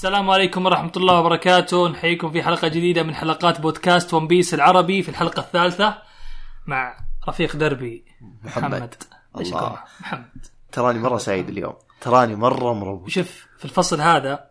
السلام عليكم ورحمة الله وبركاته. نحييكم في حلقة جديدة من حلقات بودكاست ون بيس العربي، في الحلقة الثالثة مع رفيق دربي محمد. الله محمد، تراني مرة سعيد اليوم، تراني مرة مروج. شوف في الفصل هذا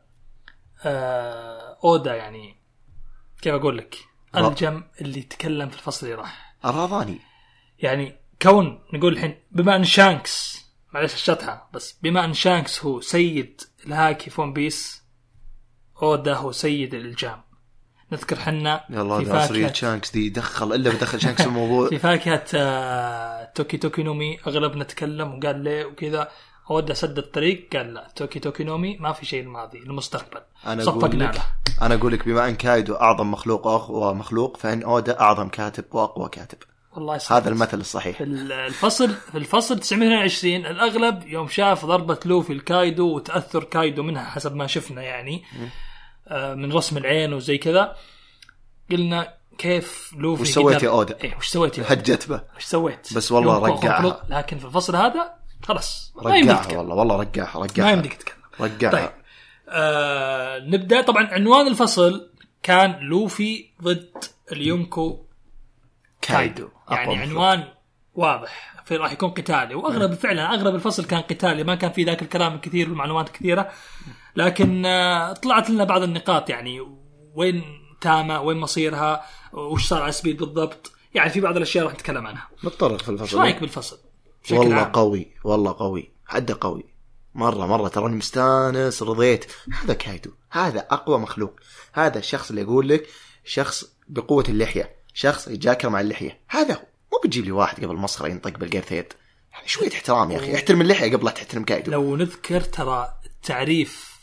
أودا، يعني كيف أقول لك، الجم اللي تكلم في الفصل اللي راح أراضاني. يعني كون نقول الحين بما أن شانكس، معلش الشطحة بس، بما أن شانكس هو سيد الهاكي في ون بيس، أودا هو سيد الإلجام. نذكر حنا في فاكهة شانكس دي دخل إلا بدخل شانكس في الموضوع. في فاكهة توكي توكي نومي أغلبنا تكلم وقال ليه وكذا، أودا سد الطريق قال لا، توكي توكي نومي ما في شيء الماضي، المستقبل. صفقنا له. أنا أقول لك بما أن كايدو أعظم مخلوق وأقوى مخلوق، فإن أودا أعظم كاتب وأقوى كاتب. والله هذا المثل الصحيح. في الفصل 922 الأغلب يوم شاف ضربة لوفي الكايدو وتأثر كايدو منها حسب ما شفنا، يعني من رسم العين وزي كذا، قلنا كيف لوفي وش سويت يا أودا؟ إيه وش سويت يا هجت به. وش سويت؟ بس والله رجعها. لكن في الفصل هذا خلاص رجعها، والله رجعها ما يمديك تتكلم. رجعها. طيب نبدأ. طبعا عنوان الفصل كان لوفي ضد اليونكو كايدو، يعني عنوان واضح، في راح يكون قتالي، واغلب فعلا اغلب الفصل كان قتالي، ما كان في ذاك الكلام الكثير والمعلومات الكثيره. لكن طلعت لنا بعض النقاط، يعني وين تاما، وين مصيرها، وش صار على سبيد بالضبط، يعني في بعض الاشياء راح نتكلم عنها. نتطرق في الفصل. رايك بالفصل؟ والله عام. والله قوي حده قوي مرة تراني مستانس، رضيت. هذا كايدو، هذا أقوى مخلوق، هذا الشخص اللي يقول لك شخص بقوة اللحية، شخص يجاكر مع اللحية. هذا هو، مو بتجيب لي واحد قبل مسخرة ينطق بالقرثيد. شوية احترام يا أخي، احترم اللحية قبل لا تحترم كايدو. لو نذكر ترى التعريف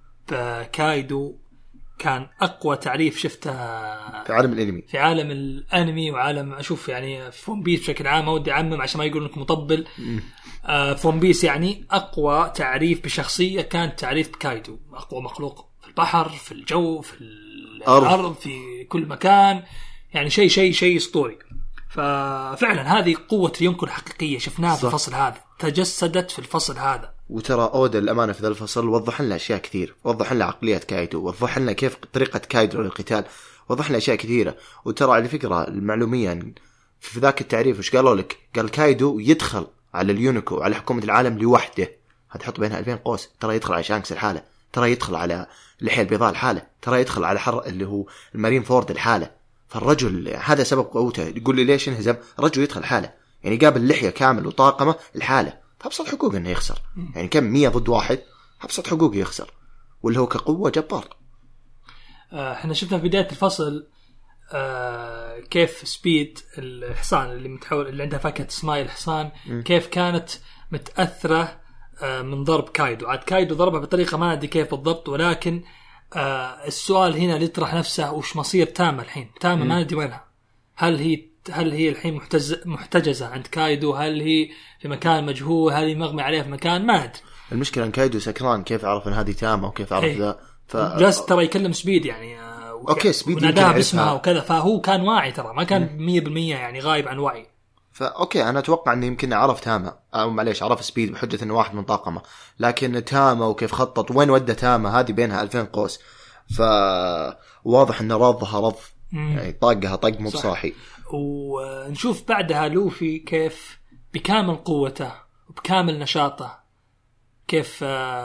بكايدو كان أقوى تعريف شفته في عالم الأنمي، في عالم الأنمي وعالم أشوف يعني في ون بيس بشكل عام. ودي أعمم عشان ما يقولون إنك مطبل. في ون بيس يعني أقوى تعريف بشخصية كان تعريف بكايدو، أقوى مخلوق في البحر، في الجو، في الأرض، في كل مكان، يعني شيء أسطوري. ففعلا هذه قوة يونكو الحقيقية شفناها في الفصل هذا، تجسدت في الفصل هذا. وترى أودا الأمانة في ذا الفصل وضح لنا أشياء كثير، وضح لنا عقلية كايدو، وضح لنا كيف طريقة كايدو للقتال، وضح لنا أشياء كثيرة. وترى على فكرة المعلومية في ذاك التعريف وش قالوا لك؟ قال كايدو يدخل على اليونيكو، على حكومة العالم لوحده، هتحط بينها 2000 قوس. ترى يدخل على شانكس الحالة، ترى يدخل على اللحية البيضاء الحالة، ترى يدخل على حر اللي هو المارين فورد الحالة. فالرجل هذا سبب قوته. يقول لي ليش انهزم؟ رجل يدخل حالة، يعني قابل لحية كامل وطاقمة الحالة، فأبسط حقوق انه يخسر. يعني كم 100 ضد 1، أبسط حقوق يخسر، واللي هو كقوة جبار. احنا شفنا في بداية الفصل كيف سبيد الحصان اللي متحول، اللي عندها فاكهة سمايل الحصان، كيف كانت متأثرة من ضرب كايدو. عاد كايدو ضربها بطريقة ما أدري كيف بالضبط، ولكن السؤال هنا اللي يطرح نفسه، وش مصير تاما الحين؟ تاما ما ندري وينها. هل هي الحين محتجزة عند كايدو؟ هل هي في مكان مجهول؟ هل هي مغمى عليها في مكان ما أدري. المشكلة أن كايدو سكران، كيف عرف أن هذه تاما وكيف عرف ذا؟ جالس ترى يكلم سبيد يعني أوكي، سبيد وناداها باسمها وكذا، فهو كان واعي، ترى ما كان 100% يعني غايب عن وعي. فأوكي أنا أتوقع أنه يمكن عرف تاما، أو معليش عرف سبيد بحجة أنه واحد من طاقمه، لكن تاما وكيف خطط وين ودى تاما هذه بينها 2000 قوس. فواضح أنه رضها رض، يعني طاقها طق مو بصاحي. ونشوف بعدها لوفي كيف بكامل قوته وبكامل نشاطه، كيف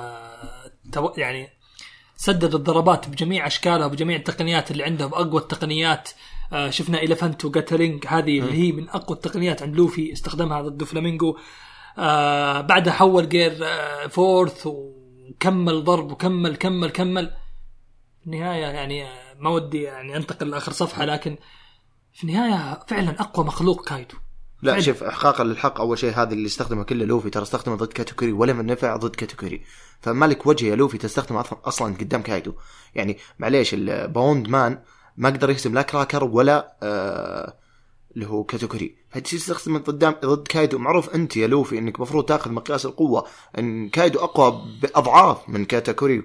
يعني سدد الضربات بجميع أشكالها وبجميع التقنيات اللي عنده، بأقوى التقنيات. شفنا إليفانت وغاترينج، هذه اللي هي من أقوى التقنيات عند لوفي، استخدمها ضد فلامينغو. بعدها حول جير فورث وكمل ضرب وكمل كمل كمل. في النهاية يعني ما ودي يعني أنتقل لآخر صفحة، لكن في النهاية فعلا أقوى مخلوق كايدو. لا فعلا. شوف إحقاقا للحق، أول شيء هذا اللي استخدمه كله لوفي ترى استخدمه ضد كاتوكوري ولا من نفع ضد كاتوكوري، فمالك وجه يا لوفي تستخدمه أصلا قدام كايدو. يعني معليش الباوند مان ما قدر يهزم لا كراكر ولا اللي هو كاتوكوري، فتجي تستخدم ضد كايدو. معروف أنت يا لوفي إنك مفروض تأخذ مقياس القوة، إن كايدو أقوى بأضعاف من كاتوكوري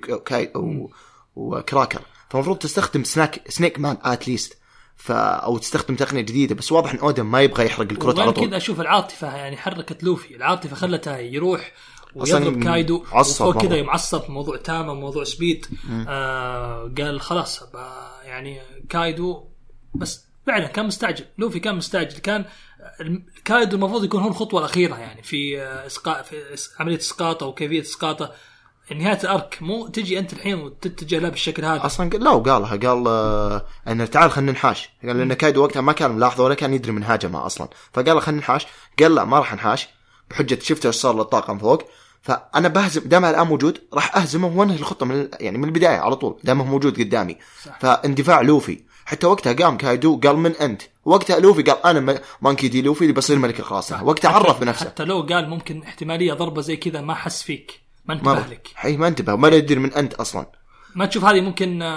وكراكر، فمفروض تستخدم سنيك مان اتليست، أو تستخدم تقنية جديدة. بس واضح إن أودم ما يبغى يحرق الكرة على طول. كذا أشوف العاطفة يعني حركت لوفي، العاطفة خلتها يروح ويضرب كايدو وفوق كذا معصب موضوع تاما وموضوع سبيد. قال خلاص يعني كايدو بس فعلا كان مستعجل. لوفي كان مستعجل. كان كايدو المفروض يكون هو الخطوة الأخيرة يعني في عملية إسقاطه وكيفية إسقاطه. نهاية الأرك مو تجي أنت الحين وتتجه له بالشكل هذا. أصلا لا وقالها قال أنه تعال خلنا نحاش. قال لأن كايدو وقتها ما كان ملاحظه ولا كان يدري من هاجمه أصلا. فقال له خلنا نحاش. قال لا ما راح نحاش بحجة شفته إيش صار للطاقم فوق. فأنا بهزم دامه الآن موجود راح أهزمه وانهي الخطة من البداية على طول دامه موجود قدامي. صح. فاندفاع لوفي حتى وقتها قام كايدو قال من أنت. وقتها لوفي قال أنا مانكي دي لوفي اللي بصير ملك الخلاص. وقتها عرف بنفسه. حتى لو قال ممكن احتمالية ضربة زي كذا ما حس فيك ما انتبه لك. حي ما انتبه ما يدري من أنت أصلا. ما تشوف هذه ممكن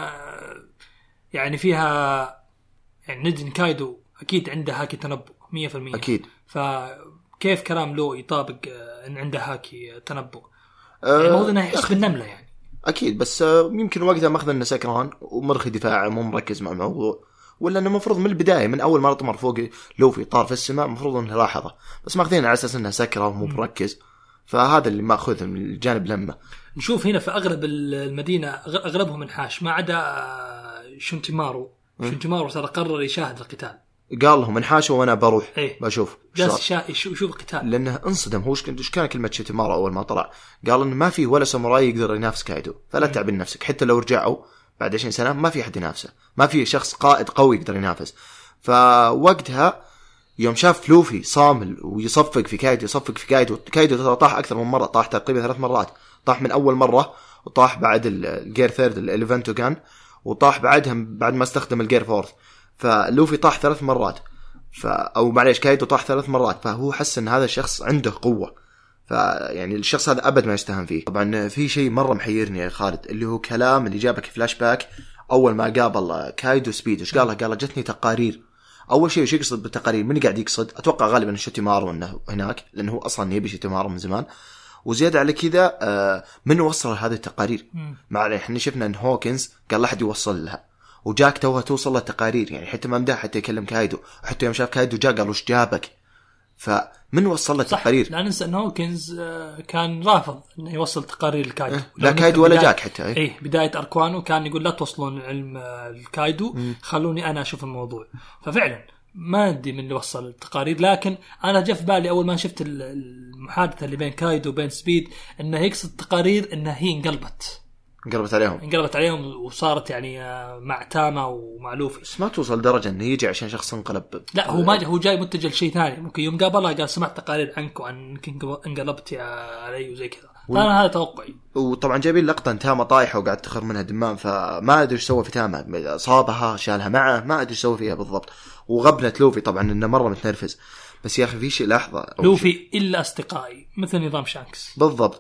يعني فيها يعني ندن كايدو أكيد عنده هاكي تنبؤ 100%. أكيد. فكيف كلام لو يطابق إن عنده هاكي تنبؤ؟ يعني المفروض إنه يحس بالنملة يعني. أكيد بس يمكن وقتها ماخذ إنه سكران ومرخي دفاعه مو مركز مع الموضوع. ولا إنه مفروض من البداية من أول ما طمر فوق لوفي طار في السماء مفروض إنه لاحظه بس ماخذين على أساس إنه سكره ومو مركز. فهذا اللي ماخذ من الجانب. لما نشوف هنا في أغلب المدينة أغلبهم منحاش ما عدا شونتيمارو. شونتيمارو ترى قرر يشاهد القتال. قال لهم انحاشوا وانا بروح بشوف جالس يشوف القتال لانه انصدم. هو ايش كان كلمه شونتيمارو اول ما طلع؟ قال انه ما في ولا ساموراي يقدر ينافس كايدو فلا تعب نفسك. حتى لو رجعوا بعد 20 سنه ما في حد ينافسه. ما في شخص قائد قوي يقدر ينافس. فوقتها يوم شاف لوفي صامل ويصفق في كايدو كايدو طاح اكثر من مره. طاح تقريبا 3 مرات. طاح من اول مره وطاح بعد الجير ثيرد الاليفنتو كان وطاح بعدهم بعد ما استخدم الجير فورث. فلوفي طاح 3 مرات أو معليش كايدو طاح 3 مرات. فهو حس ان هذا الشخص عنده قوة. فيعني الشخص هذا أبد ما يستهان فيه. طبعا في شيء مرة محيرني يا خالد اللي هو كلام اللي جابك فلاش باك أول ما قابل كايدو سبيد. إيش قال جتني تقارير. أول شيء وش يقصد بالتقارير؟ من قاعد يقصد؟ أتوقع غالبا شوتيمارو إنه هناك لأنه هو أصلا يبي شوتيمارو من زمان. وزيادة على كذا من وصل هذه التقارير؟ معليش احنا شفنا إن هوكنز قال لا حد يوصل لها وجاك توها توصل له تقارير يعني حتى ما مدح حتى يكلم كايدو. حتى يوم شاف كايدو جاء قال وش جابك. فمن وصل له تقارير؟ لا ننسى ان هوكنز كان رافض انه يوصل تقارير الكايدو. لا كايدو ولا جاك حتى بداية أركوانو كان يقول لا توصلون علم الكايدو خلوني انا اشوف الموضوع. ففعلا ما ادري من اللي وصل التقارير. لكن انا جاء في بالي اول ما شفت المحادثة اللي بين كايدو وبين سبيد انه يقصد تقارير انه هي انقلبت عليهم وصارت يعني مع تاما ومع لوفي. بس ما توصل درجة انه يجي عشان شخص انقلب. لا هو جاي متجه لشيء ثاني. ممكن يوم قابلها قال سمعت تقارير عنك وعنك انقلبت علي وزي كذا. انا هذا توقعي. وطبعا جايبين لقطة تاما طايحة وقاعد تخر منها دمام. فما ادري ايش سوى في تاما. صابها شالها معه ما ادري ايش سوى فيها بالضبط. وغبنت لوفي طبعا انه مرة متنرفز. بس يا اخي في شيء لحظة لوفي الا اصدقائي مثل نظام شانكس بالضبط.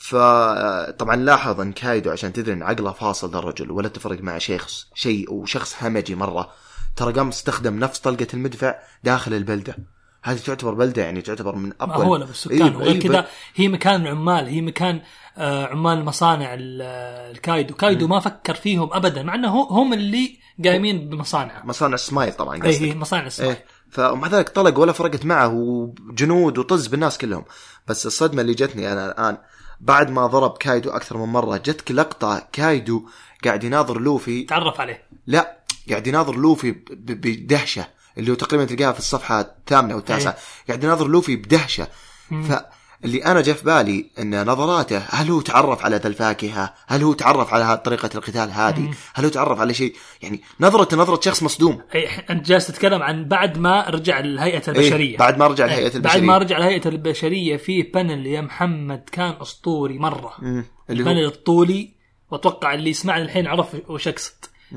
فطبعا لاحظ ان كايدو عشان تدري ان عقله فاصل ذا الرجل ولا تفرق مع شيء وشخص همجي مرة. ترى قام استخدم نفس طلقة المدفع داخل البلدة. هذه تعتبر بلدة يعني تعتبر من أقوى هو بالسكان. وغير كذا هي مكان عمال. هي مكان عمال مصانع الكايدو. كايدو ما فكر فيهم أبدا مع أنه هم اللي قايمين مصانع سمايل طبعا قصدك. هي مصانع سمايل. فمع ذلك طلق ولا فرقت معه وجنود وطز بالناس كلهم. بس الصدمة اللي جتني أنا الآن بعد ما ضرب كايدو أكثر من مرة جتك لقطة كايدو قاعد يناظر لوفي تعرف عليه. لا قاعد يناظر لوفي بدهشة اللي هو تقريبا تلقاها في الصفحة 8 أو 9. قاعد يناظر لوفي بدهشة. فاللي أنا جاء في بالي إن نظراته هل هو تعرف على ذا الفاكهة؟ هل هو تعرف على طريقة القتال هذه؟ هل هو تعرف على شيء يعني نظرة شخص مصدوم. أنت جالس تتكلم عن بعد ما رجع الهيئة البشرية. بعد ما رجع الهيئة البشرية في بانل يا محمد كان أسطوري مرة. البانل الطولي وأتوقع اللي يسمعني الحين عرف وش أقصد.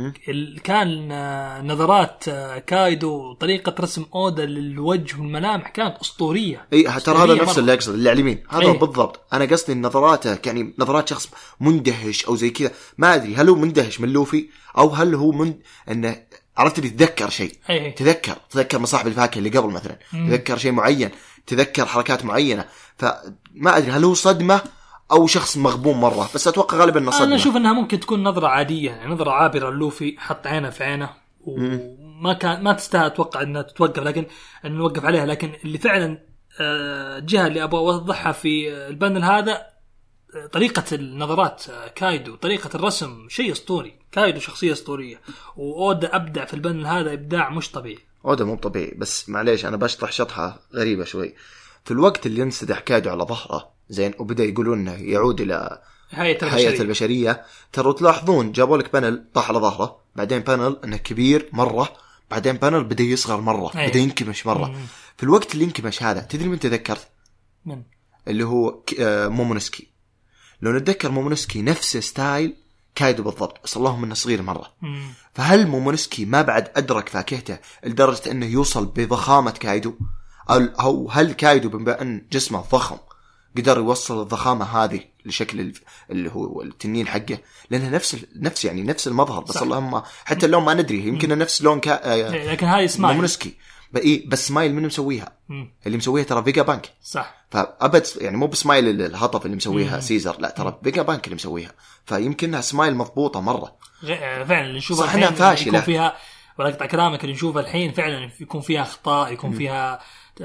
كان نظرات كايدو طريقة رسم أودا للوجه والملامح كانت أسطورية. ترى هذا نفس اللي أقصد اللي على اليمين هذا بالضبط. أنا قصدي نظراته يعني نظرات شخص مندهش أو زي كذا. ما أدري هل هو مندهش من لوفي أو هل هو أنه عرفت يتذكر شيء. تذكر مصاحب الفاكهة اللي قبل مثلا. تذكر شيء معين. تذكر حركات معينة. فما أدري هل هو صدمة أو شخص مغبون مرة. بس أتوقع غالبا أنه صدمة. أنا أشوف أنها ممكن تكون نظرة عادية يعني نظرة عابرة لوفي حط عينه في عينه وما كان ما تستاهل أتوقع أنها تتوقف. لكن أن نوقف عليها. لكن اللي فعلا الجهة اللي أبغى أوضحها في البانل هذا طريقة النظرات كايدو، طريقة الرسم شيء أسطوري. كايدو شخصية أسطورية، وأودا أبدع في البانل هذا إبداع مش طبيعي. أودا مو طبيعي. بس معليش أنا بشطح شطحة غريبة شوي. في الوقت اللي ينسدح كايدو على ظهره زين وبدأ يقولون إنه يعود إلى هيئة البشرية، ترى تلاحظون جابوا لك بانل طاح على ظهره، بعدين بانل إنه كبير مرة، بعدين بانل بدأ يصغر مرة، بدأ ينكمش مرة. في الوقت اللي ينكمش هذا تدري من تذكرت؟ من؟ اللي هو مومونسكي. لو نتذكر مومونسكي نفس ستايل كايدو بالضبط، بس اللهم انه صغير مرة. فهل مومونسكي ما بعد أدرك فاكهته لدرجة أنه يوصل بضخامة كايدو، أو هل كايدو بما أن جسمه ضخم قدر يوصل الضخامة هذه لشكل اللي هو التنين حقه؟ لأنه نفس يعني نفس المظهر، بس اللهم حتى اللون ما ندري، يمكن نفس لون لكن هاي سمايل مومونسكي بس سمايل من مسويها؟ اللي مسويها ترى فيجا بانك. صح. فأبد يعني مو بسمايل الهطف اللي مسويها سيزر، لا ترى فيجا بانك اللي مسويها، فيمكنها سمايل مضبوطة مرة. فعلا اللي نشوفها الحين فاشلة. يكون فيها ولا قطع كلامك، اللي نشوفها الحين فعلا يكون فيها أخطاء، يكون فيها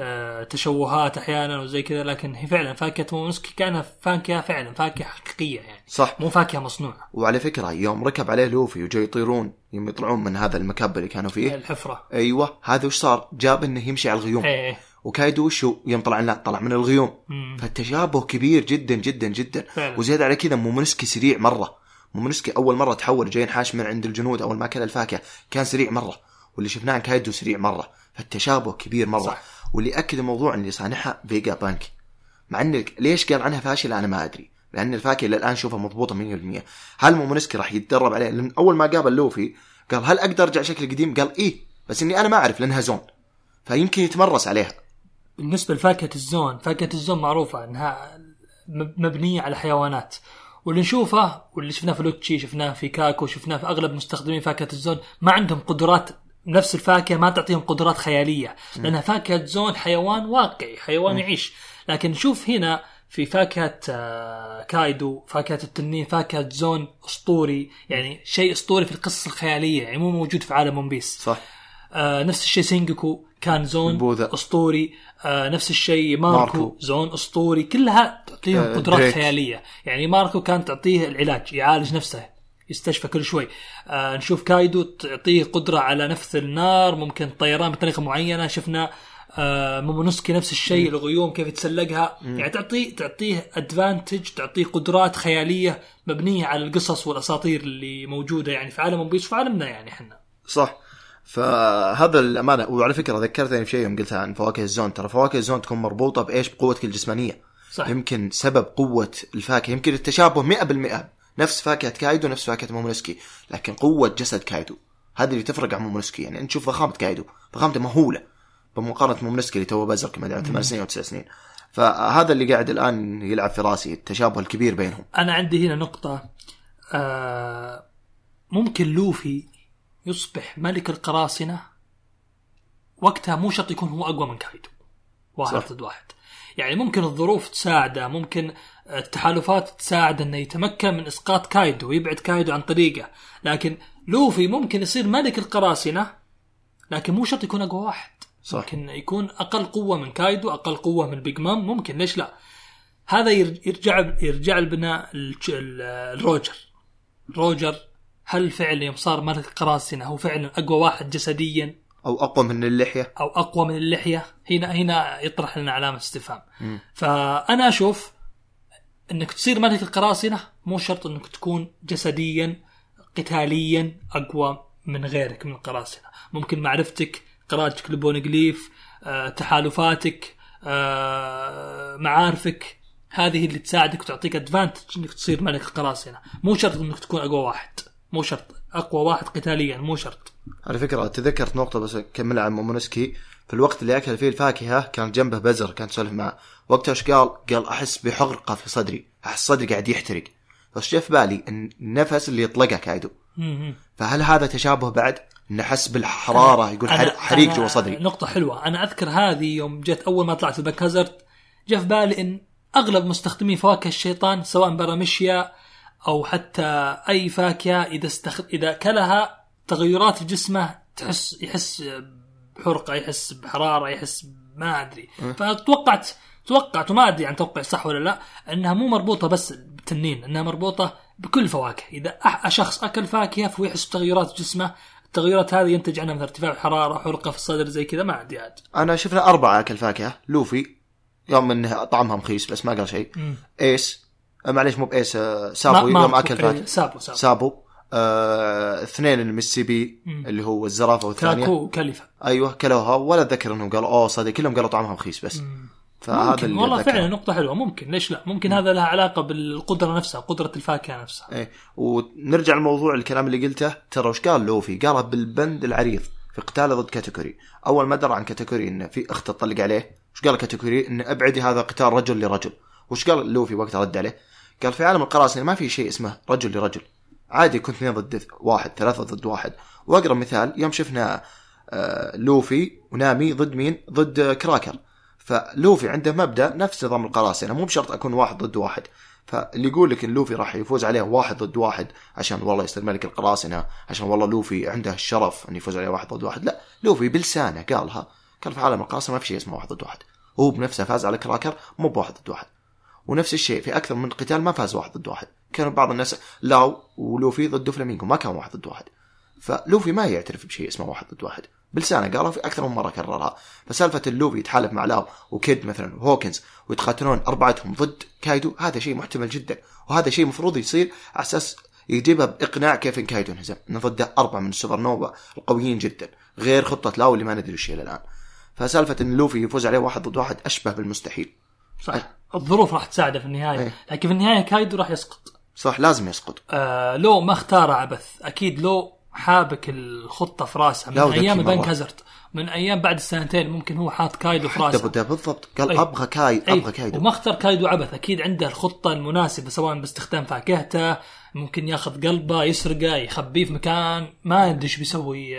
تشوهات أحيانا وزي كذا، لكن هي فعلا فاكهة مومونسكي كانت فاكهة فعلا فاكهة حقيقية يعني. صح. مو فاكهة مصنوعة. وعلى فكرة يوم ركب عليه لوفي وجاي يطيرون يوم يطلعون من هذا المكب اللي كانوا فيه الحفرة، أيوة هذا وش صار؟ جاب إنه يمشي على الغيوم. وكايدو وشو يوم طلع من الغيوم. فالتشابه كبير جدا جدا جدا فعلا. وزيادة على كذا مومونسكي سريع مرة. مومونسكي أول مرة تحول جاي ينحاش من عند الجنود أول ما كان الفاكهة كان سريع مرة، واللي شفناه كايدو سريع مرة، فالتشابه كبير مرة. صح. واللي أكد الموضوع اللي صانعها فيجا بانك، مع أن ليش قال عنها فاشلة أنا ما أدري، لأن الفاكهة الآن شوفها مضبوطة 100%. هل مومونسكي راح يتدرب عليه؟ لأن أول ما قابل لوفي قال هل أقدر أرجع شكل قديم؟ قال إيه، بس إني أنا ما أعرف لأنها زون، فيمكن يتمرس عليها. بالنسبة لفاكهة الزون، فاكهة الزون معروفة أنها مبنية على حيوانات، واللي نشوفه واللي شفناه في لوتشي، شفناه في كاكو، شفناه في أغلب مستخدمين فاكهة الزون ما عندهم قدرات نفس الفاكهة، ما تعطيهم قدرات خيالية، لأنها فاكهة زون حيوان واقعي، حيوان يعيش. لكن نشوف هنا في فاكهة كايدو، فاكهة التنين، فاكهة زون أسطوري، يعني شيء أسطوري في القصة الخيالية، يعني مو موجود في عالم ون بيس. صح. نفس الشيء سينجوكو كان زون أسطوري، نفس الشيء ماركو زون أسطوري، كلها تعطيهم قدرات دريك. خيالية. يعني ماركو كان تعطيه العلاج، يعالج نفسه، يستشفى كل شوي. نشوف كايدو تعطيه قدرة على نفث النار، ممكن طيران بطريقة معينة. شفنا مومونسكي نفس الشيء، الغيوم كيف يتسلقها. يعني تعطيه ادفانتج، تعطيه قدرات خيالية مبنية على القصص والأساطير اللي موجودة يعني في عالم ون بيس، في عالمنا يعني احنا. صح. فهذا الأمانة. وعلى فكرة ذكرتني بشيء يوم قلتها عن فواكه الزون، ترى فواكه الزون تكون مربوطة بإيش؟ بقوتك الجسمانية. صح. يمكن سبب قوة الفاكهة يمكن التشابه 100%، نفس فاكهة كايدو نفس فاكهة مومونسكي، لكن قوة جسد كايدو هذه اللي تفرق عن مومونسكي. يعني نشوف ضخامة كايدو، ضخامته مهولة بمقارنة مومونسكي اللي توه بزر كما دعوا 8 سنين أو 9 سنين. فهذا اللي قاعد الآن يلعب في راسي، التشابه الكبير بينهم. أنا عندي هنا نقطة، ممكن لوفي يصبح ملك القراصنة وقتها، مو شرط يكون هو أقوى من كايدو واحد ضد واحد. يعني ممكن الظروف تساعده، ممكن التحالفات تساعد أنه يتمكن من إسقاط كايدو ويبعد كايدو عن طريقه، لكن لوفي ممكن يصير ملك القراصنة لكن مو شرط يكون أقوى واحد. صح. ممكن يكون أقل قوة من كايدو، أقل قوة من بيج مام، ممكن، ليش لا. هذا يرجع البناء روجر هل فعلا يوم صار ملك القراصنة هو فعلا أقوى واحد جسديا أو أقوى من اللحية؟ هنا يطرح لنا علامة استفهام. فأنا أشوف أنك تصير ملك القراصنة مو شرط أنك تكون جسديا قتاليا أقوى من غيرك من القراصنة. ممكن معرفتك، قراءتك لبونغليف، تحالفاتك، معارفك، هذه اللي تساعدك وتعطيك أدفانتج أنك تصير ملك القراصنة. مو شرط أنك تكون أقوى واحد، مو شرط أقوى واحد قتاليا، مو شرط. على فكرة تذكرت نقطة بس كمل عن مومونسكي. في الوقت اللي أكل فيه الفاكهة كان جنبه بزر، كان سولف معه وقتها. إيش قال أحس بحرقة في صدري، أحس صدري قاعد يحترق. بس جاء في بالي النفس اللي يطلقه كايدو، فهل هذا تشابه بعد؟ نحس بالحرارة، يقول حريق جوا صدري. نقطة حلوة. أنا أذكر هذه يوم جت أول ما طلعت الباك هازارد، جاء في بالي إن أغلب مستخدمين فواكه الشيطان سواء برامشيا أو حتى أي فاكهة إذا كلها تغيرات في جسمه يحس بحرقه، يحس بحراره، يحس ما ادري. فتوقعت وما ادري عن توقع صح ولا لا انها مو مربوطه بس بالتنين، انها مربوطه بكل الفواكه. اذا شخص اكل فاكهه ويحس بتغيرات في جسمه، التغيرات هذه ينتج عنها مثل ارتفاع الحراره، حرقه في الصدر زي كذا، ما ادري عاد. انا شفنا 4 اكل فاكهه. لوفي يوم انه طعمها مخيس بس ما قال شيء. ايس معليش مو بايس، سابو يوم اكل فاكهه. سابو 2 المسيبي اللي هو الزرافه والثانيه كاكو وكلفه. ايوه كلوها، ولا ذكر انهم قالوا صدق كلهم قالوا طعمها مخيس بس. فهذا اللي والله فعلا نقطه حلوه. ممكن ليش لا، ممكن هذا لها علاقه بالقدره نفسها، قدره الفاكهه نفسها. ايه. ونرجع لموضوع الكلام اللي قلته. ترى وش قال لوفي؟ قالها بالبند العريض في قتاله ضد كاتيجوري. اول ما درى عن كاتيجوري انه في اخت تطلق عليه، وش قال كاتيجوري؟ ان ابعدي هذا قتال رجل لرجل. وش قال لوفي وقتها رد عليه؟ قال في عالم القراصنة ما في شيء اسمه رجل لرجل، عادي كنت 2 ضد 1، 3 ضد 1. واقرب مثال يوم شفنا لوفي ونامي ضد مين؟ ضد كراكر. فلوفي عنده مبدأ نفس نظام القراصنة، مو بشرط أكون 1 ضد 1. فاللي يقول لك إن لوفي راح يفوز عليه 1 ضد 1 عشان والله يصير ملك القراصنة، عشان والله لوفي عنده الشرف أن يفوز عليه 1 ضد 1، لا. لوفي بلسانه قالها، قال في عالم القراصنة ما في شيء اسمه 1 ضد 1. هو بنفسه فاز على كراكر مو ب1 ضد 1. ونفس الشيء في أكثر من قتال ما فاز 1 ضد 1. كانوا بعض الناس لاو ولوفي ضد فلامينغو ما كان 1 ضد 1. فلوفي ما يعترف بشيء اسمه 1 ضد 1، بلسانه قالها في أكثر من مرة كررها. فسالفة اللوفي يتحالف مع لاو وكيد مثلا وهوكنز ويتقاتلون 4 ضد كايدو، هذا شيء محتمل جدا، وهذا شيء مفروض يصير على أساس يجيبها بإقناع كيف إن كايدو انهزم، إنه ضده 4 من السوبر نوفا القويين جدا، غير خطة لاو اللي ما ندري وش هي الآن. فسالفة إن لوفي يفوز عليه 1 ضد 1 أشبه بالمستحيل. صح. الظروف راح تساعده في النهاية. لكن في النهاية كايدو راح يسقط. صح، لازم يسقط. لو ما اختار عبث، أكيد لو حابك الخطة في راسها من أيام البنك هازارد، من أيام بعد السنتين ممكن هو حاط كايدو في راسه. ده بالضبط، قال أبغى كايدو، وما اختار كايدو عبث. أكيد عنده الخطة المناسبة، سواء باستخدام فاكهته، ممكن ياخذ قلبه يسرقه يخبيه في مكان ما ندري ايش بيسوي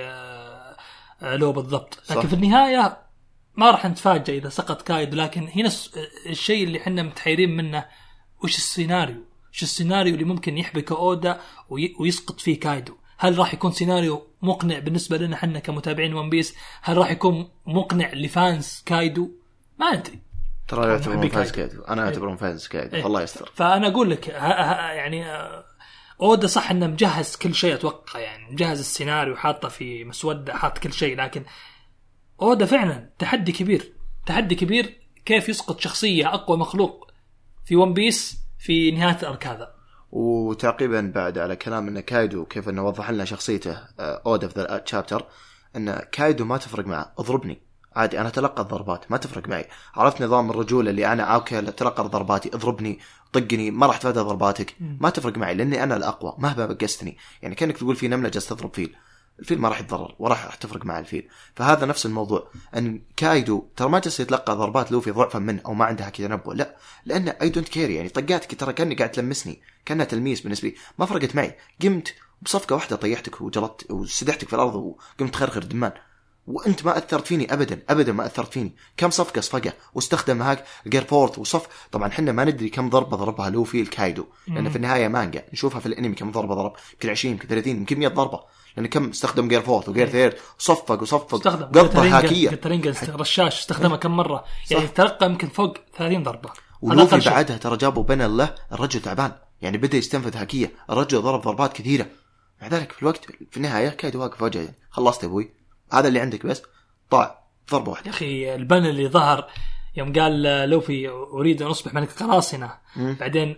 لو بالضبط. لكن صح. في النهاية ما راح نتفاجئ إذا سقط كايدو. لكن هنا الشيء اللي حنا متحيرين منه، وش السيناريو اللي ممكن يحبك أودا ويسقط فيه كايدو؟ هل راح يكون سيناريو مقنع بالنسبة لنا حنا كمتابعين ون بيس؟ هل راح يكون مقنع لفانس كايدو؟ ما ندري. ترى يعتبرون فانس كايدو، أنا أعتبرون فانس كايدو. الله يستر. فأنا أقول لك يعني أودا صح إنه مجهز كل شيء، أتوقع يعني مجهز السيناريو حاطه في مسودة، حاط كل شيء. لكن أودا فعلا تحدي كبير كيف يسقط شخصية أقوى مخلوق في ون بيس في نهاية الأرك هذا. وتعقيبا بعد على كلام إن كايدو كيف إنه وضح لنا شخصيته أودا في ذا تشابتر، إن كايدو ما تفرق معه، اضربني عادي، أنا أتلقى الضربات ما تفرق معي. عرفت نظام الرجولة اللي أنا أتلقى ضرباتي، اضربني طقني ما راح تفادى ضرباتك، ما تفرق معي لأني أنا الأقوى مهما بقستني. يعني كأنك تقول في نملة جالس تضرب فيل، الفيل ما راح يتضرر وراح تفرق مع الفيل. فهذا نفس الموضوع، أن كايدو ترى ما جالس يتلقى ضربات لوفي ضعفا منه أو ما عندها كذا نبوة، لا، لأن I don't care. يعني طقاتك ترى كأني قاعد تلمسني، كأنها تلميس بالنسبة لي، ما فرقت معي. قمت بصفقة واحدة طيحتك وجلطت وسدحتك في الأرض وقمت خرخر دمان، وأنت ما أثرت فيني أبدا ما أثرت فيني. كم صفقة صفقة واستخدم هاك الجيرفورت وصف. طبعا حنا ما ندري كم ضربة ضربها لوفي الكايدو، لأن في النهاية مانجا نشوفها في الأنمي كم ضربة ضرب، يمكن 20 يمكن 30 يمكن 100 ضربة، لأن كم استخدم جيرفورت وجير ثيرد وصفق قطة هاكية. رشاش استخدمها كم مرة، يعني تلقى يمكن فوق 30 ضربة. ولوفي بعدها ترى جابوا بين الله الرجل تعبان، يعني بدأ يستنفذ هاكية، الرجل ضرب ضربات كثيرة. مع ذلك في الوقت في النهاية كايدو واقف وجهه، يعني خلصت يا ابوي هذا اللي عندك، بس طاع ضربة واحدة. يا أخي البن اللي ظهر يوم قال لوفي أريد أن أصبح ملك قراصنة، بعدين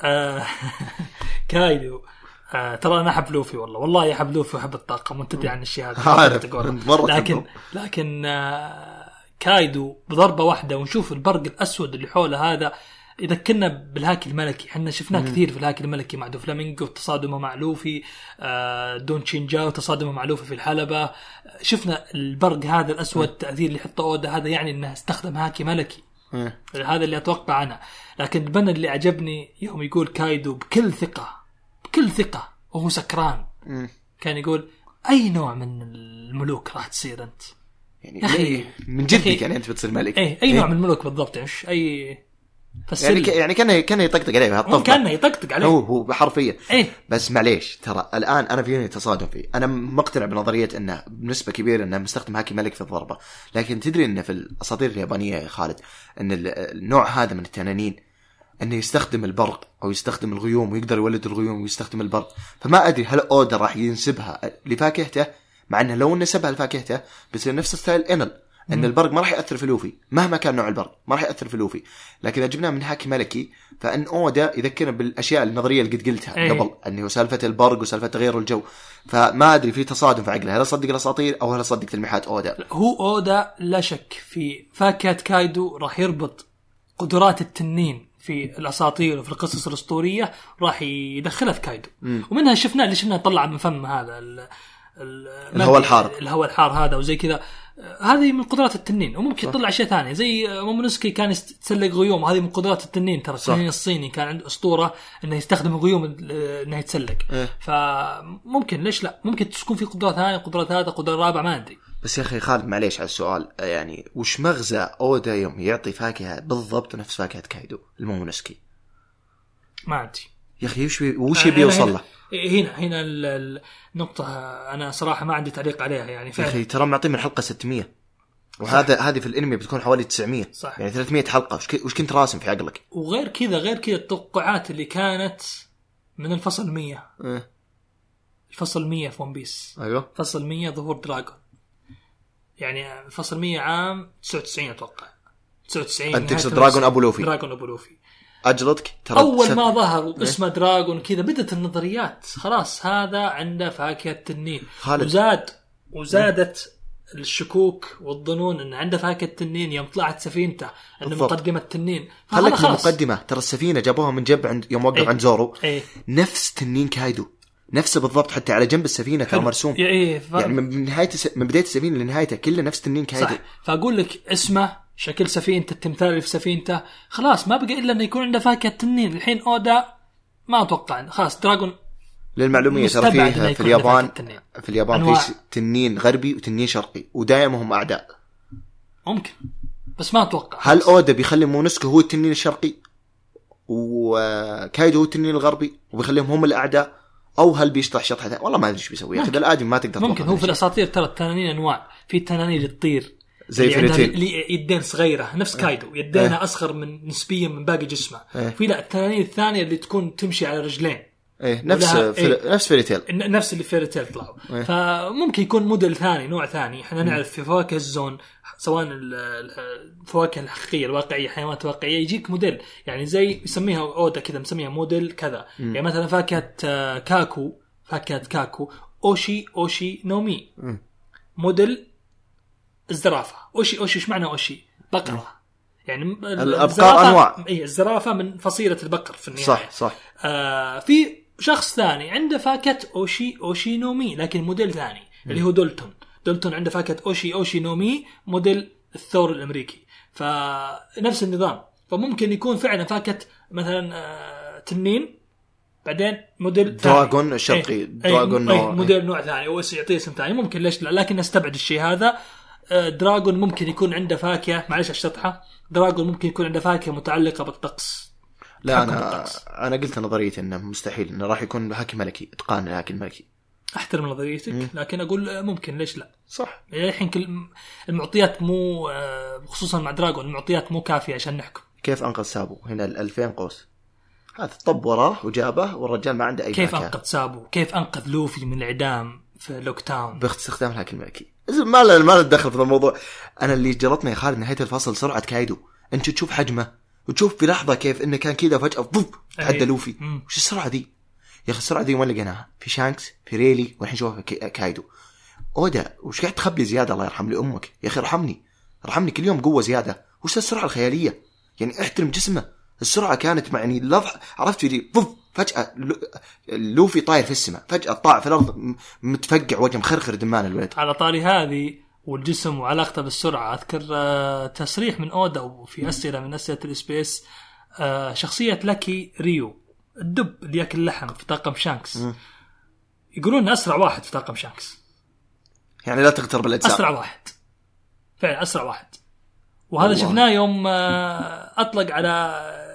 كايدو ترى أنا أحب لوفي، والله أحب لوفي وأحب الطاقة، منتدي عن الشيء هذا. لكن كايدو بضربة واحدة ونشوف البرق الأسود اللي حوله هذا يذكرنا بالهاكي الملكي. حنا شفناه كثير في الهاكي الملكي مع دوفلامينغو تصادمه مع لوفي، دون تشينجاو تصادمه مع لوفي في الحلبة. شفنا البرق هذا الأسود التأثير اللي حطه أودا، هذا يعني أنه استخدم هاكي ملكي. هذا اللي أتوقع أنا. لكن البن اللي عجبني يوم يقول كايدو بكل ثقة وهو سكران، كان يقول أي نوع من الملوك راح تصير أنت؟ يعني من جدك يعني أنت بتصير ملك؟ أي نوع من الملوك بالضبط؟ إيش يعني كان يطقطق عليه بهالطفة، كان يطقطق عليه هو حرفيا. إيه؟ بس معليش ترى الان انا فيني تصادم فيه. انا مقتنع بنظريه انه بنسبه كبيره انه مستخدم هاكي ملك في الضربه، لكن تدري انه في الاساطير اليابانيه يا خالد ان النوع هذا من التنانين انه يستخدم البرق او يستخدم الغيوم ويقدر يولد الغيوم ويستخدم البرق. فما ادري هل اودا راح ينسبها لفاكهته، مع انه لو نسبها لفاكهته بيصير نفس ستايل انل، ان البرق ما راح ياثر في لوفي مهما كان نوع البرق، ما راح ياثر في لوفي. لكن اذا جبناه من هاكي ملكي فان اودا يذكرنا بالاشياء النظريه اللي قد قلتها قبل، انه سالفه البرق وسالفه تغيير الجو. فما ادري في تصادم في عقله، هل اصدق الاساطير او هل اصدق تلميحات اودا؟ هو اودا لا شك في فاكهه كايدو راح يربط قدرات التنين في الاساطير وفي القصص الاسطوريه، راح يدخلها في كايدو. ومنها شفناه طلع من فم هذا الهواء الحار هذا وزي كذا. هذه من قدرات التنين. وممكن يطلع اشياء ثانيه زي مومونوسكي كان يتسلق غيوم، هذه من قدرات التنين. ترى التنين الصيني كان عنده اسطوره انه يستخدم الغيوم انه يتسلق. فممكن ليش لا، ممكن تكون في قدرات ثانيه، قدرات هذا، قدره رابعه، ما ادري. بس يا اخي خالد معليش على السؤال، يعني وش مغزى اودا يوم يعطي فاكهه بالضبط نفس فاكهه كايدو المومونوسكي؟ ما ادري يا اخي وش بيوصل له هنا النقطة. أنا صراحة ما عندي تعليق عليها يعني يا أخي ترى معطي من حلقة 600 هذه في الانمي بتكون حوالي 900 صح. يعني 300 حلقة. وش كنت راسم في عقلك؟ وغير كذا التوقعات اللي كانت من الفصل 100 الفصل 100 في ون بيس. أيوة. فصل 100 ظهور دراغون، يعني فصل 100 عام 99 أتوقع 99. أنت تقصد دراغون أبو لوفي. أجلدك ترى أول ما ظهر اسمه دراغون كذا بدت النظريات خلاص هذا عنده فاكهة التنين. وزادت الشكوك والظنون أن عنده فاكهة التنين يوم طلعت سفينته أنه مقدمة التنين. خلك المقدمة ترى السفينة جابوها من جنب عند يوم وقف عند زورو. نفس تنين كايدو نفسه بالضبط، حتى على جنب السفينة ترى مرسوم. يعني من بداية السفينة لنهايتها كله نفس تنين كايدو. صح. فأقول لك اسمه، شكل سفينته، التمثال اللي في سفينته، خلاص ما بقى إلا أنه يكون عنده فاكهة التنين. الحين أودا ما أتوقع خلاص دراغون. للمعلومية ترى فيه في اليابان في تنين غربي وتنين شرقي ودائما هم أعداء. ممكن بس ما أتوقع. هل أودا بيخلي مونوسكو هو التنين الشرقي وكايدو هو التنين الغربي وبيخليهم هم الأعداء، أو هل بيشطح شطحة؟ والله ما أدري إيش بيسوي يا أخي. الآدم ما تقدر. ممكن هو في الأساطير ترى التنانين أنواع، في التنانين اللي تطير زي فريتيل اللي يدين صغيرة نفس كايدو، يدينها أصغر من نسبيا من باقي جسمه. في لا التنانين الثانية اللي تكون تمشي على رجلين. نفس فريتيل، نفس اللي فريتيل طلعوا. فممكن يكون موديل ثاني، نوع ثاني. احنا نعرف في فواكه الزون سواء الفواكه الحقيقية الواقعية، حيوانات واقعية، يجيك موديل يعني زي يسميها أودا كذا، مسميها موديل كذا. يعني مثلا فاكهة كاكو أوشي نومي موديل الزرافة. أوشي إيش معنى أوشي؟ بقرة. يعني الأبقار أنواع. الزرافة من فصيلة البقر في النهاية. صح. في شخص ثاني عنده فاكهة أوشي نومي لكن موديل ثاني اللي هو دولتون عنده فاكهة أوشي نومي موديل الثور الأمريكي. فنفس النظام. فممكن يكون فعلا فاكهة مثلا تنين، بعدين موديل دراغون الشرقي، دراغون موديل نوع ثاني أو يعطيه اسم ثاني. ممكن ليش لا، لكن نستبعد الشيء هذا. دراغون ممكن يكون عنده فاكهة، معلش الشطحة، دراغون ممكن يكون عنده فاكهة متعلقة بالطقس. لا أنا قلت نظريتي إنه مستحيل إنه راح يكون هاكي ملكي، إتقان هاكي ملكي. أحترم نظريتك لكن أقول ممكن ليش لا. صح. يعني الحين كل المعطيات مو خصوصا مع دراغون المعطيات مو كافية عشان نحكم. كيف أنقذ سابو هنا 2000 قوس؟ هذا طب وراه وجابه والرجال ما عنده أي كيف أنقذ سابو؟ كيف أنقذ لوفي من الإعدام في لوك تاون باستخدام الهاكي الملكي؟ ما ندخل في الموضوع. أنا اللي جرتنا يا خالد نهاية الفصل سرعة كايدو. أنت تشوف حجمه وتشوف في لحظة كيف إنه كان كذا فجأة تعدى لوفي. وش السرعة دي يا أخي؟ السرعة دي وين لقيناها؟ في شانكس، في ريلي، والحين شوفها كايدو. أودا وش قاعد تخبي زيادة؟ الله يرحم لي أمك يا أخي، رحمني كل يوم قوة زيادة. وش السرعة الخيالية يعني؟ احترم جسمه. السرعة كانت يعني لفظ، عرفت لي فجأة لوفي طاير في السماء، فجأة طاع في الأرض متفقع وجه مخرخر دمان الولد. على طاري هذه والجسم وعلاقته بالسرعة، أذكر تصريح من أودا وفي أسئلة من أسئلة الإسبيس، شخصية لاكي ريو الدب اللي يأكل لحم في طاقم شانكس، يقولون أسرع واحد في طاقم شانكس. يعني لا تغترب الأجسام. أسرع واحد فعلا، أسرع واحد. وهذا شفناه يوم أطلق على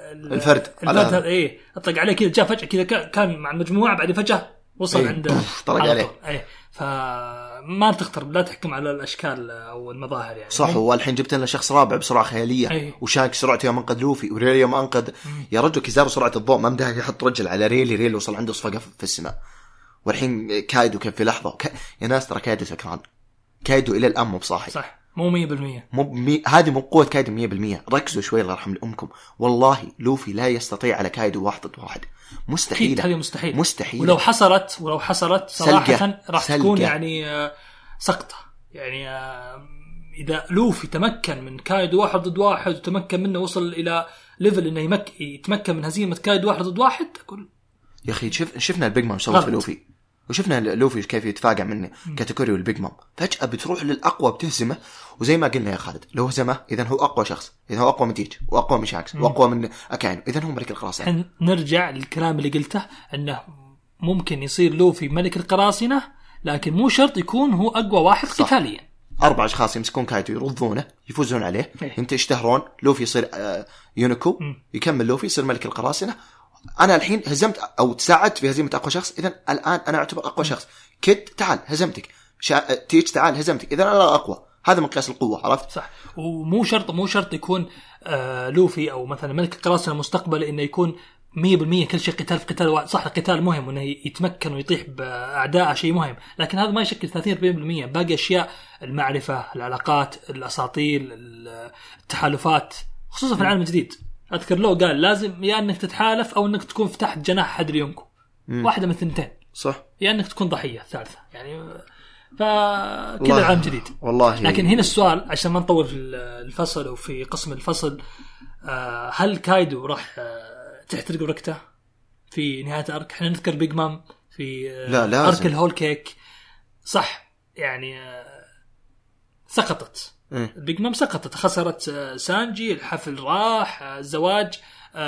الفرد ايه اطلق عليه كذا، جاء فجأة كذا كان مع المجموعة بعد فجأة وصل إيه عند طلق عليه. ايه فما تختار، لا تحكم على الاشكال او المظاهر يعني. صح. والحين جبت لنا شخص رابع بسرعه خياليه. أيه. وشانك سرعته يوم انقذ لوفي، وريلي يوم انقذ يا رجل كيزارو سرعه الضوء ما مداه يحط رجل على ريلي وصل عنده صفقه في السماء. والحين كايدو كيف في لحظه يا ناس ترى كايدو سكران، كايدو الى الان مو بصاحي. صح مو 100%. هذه مو قوه كايدو 100%. ركزوا شوي الله يرحم امكم، والله لوفي لا يستطيع على كايدو 1 ضد 1. مستحيل، هذه مستحيل. ولو حصلت صراحه راح تكون يعني سقطه يعني. اذا لوفي تمكن من كايدو 1 ضد 1 وتمكن منه وصل الى ليفل انه يتمكن من هزيمه كايدو 1 ضد 1، اقول يا اخي شفنا البيج مام سوت في لوفي، وشفنا لوفي كيف يتفاقع من كاتيجوري والبيج مام. فجأة بتروح للأقوى بتهزمه، وزي ما قلنا يا خالد لو هزمه إذا هو أقوى شخص، إذا هو أقوى من تيج وأقوى من شاكس وأقوى من أكاينو، إذا هو ملك القراصنة. نرجع للكلام اللي قلته أنه ممكن يصير لوفي ملك القراصنة، لكن مو شرط يكون هو أقوى واحد قتاليا. 4 أشخاص يمسكون كايدو يرضونه يفوزون عليه، انت يشتهرون لوفي يصير يونيكو، يكمل لوفي يصير ملك القراصنة. أنا الحين هزمت أو تساعدت في هزيمة أقوى شخص، إذن الآن أنا أعتبر أقوى شخص. كيد تعال هزمتك، تيج تعال هزمتك، إذن أنا أقوى. هذا مقياس القوة، عرفت؟ صح. ومو شرط يكون لوفي أو مثلا ملك القراصنة المستقبل إنه يكون 100% كل شيء قتال في قتال. صح القتال مهم وإنه يتمكن ويطيح بأعداء شيء مهم، لكن هذا ما يشكل 30-40%. باقي أشياء، المعرفة، العلاقات، الأساطيل، التحالفات، خصوصا في العالم الجديد. أذكر له قال لازم يا أنك تتحالف أو أنك تكون في تحت جناح حد يونكو، واحدة من الثنتين. صح. يا أنك تكون ضحية ثالثة يعني. فكذا العالم جديد والله. لكن هنا السؤال عشان ما نطول في الفصل وفي قسم الفصل، هل كايدو راح تحترق ورقته في نهاية أرك؟ احنا نذكر بيج مام في أرك الهول كيك، صح يعني سقطت. البيج مام سقطت، خسرت سانجي، الحفل راح، الزواج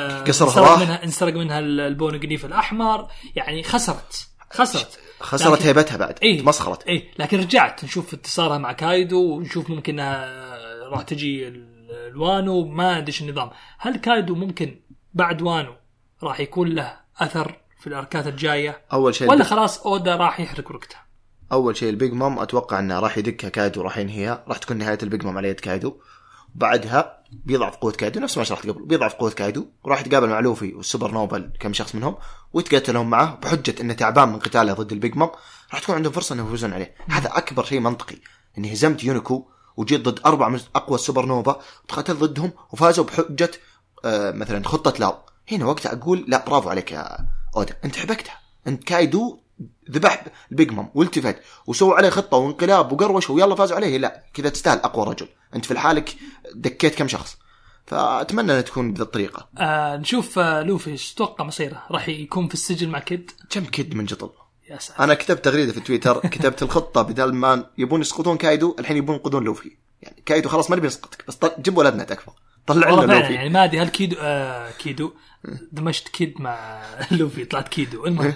انسرق منها البونغنيف الأحمر، يعني خسرت هيبتها بعد. مسخرت. لكن رجعت نشوف اتصالها مع كايدو، ونشوف ممكن انها راح تجي الوانو، ما ادري النظام. هل كايدو ممكن بعد وانو راح يكون له اثر في الاركات الجايه اول شيء، ولا خلاص اودا راح يحرق ركته؟ اول شيء البيج مام اتوقع انه راح يدكها كايدو، راح ينهيها، راح تكون نهايه البيج مام على يد كايدو. بعدها بيضعف قوه كايدو نفس ما شرحت قبل، بيضعف قوه كايدو وراح يتقابل مع لوفي والسوبر نوبل كم شخص منهم ويتقاتلون معه بحجه انه تعبان من قتاله ضد البيج مام. راح تكون عندهم فرصه انه يفوزون عليه. هذا اكبر شيء منطقي، اني هزمت يونيكو وجيت ضد 4 من اقوى السوبر نوفا وتقاتل ضدهم وفازوا بحجه مثلا خطه لاو. هنا وقتها اقول لا برافو عليك يا اودا، انت حبكتها. انت كايدو ذبح البيج مام والتفت وسووا عليه خطه وانقلاب وقروش ويلا فازوا عليه. لا كذا تستاهل اقوى رجل، انت في الحالك دكيت كم شخص. فأتمنى أن تكون بهذه الطريقة. نشوف لوفي ايش تتوقع مصيره؟ راح يكون في السجن مع كيد؟ كم كيد من جطل. أنا كتبت تغريدة في تويتر كتبت الخطة بدل ما يبون يسقطون كايدو الحين يبون ينقذون لوفي. يعني كايدو خلاص ما نبي نسقطك، بس جيب ولدنا تكفى، طلع لنا لوفي. يعني ما أدري هل كيدو دمشت كيد مع لوفي طلعت كيدو. المهم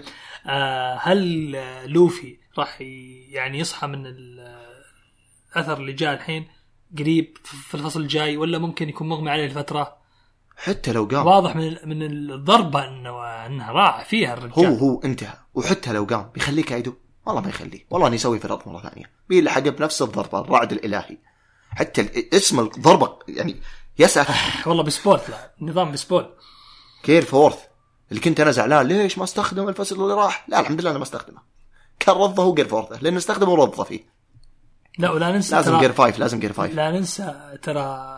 هل لوفي راح يعني يصحى من الأثر اللي جاء الحين قريب في الفصل الجاي، ولا ممكن يكون مغمى عليه الفترة؟ حتى لو قام واضح من الضربة انها راح فيها الرجال. هو انتهى. وحتى لو قام بيخليه كايدو؟ والله ما يخليه، والله اني يسوي في الارض مرة ثانية، بيلحق بنفس الضربة الرعد الالهي. حتى اسم الضربة يعني يسأل والله بسبورت، لا نظام بسبورت كير فورث اللي كنت انا زعلان ليش ما استخدم الفصل اللي راح. لا الحمد لله انا ما استخدمه، كان رضه هو كير فورث لانه استخدمه ورضه فيه. لا ولا ننسى لازم جير 5 لازم جير 5. لا ننسى ترى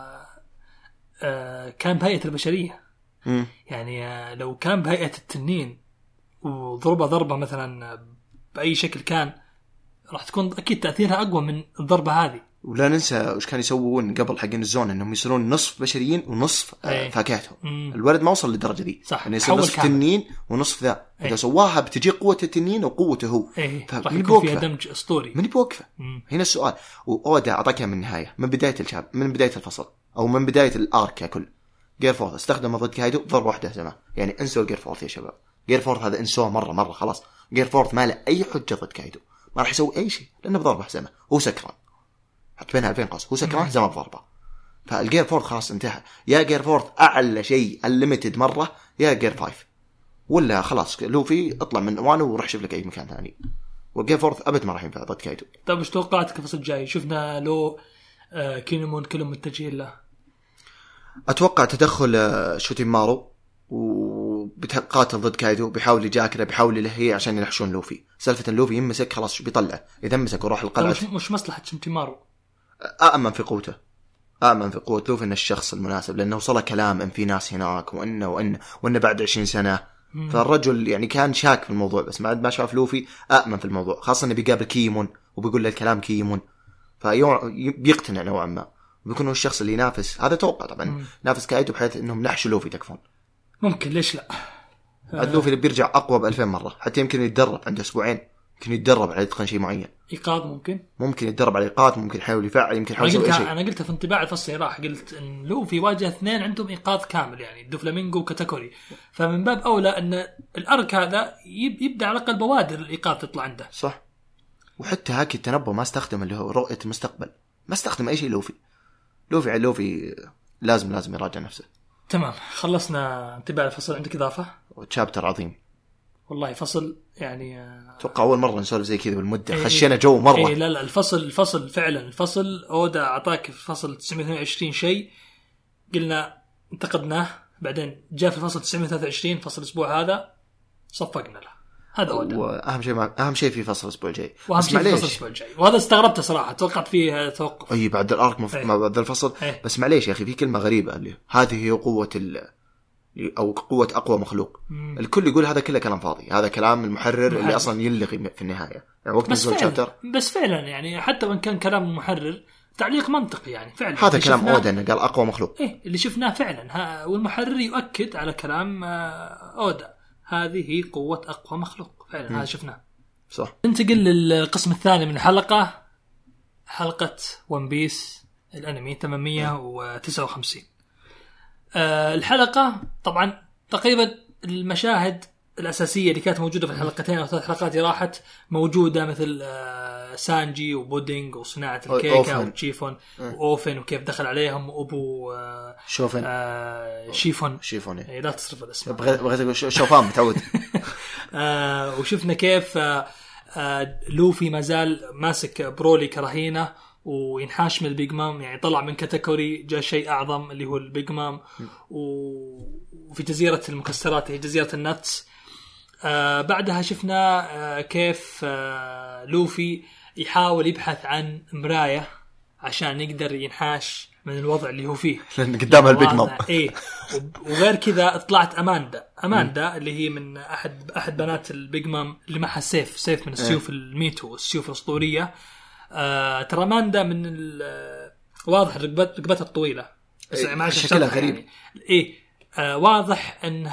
كان بهيئة البشرية. يعني لو كان بهيئة التنين وضربة مثلا بأي شكل كان راح تكون أكيد تأثيرها أقوى من الضربة هذه. ولا ننسى وش كان يسوون قبل حقين الزون انهم يصيرون نصف بشريين ونصف فاكهتهم. الولد ما وصل للدرجه دي، يعني يصير نصف تنين ونصف ذا. اذا سواها بتجي قوه التنين وقوته هو. راح يكون فيها دمج اسطوري. من بوقفه هنا السؤال. واودا اعطاكها من النهايه، من بدايه الشاب، من بدايه الفصل او من بدايه الارك ككل. جير فورث استخدم ضد كايدو ضربه واحده زمان. يعني انسوا جير فورث يا شباب، جير فورث هذا انسوه مره خلاص. جير فورث ما له اي حجه ضد كايدو، ما راح يسوي اي شيء لانه بضربه حزمه. هو سكران، حط بينها 2000 قوس، هو سكران زمان بضربه. فالجير 4 خلاص انتهى. يا جير 4 اعلى شيء الليميتد مره، يا جير 5، ولا خلاص لوفي اطلع من وانو وروح شوف لك اي مكان ثاني. والجير 4 ابد ما راح ينفع ضد كايدو. طيب ايش توقعاتك الفصل الجاي؟ شفنا لو كينيمون كلهم متجهين له. اتوقع تدخل شوتيمارو وبتقاتل ضد كايدو، بيحاول يجاكره، بيحاول يلهيه عشان ينحشون لوفي. سالفه لوفي يمسك خلاص شو بيطلع، اذا مسك وراح القلعه. مش مصلحه شوتيمارو. أأمن في قوته، أأمن في قوة لوفي إن الشخص المناسب، لأنه وصل كلام إن في ناس هناك وإنه بعد 20 سنة. فالرجل يعني كان شاك في الموضوع، بس ما شاف لوفي أأمن في الموضوع، خاصة إنه بيقابل كيمون وبيقول له الكلام كيمون، فبيقتنع نوعا ما، بيكون هو الشخص اللي ينافس. هذا توقع طبعا ينافس كايدو بحيث إنهم نحشوا لوفي تكفون. ممكن، ليش لا. لوفي اللي بيرجع أقوى ب2000 مرة، حتى يمكن يتدرب عنده أسبوعين، يمكن يتدرب على يتقن شيء معين، إيقاظ ممكن يتدرب على إيقاظ، ممكن يحاول يفعل، يمكن يحاول يسوي شيء. أنا قلتها في انطباع الفصل اللي راح، قلت إن لوفي واجه 2 عندهم إيقاظ كامل، يعني دوفلامينغو وكاتاكوري، فمن باب أولى أن الأرك هذا يبدأ على الأقل بوادر الإيقاظ تطلع عنده. صح. وحتى هاكي التنبؤ ما استخدم اللي هو رؤية المستقبل، ما استخدم أي شيء. لوفي لازم يراجع نفسه. تمام، خلصنا انطباع الفصل. عندك إضافة؟ تشابتر عظيم والله، فصل يعني اتوقع اول مره نسولف زي كذا بالمده. خشينا جو مره. لا الفصل فعلا، الفصل اودا اعطاك في فصل 922 شيء قلنا انتقدناه، بعدين جاء في فصل 923 فصل الاسبوع هذا صفقنا له. هذا اودا. واهم شيء في فصل الاسبوع الجاي. واهم شيء في فصل الاسبوع الجاي، وهذا استغربت صراحه، توقعت فيه توقف. اي بعد الارك بعد الفصل. بس معليش يا اخي، في كلمه غريبه اللي هذه هي قوه أو قوة أقوى مخلوق. الكل يقول هذا كله كلام فاضي، هذا كلام المحرر اللي أصلا يلغي في النهاية، يعني وقت نزول شابتر. بس فعلا يعني حتى وإن كان كلام المحرر تعليق منطقي، يعني فعلا هذا كلام أودا إنه قال أقوى مخلوق. اللي شفناه فعلا والمحرر يؤكد على كلام أودا، هذه هي قوة أقوى مخلوق فعلا. هذا شفناه صح. ننتقل للقسم الثاني من الحلقة، حلقة ون بيس الأنمي 859. الحلقة طبعا تقريبا المشاهد الأساسية اللي كانت موجودة في الحلقتين أو 3 حلقات راحت موجودة، مثل سانجي وبودينج وصناعة الكيكة وتشيفون وأوفن وكيف دخل عليهم، وأبو شوفن شيفون لا تصرف الاسم، بغيت أقول شوفان متعود. وشفنا كيف لوفي ما زال ماسك برولي كرهينة وينحاش من البيج مام، يعني طلع من كاتيجوري جاء شيء أعظم اللي هو البيج مام. وفي جزيرة المكسرات هي جزيرة النتس. بعدها شفنا كيف لوفي يحاول يبحث عن مراية عشان يقدر ينحاش من الوضع اللي هو فيه، لأن قدامها البيج مام. وغير كذا طلعت أماندا اللي هي من أحد بنات البيج مام اللي معها سيف من السيوف الميتو، السيوف الأسطورية. ترى ماندا من واضح رقبتها الطويلة، شكلها غريب. يعني واضح ان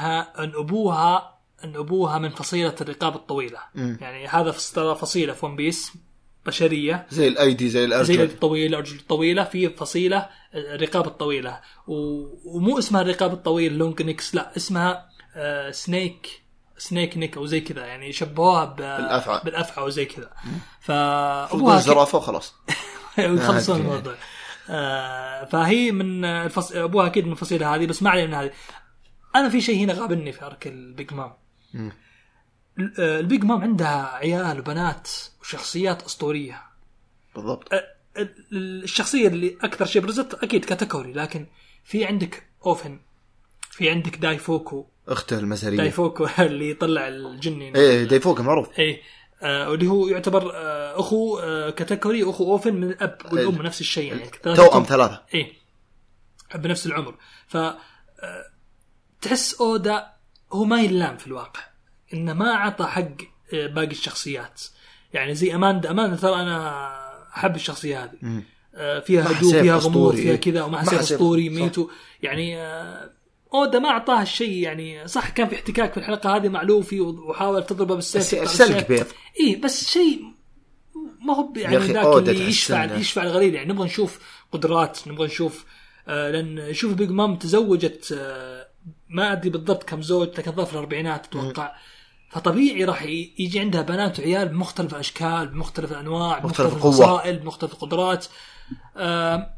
ابوها من فصيلة الرقاب الطويلة. يعني هذا فصيلة في ون بيس بشرية، زي الايدي زي الارجل الطويلة، الارجل الطويلة، في فصيلة الرقاب الطويلة، ومو اسمها الرقاب الطويل لونج نيكس، لا اسمها سنيك نيك او زي كذا، يعني يشبهوها بالافعى وزي كذا. فابوها زرافه وخلاص يخلصون الموضوع. فهي من ابوها اكيد من الفصيله هذه، بس ما علينا من هذه. انا في شيء هنا غابني في ارك البيج مام. البيج مام عندها عيال وبنات وشخصيات اسطوريه بالضبط. الشخصيه اللي اكثر شيء برزت اكيد كاتيجوري، لكن في عندك اوفن، في عندك دايفوكو اخته المزهريه، دايفوكو اللي يطلع الجني. دايفوكو معروف. واللي هو يعتبر اخو كاتيجوري، اخو اوفن من الاب والام، نفس الشيء يعني توأم 3 بنفس العمر. ف تحس اودا هو ما يلام في الواقع، انه ما عطى حق باقي الشخصيات. يعني زي اماندا ترى انا احب الشخصيه هذه، فيها هدوء، فيها غموض، فيها كذا، ومع سيف اسطوري ميتو. يعني اودا ما اعطاه الشيء. يعني صح كان في احتكاك في الحلقه هذه مع لوفي وحاول تضربه بالسيف، سلك بيض، بس شيء ما هو يعني ذاك اللي يشفع الغريب. يعني نبغى نشوف قدرات، نبغى نشوف لان نشوف بيج مام تزوجت ما ادري بالضبط كم زوج، لكن ظرف الاربعينات اتوقع. فطبيعي راح يجي عندها بنات وعيال بمختلف الاشكال، بمختلف الانواع، بمختلف الوسائل، بمختلف القدرات.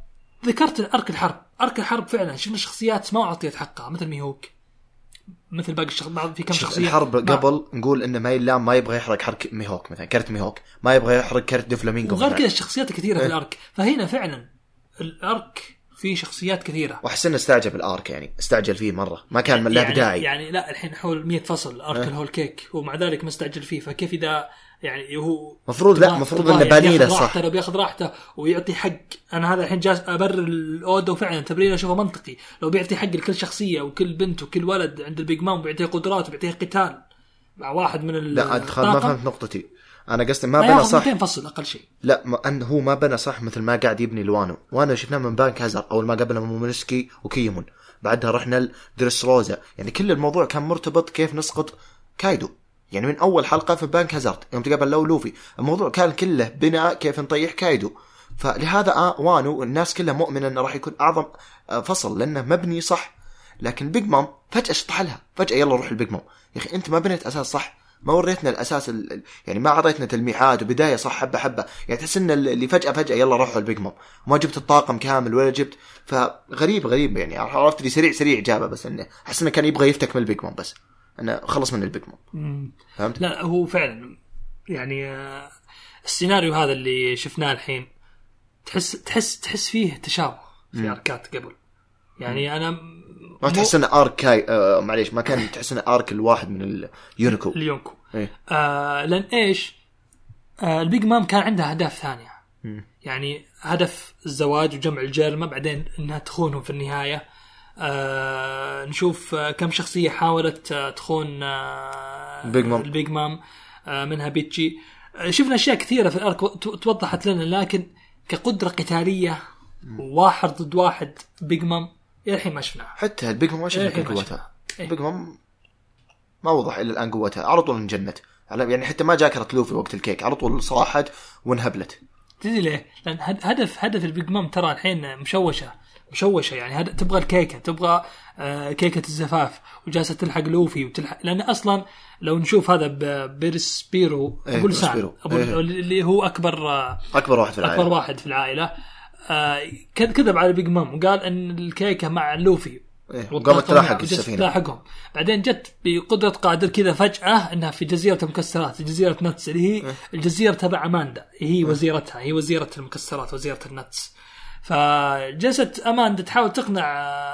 ذكرت ارك الحرب فعلا شفنا شخصيات ما اعطيت حقها، مثل ميهوك، مثل باقي في كم شخصيه. الحرب قبل نقول انه ما يبغى يحرق حركه ميهوك مثلا، كرت ميهوك ما يبغى يحرق كرت دفلامينغو، وغير كذا الشخصيات كثيره في الارك. فهنا فعلا الارك فيه شخصيات كثيره، وحسنا استعجل الارك، يعني استعجل فيه مره، ما كان من له بداعي. يعني لا الحين حول 100 فصل ارك الهول كيك ومع ذلك ما استعجل فيه. فكيف اذا يعني هو مفروض انه باني له صح، لو بياخذ راحته ويعطي حق. انا هذا الحين جالس ابرر الاودا وفعلا تبرير اشوفه منطقي. لو بيعطي حق لكل شخصيه وكل بنت وكل ولد عند البيج مام، بيعطيه قدرات وبيعطيه قتال مع واحد من لا ادخل ما فهمت نقطتي. انا قصدي ما بنى صح 200 فصل اقل شيء. لا أنه هو ما بنى صح مثل ما قاعد يبني لوانو. وانا شفناه من بانك هازر اول ما قبل مومونسكي وكيمون، بعدها رحنا لدريس روزا. يعني كل الموضوع كان مرتبط كيف نسقط كايدو. يعني من اول حلقه في بانك هازارد يوم تقابل لوفي، الموضوع كان كله بناء كيف نطيح كايدو. فلهذا وانو الناس كلها مؤمنه انه راح يكون اعظم فصل لانه مبني صح. لكن بيج مام فجاه شطح لها، فجاه يلا روح البيج مام. يا اخي انت ما بنيت اساس صح، ما وريتنا الاساس يعني ما عطيتنا تلميحات وبدايه صح حبه حبه. يعني تحس ان اللي فجاه يلا روحوا البيج مام، ما جبت الطاقم كامل ولا جبت. فغريب يعني عرفت لي سريع اجابه، بس انه احس انه كان يبغى يفتك من البيج مام، بس انه خلص من البيج مام. فهمت؟ لا هو فعلا يعني السيناريو هذا اللي شفناه الحين تحس فيه تشابه في اركات قبل. يعني انا ما تحس ان ارك معليش ما كان تحس ان ارك الواحد من اليونيكو إيه؟ لان ايش البيج مام كان عندها اهداف ثانيه. يعني هدف الزواج وجمع الجرمه، بعدين انها تخونهم في النهايه. نشوف كم شخصيه حاولت تخون البيج مام منها بيتشي. شفنا اشياء كثيره في الارك توضحت لنا، لكن كقدره قتاليه واحد ضد واحد بيج مام الحين ما شفناها. حتى البيج مام ما شفنا قوتها. البيج مام ما وضح إلا الآن قوتها، على طول انجنت. يعني حتى ما جاكرت لوفي وقت الكيك، على طول صاحت وانهبلت. تدري ليه؟ لأن هدف البيج مام ترى الحين مشوشة يعني. تبغى الكيكة، تبغى كيكة الزفاف، وجالسة تلحق لوفي لأن أصلا لو نشوف هذا بيرسبيرو أبو لسان اللي هو أكبر واحد في العائلة كذب على بيج مام وقال أن الكيكة مع لوفي وقامت تلاحق السفينة تلاحقهم. بعدين جت بقدرة قادر كذا فجأة أنها في جزيرة المكسرات، جزيرة نتس اللي هي الجزيرة تبع أماندا، هي وزيرتها، هي وزيرة المكسرات، وزيرة النتس. فجلست أماندا تحاول تقنع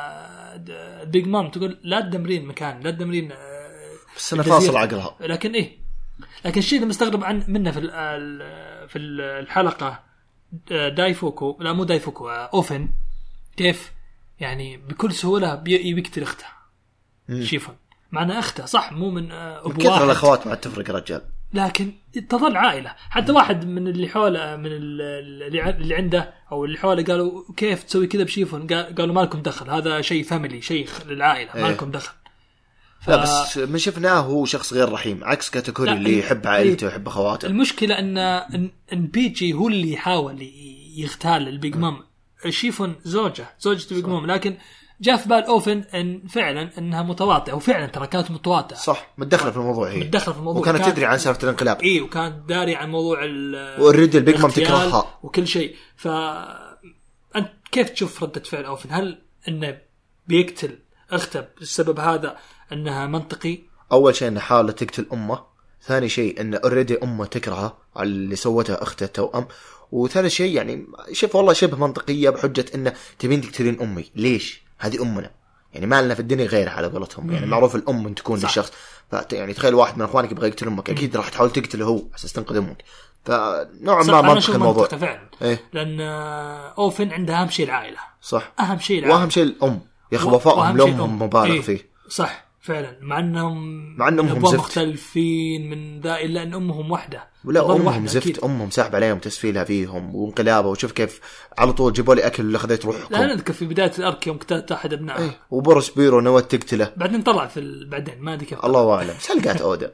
بيج مام، تقول لا تدمرين مكان، لا تدمرين بس أنا فاصل عقلها. لكن الشيء اللي مستغرب منه في الحلقة دايفوكو، لا مو دايفوكو، أوفن كيف يعني بكل سهولة بيقتل أخته شيفون، معنا أخته صح مو من أبو كثر واحد. الأخوات ما تفرق رجال، لكن تظل عائلة. حتى واحد من اللي حوله من اللي عنده أو اللي حوله قالوا كيف تسوي كذا بشيفون، قالوا ما لكم دخل، هذا شيء فاميلي، شيء للعائلة، ما لكم دخل. لا بس من شفناه هو شخص غير رحيم، عكس كاتيجوري اللي يحب عائلته ويحب أخواته. المشكلة أن بيجي هو اللي يحاول يغتال البيج مام، شيفون زوجة البيج مام، لكن جاء في بال أوفن أن فعلا أنها متواطئة، وفعلا ترى كانت متواطئة صح، متدخلة في الموضوع، هي متدخلة في الموضوع، وكانت تدري عن سالفة الانقلاب، وكانت داري عن موضوع والرد البيج مام تكرهها وكل شيء. فأنت كيف تشوف ردة فعل أوفن؟ هل أنه بيقتل أخته بالسبب هذا أنها منطقي؟ أول شيء أنه حاولة تقتل أمه، ثاني شيء أنه أوريدي أمه تكرهها على اللي سوتها أخته التوأم، وثالث شيء يعني شوف والله شبه منطقية بحجة أنه تبين تقتلين أمي، ليش؟ هذه أمنا، يعني ما لنا في الدنيا غيرها على قولتهم. يعني معروف الأم أن تكون للشخص، يعني تخيل واحد من أخوانك يبغى يقتل أمك، أكيد راح تحاول تقتله هو عشان تنقذ أمك. فنوعا ما منطق الموضوع فعلا. لأن أوفن عندها أهم شيء العائلة، صح، أهم شيء العائلة، وأهم شيء الأم، يا وفائهم لأمهم مبالغ فيه، صح فعلا، مع أنهم مختلفين من ذا، إلا أن أمهم واحدة، ولا أمهم زفت، أمهم سحب عليهم تسفيلها فيهم وانقلابه، وشوف كيف على طول جيبوا لي أكل اللي خذيت روحكم. لا نذكر في بداية الأرك يوم قتلت أحد أبنائه، وبورس بيرو نوت تقتله، بعدين طلع بعدين ما أدري كيف، الله أعلم سلقات أودا.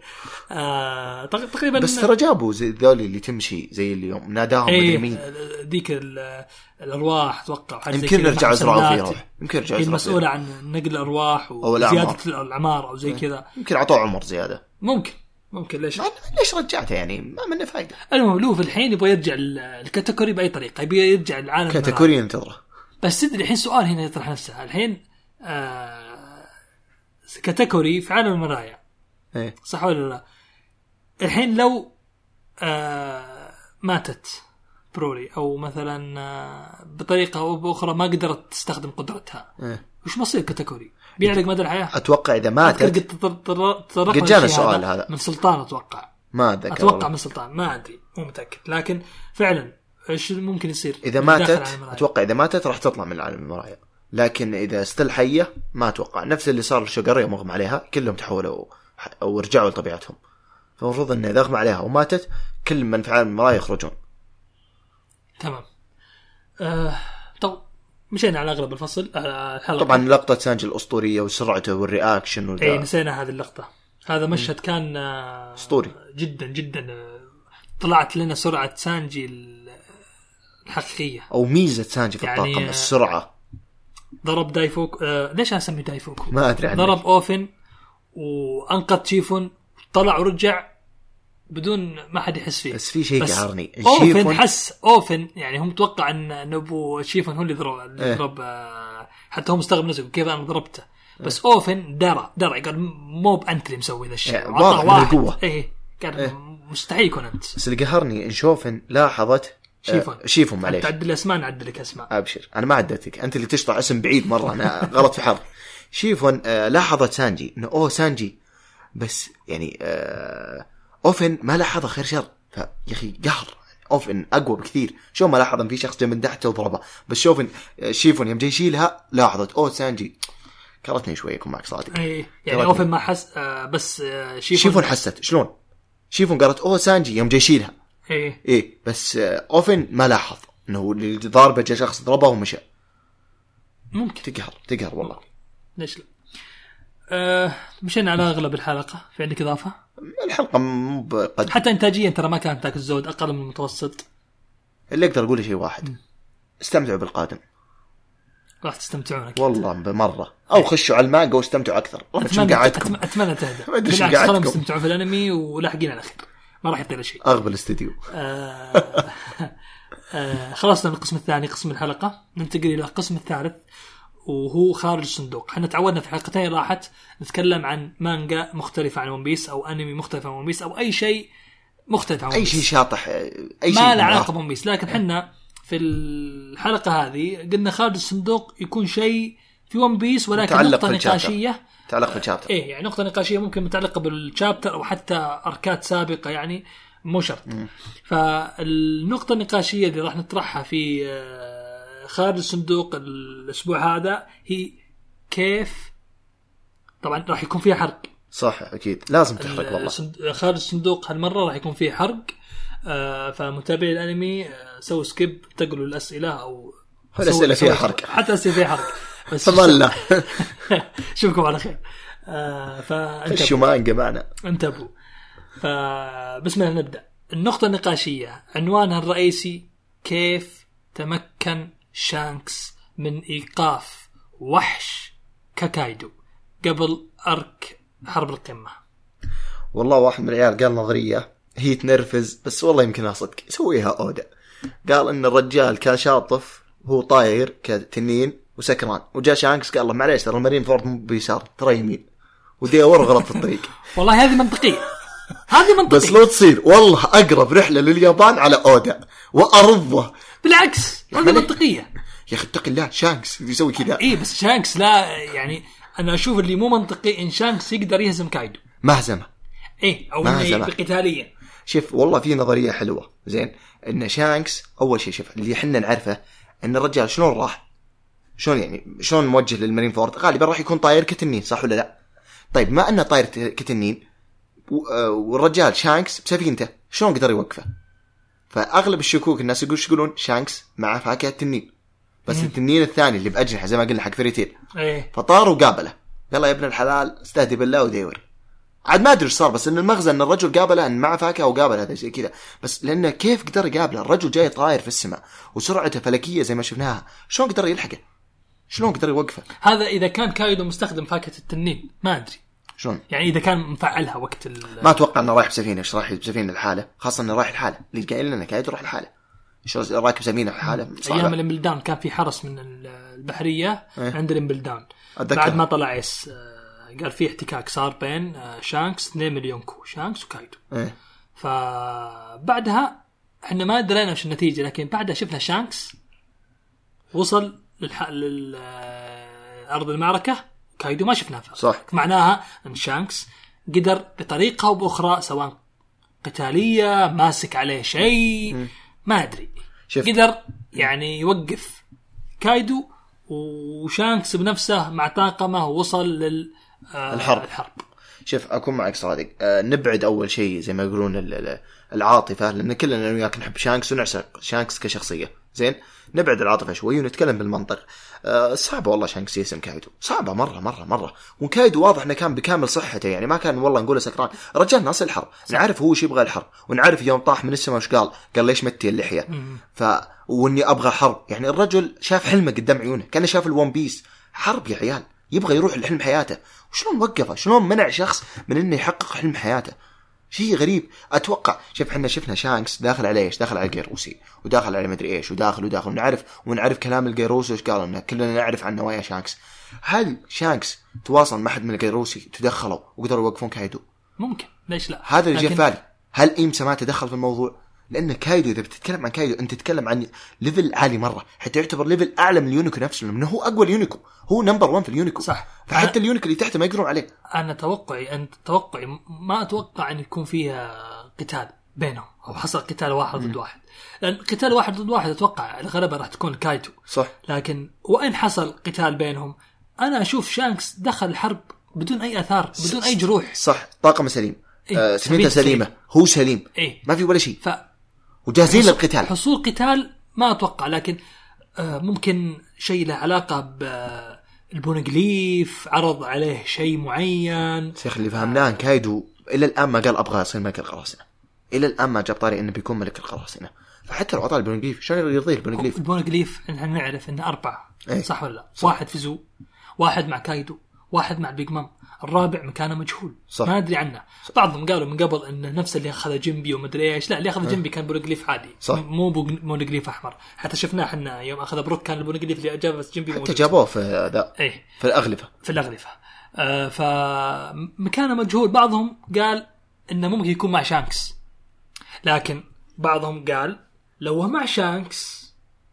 تقريبا بس ترى جابوا زي ذولي اللي تمشي زي اليوم ناداهم مين ذيك الأرواح، أتوقع يمكن نرجع أزرعوا فيها، يمكن نرجع المسؤولة عن نقل الأرواح وزيادة الأعمار أو زي كذا، يمكن عطوا عمر زيادة، ممكن ليش رجعته يعني ما منه فايدة. المهم لوف الحين يبغى يرجع الكاتيجوري بأي طريقة، يبغى يرجع العالم كاتيجوري ينتظره بس تدري الحين سؤال هنا يطرح نفسه الحين كاتيجوري في عالم المرايا إيه؟ صح ولا لا؟ الحين لو ماتت برولي أو مثلا بطريقة أو بأخرى ما قدرت تستخدم قدرتها إيه؟ وش مصير كاتيجوري؟ بيعلق مدى الحياة. أتوقع إذا ماتت قد جانا السؤال هذا من سلطان أتوقع من سلطان ما أدري مو متأكد لكن فعلا إيش ممكن يصير إذا ماتت. أتوقع إذا ماتت راح تطلع من عالم المرايا لكن إذا استل حية ما أتوقع. نفس اللي صار لشوغر يوم أغمى عليها كلهم تحولوا أو رجعوا لطبيعتهم. فالمفروض إن إذا أغمى عليها وماتت كل من في عالم المرايا يخرجون. تمام. طب مشينا على أغلب الفصل الحلقة. طبعا لقطة سانجي الأسطورية وسرعته والرياكشن إيه نسينا هذه اللقطة. هذا مشهد كان أسطوري جدا جدا. طلعت لنا سرعة سانجي الحقيقية أو ميزة سانجي في الطاقم يعني السرعة. ضرب دايفوكو ليش أسمي دايفوكو ما أدري عنه. ضرب أوفن وأنقذ شيفون طلع ورجع بدون ما حد يحس فيه. بس في شيء قهرني أوفن حس أوفن يعني هم توقع أن أبو شيفون هو اللي ضرب حتى هم مستغرب نفسه كيف أنا ضربته بس أوفن درى قال مو بأنت اللي مسوي ذا الشيء واضح من القوة. قال مستحيل يكون أنت. بس اللي قهرني إن شوفن لاحظت شيفون معليش تعدل اسماء نعدلك اسماء. ابشر انا ما عدلتك انت اللي تشطع اسم بعيد مره انا غلط في حرف. شيفون لاحظت سانجي انه سانجي بس يعني اوفن ما لاحظه خير شر. يا اخي قهر اوفن اقوى بكثير. شو ما لاحظ ان في شخص جاي من تحته وضربه بس شيفون يوم جاي يشيلها لاحظت سانجي. كرهتني شويه يكون معك صادق. يعني اوفن ما حس بس شيفون حست شلون. شيفون قالت سانجي يوم جاي يشيلها ايه بس اوفن ما لاحظ انه اللي ضاربه جاء شخص ضربه ومشى. ممكن تقهر والله. ليش لا. مشينا على اغلب الحلقه. في عندك اضافه؟ الحلقه حتى انتاجيا ترى ما كانت ذاك الزود اقل من المتوسط. اللي اقدر اقوله شيء واحد استمتعوا بالقادم. راح تستمتعون أكيد. والله بمره او خشوا على المانجا واستمتعوا اكثر. اتمنى تهدى بالعكس خلهم يستمتعوا في الانمي ولاحقين على خير ما راح يطير شيء. اغبى الاستديو. خلصنا من القسم الثاني قسم الحلقة ننتقل إلى القسم الثالث وهو خارج الصندوق. احنا تعودنا في حلقتين راحت نتكلم عن مانجا مختلفة عن ون بيس أو أنمي مختلف عن ون بيس أو أي شيء مختلف عن ون بيس. أي شيء شاطح أي ما له علاقة بون بيس. لكن حنا في الحلقة هذه قلنا خارج الصندوق يكون شيء في ون بيس ولكن نقطة نقاشية تعلق في الشابتر. إيه يعني نقطة نقاشية ممكن متعلقة بالشابتر أو حتى أركات سابقة يعني مو شرط. فالنقطة النقاشية اللي راح نطرحها في خارج الصندوق الأسبوع هذا هي كيف طبعا راح يكون فيها حرق. صح أكيد لازم تحرق والله. خارج الصندوق هالمرة راح يكون فيه حرق. فمتابعي الأنمي سووا سكيب تقلوا الأسئلة أو الأسئلة فيها حرق حتى أسئلة فيها حرق بس فضلنا شوفكم على خير. شو مانجا معنا انتبهوا. فبسم الله نبدأ. النقطة النقاشية عنوانها الرئيسي كيف تمكن شانكس من إيقاف وحش كاكايدو قبل أرك حرب القمة. والله واحد من العيال قال نظرية هي تنرفز بس والله يمكنها صدق يسويها أودا. قال إن الرجال كان شاطف هو طاير كتنين وسكران وجاء شانكس قال له معليش ترى المارين فورد مو بيسار ترى يمين ودي أور غلط في الطريق. والله هذه منطقية هذه منطقية بس لو تصير والله أقرب رحلة لليابان على أودا وأرضه بالعكس هذه منطقية. يا أخي اتق الله شانكس يسوي كذا. إيه بس شانكس لا يعني أنا أشوف اللي مو منطقي إن شانكس يقدر يهزم كايدو مهزمة. إيه أو بقتاليا. شوف والله في نظرية حلوة زين إن شانكس أول شيء شوف اللي حنا نعرفه إن الرجال شلون راح شلون يعني شلون موجه للمارين فورد غالبا راح يكون طاير كتنين صح ولا لا. طيب ما أنه طاير كتنين والرجال شانكس بسفينته شلون قدر يوقفه. فأغلب الشكوك الناس يقولون شانكس مع فاكهة التنين بس التنين الثاني اللي بأجنحة زي ما قلنا حق فريتيل فطار وقابله قال يا ابن الحلال استهدي بالله وديور. عاد ما أدري إيش صار بس إن المغزى إن الرجل قابله إن مع فاكهة وقابل هذا زي كذا. بس لأنه كيف قدر يقابله الرجل جاي طاير في السماء وسرعته فلكية زي ما شفناها شلون قدر يلحقه شلون قدر يوقفه. هذا إذا كان كايدو مستخدم فاكهة التنين ما أدري شلون يعني إذا كان مفعلها وقت ما أتوقع إنه رايح بسفينة إيش رايح بسفينة الحالة خاصة إنه رايح الحالة اللي قايل لنا كايدو راح الحالة راكب سفينه حاله ايام الامبلدان كان في حرس من البحريه عند الامبلدان بعد ما طلع ايس قال في احتكاك صار بين شانكس 2 مليون كو شانكس وكايدو فبعدها احنا ما درينا وش النتيجه لكن بعدها شفنا شانكس وصل لأرض المعركة كايدو ما شفناه صح. معناها أن شانكس قدر بطريقة أو بأخرى سواء قتالية ماسك عليه شيء ما أدري قدر يعني يوقف كايدو وشانكس بنفسه مع طاقمه وصل للحرب. شوف أكون معك صادق نبعد أول شيء زي ما يقولون العاطفة لأن كلنا وياك نحب شانكس ونعشق شانكس كشخصية زين نبعد العاطفة شوي ونتكلم بالمنطق. صعبة والله شانكس يسم كايدو صعبة مرة وكايدو واضح أنه كان بكامل صحته يعني ما كان والله نقوله سكران رجال ناس الحرب نعرف هو شي يبغى الحرب ونعرف يوم طاح من السماء وش قال ليش متي اللحية واني ابغى حرب يعني الرجل شاف حلمه قدام عيونه كان شاف الون بيس حرب يا عيال يبغى يروح لحلم حياته وشلون وقفه شلون منع شخص من انه يحقق حلم حياته شيء غريب. اتوقع شوف احنا شفنا شانكس داخل على ايش داخل على الجيروسي وداخل على مدري ايش وداخل ونعرف كلام الجيروسي وش قالوا لنا كلنا نعرف عن نوايا شانكس. هل شانكس تواصل مع حد من الجيروسي تدخلوا وقدروا يوقفون كايدو؟ ممكن ليش لا هذا اللي جاء في بالي. هل إيمسا ما تدخل في الموضوع؟ لأن كايدو إذا بتتكلم عن كايدو أنت تتكلم عن ليفل عالي مرة حتى يعتبر ليفل أعلى من اليونيكو نفسه لأنه هو أقوى اليونيكو هو نمبر 1 في اليونيكو صح. فحتى اليونيكو اللي تحته ما يقدرون عليه. أنا توقعي ما أتوقع أن يكون فيها قتال بينهم أو حصل قتال واحد ضد واحد لأن قتال واحد ضد واحد أتوقع الغلبة راح تكون كايدو صح. لكن وإن حصل قتال بينهم أنا أشوف شانكس دخل الحرب بدون أي أثار بدون أي جروح صح طاقم سليم سفينته سليمة هو سليم ما في ولا شيء وجاهزين للقتال. حصول قتال ما أتوقع لكن ممكن شيء له علاقة بالبونغليف عرض عليه شيء معين. شيخ اللي فهمناه كايدو إلى الآن ما قال أبغى أصير ملك القراصنة إلى الآن ما جاب طاري إنه بيكون ملك القراصنة فحتى لو عطى البونغليف شلون يرضيه البونغليف إحنا نعرف إنه 4 صح ولا لا؟ واحد في زو واحد مع كايدو واحد مع بيج مام الرابع مكانه مجهول صح. ما أدري عنه صح. بعضهم قالوا من قبل إنه نفس اللي أخذ جنبي ومدري إيش لا اللي أخذ جنبي كان بونغليف عادي مو بونغليف أحمر حتى شفناه إحنا يوم أخذ بروك كان البونغليف اللي أجاب بس جنبي حتى جابوه في ذا في الأغلفة فمكانه مجهول. بعضهم قال إنه ممكن يكون مع شانكس لكن بعضهم قال لو هو مع شانكس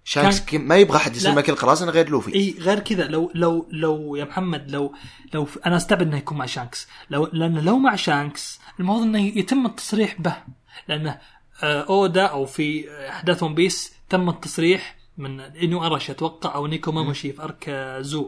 ما يبغى حد يصير ملك القراصنة غير لوفي غير كذا لو يا محمد لو انا استبعد انه يكون مع شانكس لانه لو مع شانكس المفروض انه يتم التصريح به لانه اودا او في احداث ون بيس تم التصريح من انو ارش اتوقع او نيكو ماموشي في ارك زو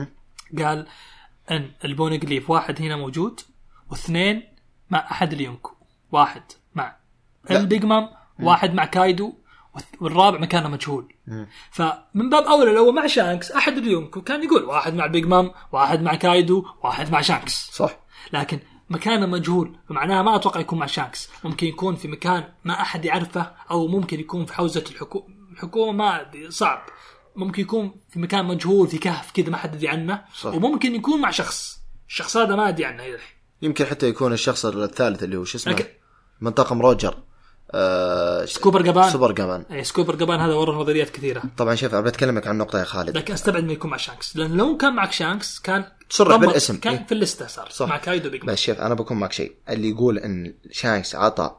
قال ان البونغليف واحد هنا موجود واثنين مع احد اليونكو واحد مع البيج مام واحد مع كايدو والرابع مكانه مجهول. فمن باب أولى لو مع شانكس أحد اليونكو كان يقول واحد مع بيج مام واحد مع كايدو واحد مع شانكس صح. لكن مكانه مجهول فمعناها ما أتوقع يكون مع شانكس ممكن يكون في مكان ما أحد يعرفه أو ممكن يكون في حوزة الحكومة ما صعب ممكن يكون في مكان مجهول في كهف كذا ما حد يدري عنه صح. وممكن يكون مع الشخص هذا ما أدري عنه يمكن حتى يكون الشخص الثالث اللي هو شو اسمه من طاقم روجر سكوبر جابان سكوبر جابان هذا ورا نظريات كثيرة طبعا. شوف أنا بتكلمك عن نقطة يا خالد لكن استبعد انه يكون مع شانكس لأن لو كان معك شانكس كان تصرح بالاسم كان في الليستة صار صح. مع كايدو بيج بس شوف أنا بكون معك شيء اللي يقول أن شانكس عطى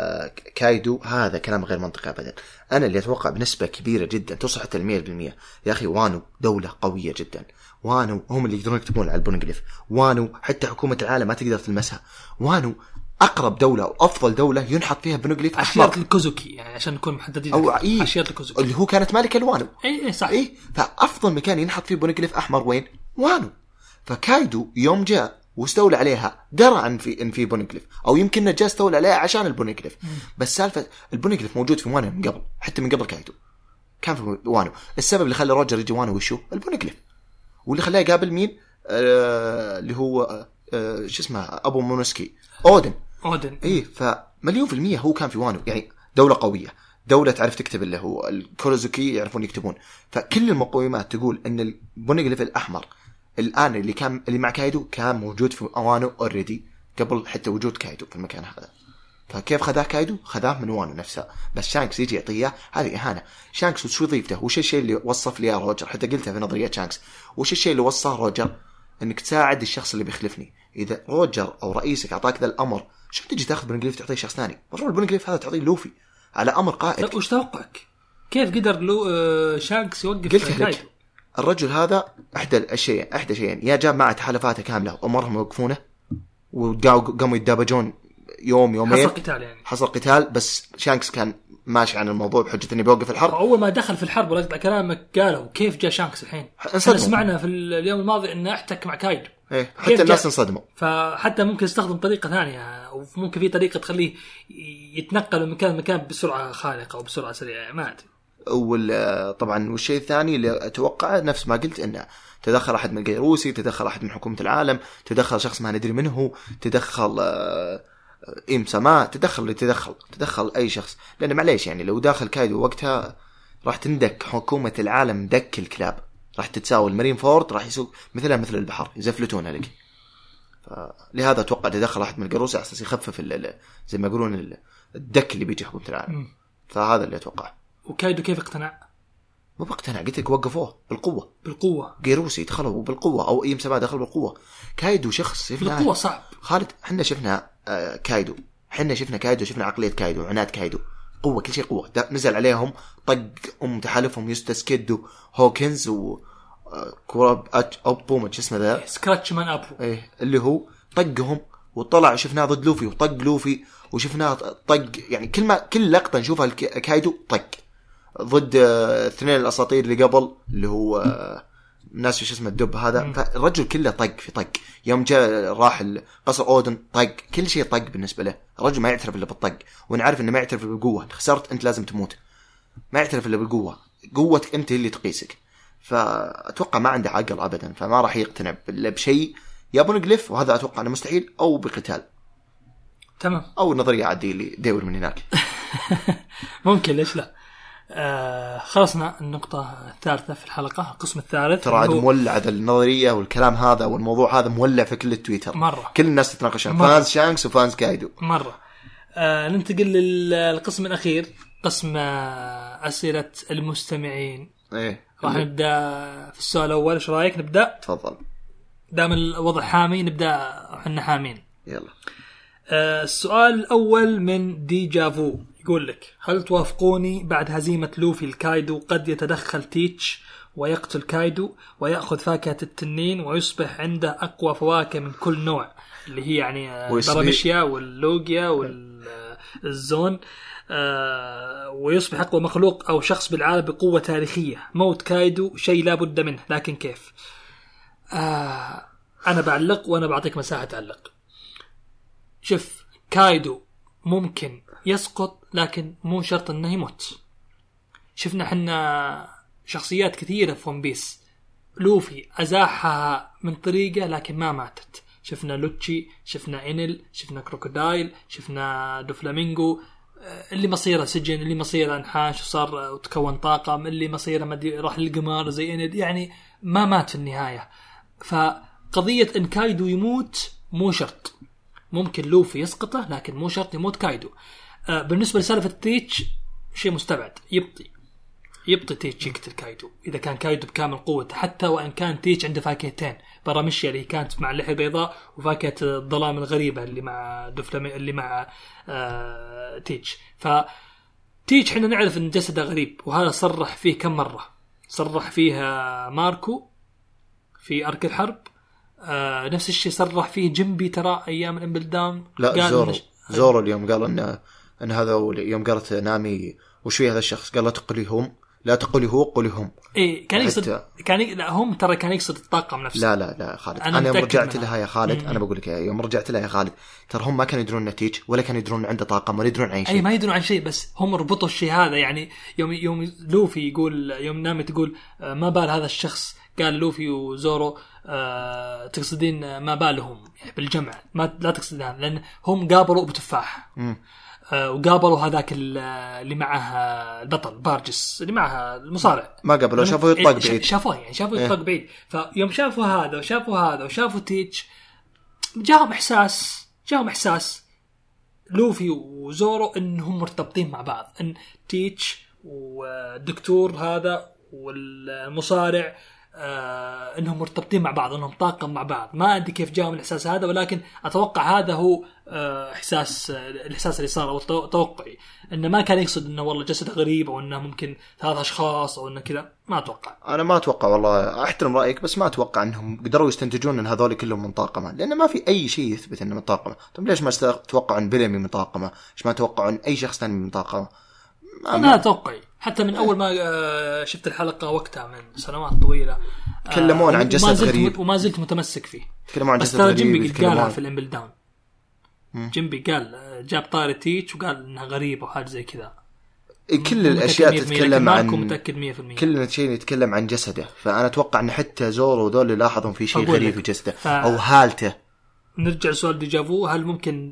كايدو هذا كلام غير منطقي أبدا. أنا اللي أتوقع بنسبة كبيرة جدا تصل حتى 100% يا أخي وانو دولة قوية جدا وانو هم اللي يقدرون يكتبون على البونغليف وانو حتى حكومة العالم ما تقدر تلمسها وانو أقرب دولة وأفضل دولة ينحط فيها بونغليف أحمر عشيرة الكوزوكي يعني عشان نكون محددين أو عشيرة الكوزوكي اللي هو كانت مالك الوانو صح فأفضل مكان ينحط فيه بونغليف أحمر وين وانو. فكايدو يوم جاء واستولى عليها درى عن إن في بونغليف أو يمكن جاء استولى عليها عشان البونغليف بس سالفة البونغليف موجود في وانو من قبل حتى من قبل كايدو كان في وانو. السبب اللي خلى روجر يجي وانو وشو البونغليف واللي خلاه يقابل مين اللي هو شو اسمه أبو مونوسكي أودن فمليون في المية هو كان في وانو يعني دولة قوية دولة تعرف تكتب اللي هو الكوروزوكي يعرفون يكتبون. فكل المقومات تقول ان البونغليف الأحمر الآن اللي مع كايدو كان موجود في وانو اوريدي قبل حتى وجود كايدو في المكان هذا. فكيف خذاه كايدو؟ خذاه من وانو نفسها. بس شانكس يجي يعطيه هذه إهانة. شانكس وش وظيفته؟ وش الشيء اللي وصف لي روجر؟ حتى قلتها في نظرية شانكس. وش الشيء اللي وصاه روجر؟ انك تساعد الشخص اللي بيخلفني. اذا روجر او رئيسك اعطاك ذا الامر، شو تجي تاخذ بنجليف تعطيه شخص ثاني؟ المفروض البنجليف هذا تعطيه لوفي على امر قائد. لا وش توقعك كيف قدر شانكس يوقف قلت لك الرجل هذا احدى شيئين، يا جاب معه تحالفاته كامله وامرهم يوقفونه وقاموا يتدابجون يومين، حصل قتال بس شانكس كان ماشي عن الموضوع بحجة انه بيوقف الحرب. اول ما دخل في الحرب ولا كلامك قالوا كيف جاء شانكس الحين؟ احنا سمعنا في اليوم الماضي انه احتك مع كايدو. إيه حتى الناس انصدموا. فحتى ممكن يستخدم طريقة ثانية، وممكن في طريقة تخليه يتنقل من مكان لمكان بسرعة خارقة او بسرعة سريعة ما ادري. طبعا والشيء الثاني اللي اتوقعه نفس ما قلت، انه تدخل احد من الجيروسي، تدخل احد من حكومة العالم، تدخل شخص ما ندري منه، تدخل إيم سما، تدخل أي شخص. لأن معليش يعني لو داخل كايدو وقتها راح تندك حكومة العالم دك الكلاب، راح تتساوي المارين فورد، راح يسوق مثلها مثل البحر يزفلتونها لك. فلهذا أتوقع تدخل أحد من الجروس على أساس يخفف زي ما يقولون الدك اللي بيجي حكومة العالم. فهذا اللي أتوقع. وكايدو كيف اقتنع؟ مو بقتنع، قلت لك وقفوه بالقوة. جيروسي دخلوا بالقوة أو إيم سما دخل بالقوة. كايدو شخص بالقوة صعب. خالد حنا شفنا كايدو، شفنا عقلية كايدو، عناد كايدو، قوة، كل شيء قوة. نزل عليهم طق تحالفهم يوستاس كيد وهوكنز وكوراب بومج اسمه ذا سكراتش مان أبو، إيه اللي هو طقهم وطلع. شفناه ضد لوفي وطق لوفي، وشفناه طق يعني كل لقطة نشوفها كايدو طق ضد اثنين الأساطير اللي قبل اللي هو الناس وش اسمه الدب هذا. فالرجل كله طق في طق. يوم جاء راح قصر أودن طق، كل شيء طق بالنسبة له. الرجل ما يعترف إلا بالطق، ونعرف إنه ما يعترف بالقوة. خسرت أنت لازم تموت، ما يعترف إلا بالقوة. قوتك أنت اللي تقيسك. فأتوقع ما عنده عقل أبدا، فما راح يقتنع بشيء يا بونجليف، وهذا أتوقع أنه مستحيل، أو بقتال. تمام. أو نظرية عادية اللي داور من هناك. ممكن، ليش لا. خلصنا النقطة الثالثة في الحلقة، القسم الثالث. ترى عاد مولع هذا النظرية والكلام هذا والموضوع هذا مولع في كل التويتر مرة. كل الناس تتناقش، فانز شانكس وفانز كايدو مرة. ننتقل للقسم الأخير، قسم أسئلة المستمعين. إيه راح نبدأ في السؤال الأول. إيش رأيك نبدأ؟ تفضل. دام الوضع حامي نبدأ احنا حامين. يلا. السؤال الأول من ديجافو يقول لك: هل توافقوني بعد هزيمة لوفي الكايدو قد يتدخل تيتش ويقتل كايدو ويأخذ فاكهة التنين ويصبح عنده أقوى فواكه من كل نوع، اللي هي يعني برامشيا واللوجيا والزون، ويصبح أقوى مخلوق أو شخص بالعالم بقوة تاريخية؟ موت كايدو شيء لا بد منه، لكن كيف؟ أنا بعلق وأنا بعطيك مساحة تعلق. شوف، كايدو ممكن يسقط لكن مو شرط انه يموت. شفنا حنا شخصيات كثيرة في ون بيس لوفي ازاحها من طريقة لكن ما ماتت. شفنا لوتشي، شفنا إنل، شفنا كروكودايل، شفنا دوفلامينغو، اللي مصيره سجن، اللي مصيره انحاش وصار وتكون طاقم، اللي مصيره راح للقمار زي إنل، يعني ما مات في النهاية. فقضية ان كايدو يموت مو شرط، ممكن لوفي يسقطه لكن مو شرط يموت كايدو. بالنسبة لسالفة تيتش شيء مستبعد، يبطي تيتش يقتل كايدو إذا كان كايدو بكامل قوته، حتى وإن كان تيتش عنده فاكهتين، برامشيا اللي كانت مع اللحية البيضاء وفاكهة الظلام الغريبة اللي مع اللي مع تيتش. فتيتش حنا نعرف إن جسده غريب، وهذا صرح فيه كم مرة. صرح فيها ماركو في أرك الحرب، نفس الشيء صرح فيه جنبي ترى أيام الإمبل داون. لا زورو اليوم قال إن هذا يوم قالت نامي وشوي هذا الشخص قال لا تقولي هم، لا تقولي هو قولي هم. إيه كان يقصد لا هم ترى كان يقصد الطاقم نفسه. لا خالد، أنا يوم رجعت لها يا خالد أنا بقول لك يوم رجعت لها يا خالد ترى هم ما كانوا يدرون نتيج ولا كانوا يدرون عنده طاقم ولا يدرون عن شيء. أي ما يدرون عن شيء، بس هم ربطوا الشيء هذا. يعني يوم لوفي يقول، يوم نامي تقول ما بال هذا الشخص، قال لوفي وزورو تقصدين ما بالهم يعني بالجمع، ما لا تقصدين، لأن هم قابلوا بتفاح وقابلوا هذاك اللي معه البطل بارجس اللي معه المصارع، ما قابلوا، شافوا يطلق بعيد، شافوه يعني شافوا يطلق بعيد. فيوم شافوا هذا وشافوا هذا وشافوا تيتش، جاهم إحساس لوفي وزورو انهم مرتبطين مع بعض، ان تيتش والدكتور هذا والمصارع انهم مرتبطين مع بعض، انهم طاقم مع بعض. ما ادري كيف جاءهم الاحساس هذا، ولكن اتوقع هذا هو الاحساس اللي صار، او توقعي انه ما كان يقصد انه والله جسد غريب او انه ممكن 3 اشخاص او انه كذا. ما اتوقع. انا ما اتوقع والله، احترم رايك بس ما اتوقع انهم قدروا يستنتجون ان هذول كلهم من طاقمه، لان ما في اي شيء يثبت انه من طاقمه. طيب ليش ما تتوقعوا ان بيلمي من طاقمه؟ ليش ما تتوقعوا ان اي شخص ثاني من طاقمه؟ انا اتوقعي حتى من اول ما شفت الحلقه وقتها من سنوات طويله تكلمون عن جسد غريب وما زلت متمسك فيه. تكلمون عن بس جسد غريب. جيمبي قالها في الامبل داون. جيمبي قال جاب طاري تيتش وقال انها غريبه وحاجه زي كذا. كل الاشياء تتكلم عن متأكد 100%. كل شيء يتكلم عن جسده، فانا اتوقع ان حتى زورو وذول لاحظوا في شيء غريب في جسده او حالته. نرجع لسؤال ديجافو، هل ممكن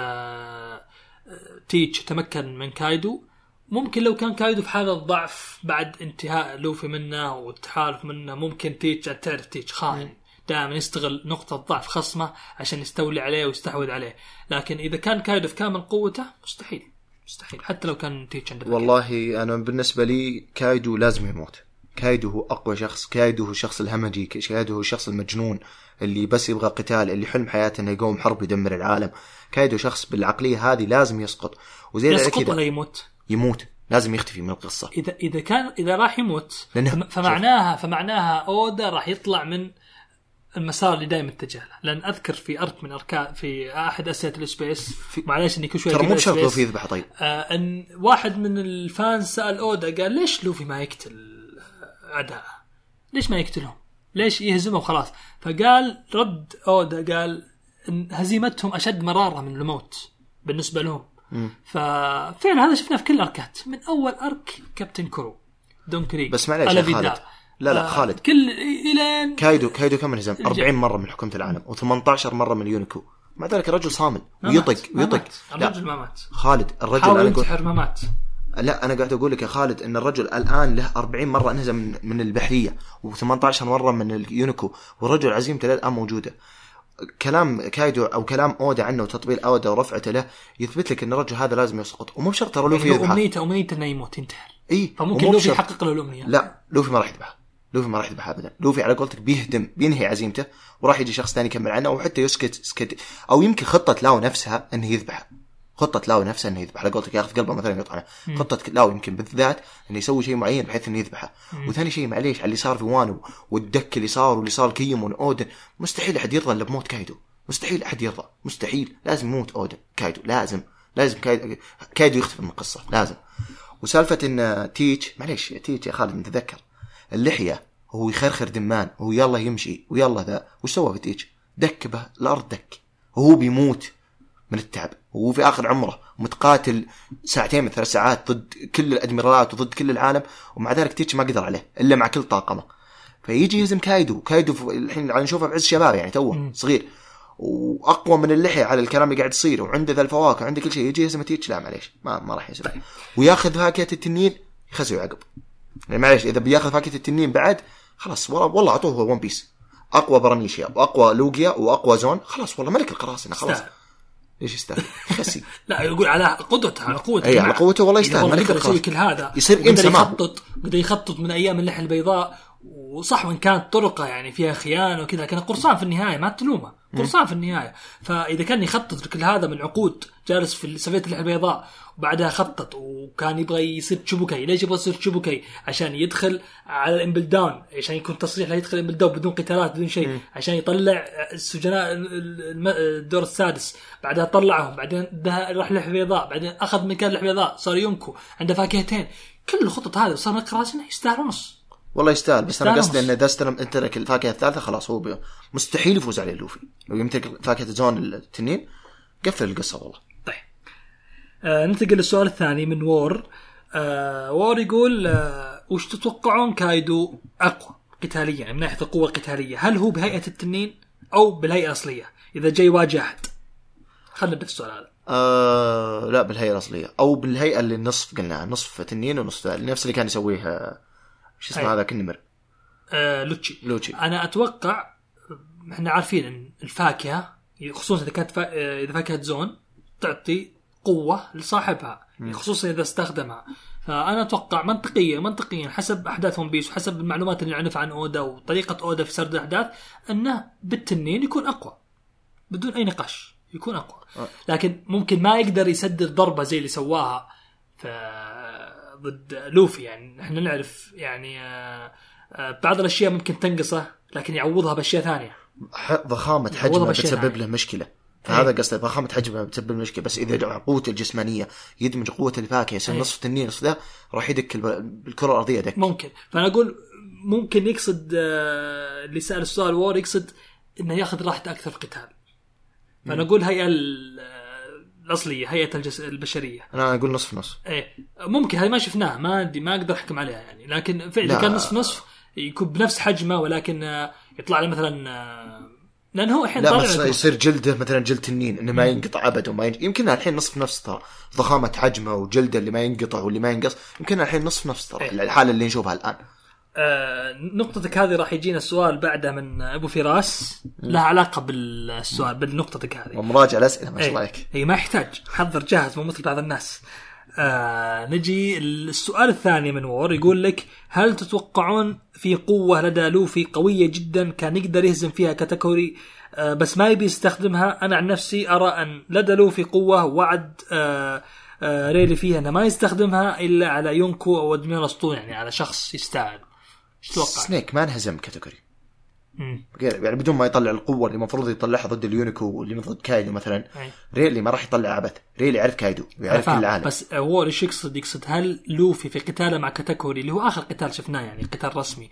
تيتش تمكن من كايدو؟ ممكن لو كان كايدو في حالة ضعف بعد انتهاء لوفي منه والتحالف منه، ممكن تيتش تعرف تيتش خائن دائما يستغل نقطة ضعف خصمه عشان يستولي عليه ويستحوذ عليه. لكن إذا كان كايدو في كامل قوته مستحيل حتى لو كان تيتش عنده. والله أنا بالنسبة لي كايدو لازم يموت. كايدو هو أقوى شخص، كايدو هو الشخص الهمجي، كايدو هو الشخص المجنون اللي بس يبغى قتال، اللي حلم حياته إنه يقوم حرب يدمر العالم. كايدو شخص بالعقلية هذه لازم يسقط، وزي يسقط ولا يموت لازم يختفي من القصة. إذا راح يموت فمعناها أودا راح يطلع من المسار اللي دائما اتجه له. لأن أذكر في أرك من أركان في أحد أسئلة السبيس، معليش إني كل شوي ترى مو بشرط لوفي يذبح. طيب أن واحد من الفانز سأل أودا قال ليش لوفي ما يقتل أعداءه؟ ليش ما يقتلهم؟ ليش يهزمه وخلاص؟ فقال رد أودا قال إن هزيمتهم أشد مرارة من الموت بالنسبة لهم. ففعلا هذا شفناه في كل الأركات من أول أرك كابتن كورو دون كريك. بس معليش يا خالد، لا خالد، كل إلى كايدو كم هزم 40 مرة من حكومة العالم و18 مرة من اليونيكو، مع ذلك الرجل صامل ويطق. الرجل ما مات خالد، الرجل حاول ينتحر ما مات. لا أنا قاعد أقول لك يا خالد إن الرجل الآن له 40 مرة انهزم من البحرية و18 مرة من اليونيكو، والرجل عزيمته الآن موجودة. كلام كايدو أو كلام أودا عنه وتطبيل أودا ورفعته له يثبت لك إن الرجل هذا لازم يسقط، ومو بشرط ترى لوفي يذبحه. أمنيته إنه يموت ينتحر. فممكن لوفي يحقق له الأمنية. لا لوفي ما راح يذبحه أبدا. لوفي على قولتك بينهي عزيمته وراح يجي شخص ثاني يكمل عنه، أو حتى يسكت أو يمكن خطة لاو نفسها إنه يذبحه. على قولتك ياخذ قلبه مثلا يقطعه. خطة لاو يمكن بالذات إنه يسوي شيء معين بحيث إنه يذبحه. وثاني شيء معليش على اللي صار في وانو والدك اللي صار واللي صار كيمون أودن، مستحيل أحد يرضى إلا بموت كايدو. مستحيل لازم يموت أودن. كايدو لازم كايدو يختفي من القصة لازم. وسالفة إن تيتش يا خالد نتذكر اللحية هو يخرخر دمان وهو يلا يمشي ويلا ذا، وش سوى في تيتش؟ دك به الأرض دك، وهو بيموت من التعب، وهو في آخر عمره متقاتل 2 من 3 ساعات ضد كل الأدميرالات وضد كل العالم، ومع ذلك تيتش ما قدر عليه إلا مع كل طاقمه. فيجي يهزم كايدو الحين على نشوفه بعز شباب يعني توه صغير واقوى من اللحيه على الكلام اللي قاعد يصير وعنده ذا الفواكه وعنده كل شيء، يجي يهزم تيتش لا معليش ما راح يهزم. وياخذ فاكهه التنين يخزوا عقب يعني معليش. اذا بياخذ فاكهه التنين بعد خلاص والله اعطوه ون بيس اقوى برانيشيا واقوى لوجيا واقوى زون، خلاص والله ملك القراصنه خلاص. ليش يستاهل خسي؟ لا يقول على قدرته على قوته. اي على قوته والله يستاهل ملك القراصنه. كل هذا يصير يقدر يخطط من ايام اللحيه البيضاء، وصح وان كانت طرقه يعني فيها خيانه وكذا، لكن قرصان في النهايه ما تلومه، قرصان في النهايه. فاذا كان يخطط كل هذا من عقود جالس في سفينه اللحيه البيضاء وبعدها خطط وكان يبغى يصير تشوبوكاي. ليش يبغى يصير تشوبوكاي؟ عشان يدخل على الامبل داون، عشان يكون تصريح لا يدخل الامبل داون بدون قتالات بدون شيء، عشان يطلع السجناء الدور السادس، بعدها طلعهم، بعدين راح اللحيه البيضاء، بعدين اخذ مكان اللحيه البيضاء صار يونكو عنده فاكهتين. كل الخطط هذه وصار قراصنه يستاهل ونص والله يستاهل. بس انا قصدي ان داستر امتلك الفاكهه الثالثه خلاص هو مستحيل يفوز عليه لوفي. لو يمتلك فاكهه زون التنين قفل القصه والله. طيب ننتقل للسؤال الثاني من وور يقول وش تتوقعون كايدو اقوى قتاليا يعني من ناحيه القوه القتاليه؟ هل هو بهيئه التنين او بالهيئه الاصليه اذا جاي يواجه احد؟ خلينا نبدا في السؤال هذا. لا بالهيئه الاصليه او بالهيئه اللي النصف قلناها، نصف تنين ونصف نفس اللي كان يسويه شو اسمه هذا كنمر لوتشي. انا اتوقع احنا عارفين ان الفاكهه خصوصا اذا كانت اذا فاكهه زون تعطي قوة لصاحبها خصوصا إذا استخدمها. فأنا أتوقع منطقيا حسب أحداث ون بيس وحسب المعلومات اللي نعرفها عن أودا وطريقة أودا في سرد الأحداث أنه بالتنين يكون أقوى بدون أي نقاش، يكون أقوى. لكن ممكن ما يقدر يسدد ضربة زي اللي سواها ضد لوفي. يعني احنا نعرف يعني بعض الأشياء ممكن تنقصه لكن يعوضها بأشياء ثانية. ضخامة حجمه بتسبب له مشكلة، فهذا قصدي ضخامة حجمه بتسبب مشكلة. بس إذا قوته الجسمانية يدمج قوة الفاكهة يصير نصف تنين نصف ذا راح يدك الكرة الأرضية دك. ممكن. فأنا أقول ممكن يقصد اللي سأل السؤال وور يقصد إنه يأخذ راحته أكثر في القتال. فأنا أقول هيئة الأصلية هيئة البشرية. أنا أقول نصف نصف. ممكن هذا ما شفناه ما أقدر أحكم عليها يعني. لكن فعلا كان نصف نصف يكون بنفس حجمه ولكن يطلع له مثلا لأنه هو الحين لا بس يصير جلده مثلا جلد تنين إنه ما ينقطع أبدا وما يمكن الحين نصف نفس ترى ضخامة حجمه وجلده اللي ما ينقطع واللي ما ينقص يمكن الحين نصف نفس ترى الحالة اللي نشوفها الآن. نقطتك هذه راح يجينا السؤال بعدها من أبو فراس لها علاقة بالسؤال بالنقطتك هذه ومراجعة الأسئلة ما شاء الله عليك. ما يحتاج حضر جاهز مو مثل بعض الناس. نجي السؤال الثاني من وور يقول لك هل تتوقعون في قوة لدى لوفي قوية جدا كان يقدر يهزم فيها كاتاكوري بس ما يبي يستخدمها؟ أنا عن نفسي أرى أن لدى لوفي قوة وعد ريلي فيها أنه ما يستخدمها إلا على يونكو أو أدمير أسطول يعني على شخص يستاهل. ايش تتوقع؟ سنيك ما انهزم كاتاكوري يعني بدون ما يطلع القوة اللي المفروض يطلعها ضد اليونيكو واللي ضد كايدو مثلا. ريلي ما راح يطلع عبث، ريلي يعرف كايدو ويعرف كل العالم. بس هو ايش يقصد هل لوفي في قتاله مع كاتاكوري اللي هو آخر قتال شفناه يعني قتال رسمي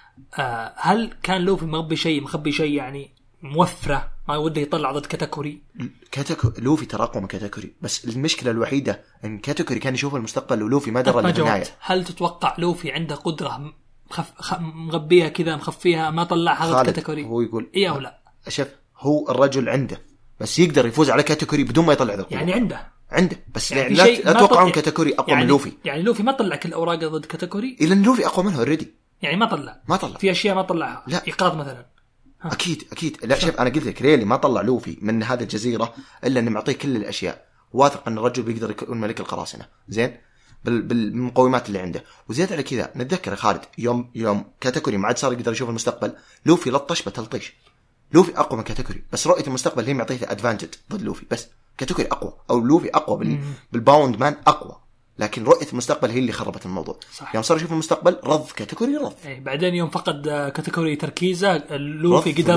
هل كان لوفي مخبي شيء يعني موفرة ما وده يطلع ضد كاتاكوري؟ لوفي ترى أقوى من كاتاكوري بس المشكلة الوحيدة إن كاتاكوري كان يشوف المستقبل ولوفي ما درى النهاية. هل تتوقع لوفي عنده قدرة مغبيها كذا مخفيها ما طلعها ضد كاتاكوري؟ هو يقول إيه أو لا؟ شوف هو الرجل عنده بس يقدر يفوز على كاتاكوري بدون ما يطلع ذا يعني عنده بس يعني لا أتوقع كاتاكوري أقوى يعني من لوفي. يعني لوفي ما طلع كل أوراقه ضد كاتاكوري إلا إن لوفي أقوى منه already. يعني ما طلع في أشياء ما طلعها. لا إيقاظ مثلا أكيد لا شوف أنا قلت لك ريلي ما طلع لوفي من هذا الجزيرة إلا إنه معطيه كل الأشياء واثق أن الرجل بيقدر يكون ملك القراصنة زين بالمقومات اللي عنده. وزيادة على كذا نتذكر خالد يوم كاتاكوري ما عاد صار يقدر يشوف المستقبل لوفي لطش بتلطيش. لوفي أقوى من كاتاكوري بس رؤية المستقبل هي معطيته أدفانتج ضد لوفي بس كاتاكوري أقوى أو لوفي أقوى بالباوند مان أقوى لكن رؤية المستقبل هي اللي خربت الموضوع. صح. يوم صار يشوف المستقبل رض كاتاكوري رض. بعدين يوم فقد كاتاكوري تركيزه لوفي قدر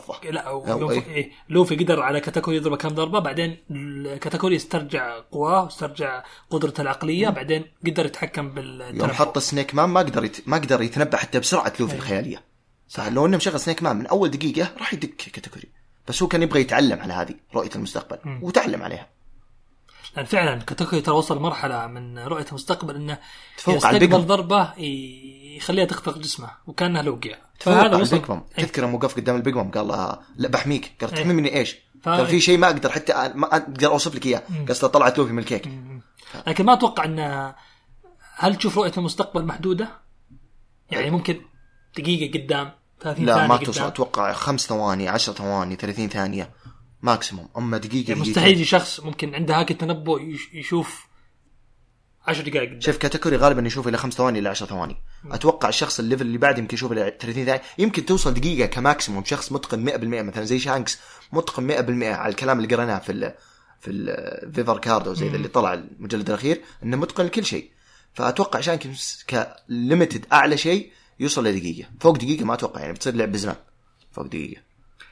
لوفي قدر على كاتاكوري يضربه كم ضربة بعدين كاتاكوري استرجع قواه واسترجع قدرته العقلية بعدين قدر يتحكم يوم حط سنيك مان ما قدر يتنبأ حتى بسرعة لوفي الخيالية. صح لو إنه مشغل سنيك مان من أول دقيقة راح يدك كاتاكوري بس هو كان يبغى يتعلم على هذه رؤية المستقبل وتعلم عليها. لأن فعلا كاتاكوري توصل مرحلة من رؤية المستقبل إنه يستقبل ضربة يخليها تخفق جسمه وكانها لوقيا. فهذا وصل. تذكر موقف قدام البيج مام قال لها لا بحميك قالت تحمي مني إيش؟ قال في شيء ما أقدر حتى ما أقدر أوصف لك إياه قصة طلعت لوفي من الكيك. لكن ما أتوقع إن هل تشوف رؤية المستقبل محدودة يعني ممكن دقيقة قدام 30 ثانية. لا ما توصل أتوقع 5 ثواني 10 ثواني 30 ثانية ماكسيموم. أما دقيقة يعني مستحيل يجي شخص ممكن عنده هاك التنبؤ يشوف 10 دقائق. شوف كاتاكوري غالبا يشوف إلى 5 ثواني إلى 10 ثواني. أتوقع الشخص الليفل اللي بعد يمكن يشوف إلى 30 ثانية يمكن توصل دقيقة كماكسيموم. شخص متقن 100% مثلا زي شانكس متقن 100% على الكلام اللي قرأناه في الفيفر كاردو زي اللي طلع المجلد الأخير إنه متقن لكل شيء. فأتوقع شانكس كليميتد أعلى شيء يوصل لدقيقة فوق دقيقة ما أتوقع يعني بتصير لعب بزمان فوق دقيقة.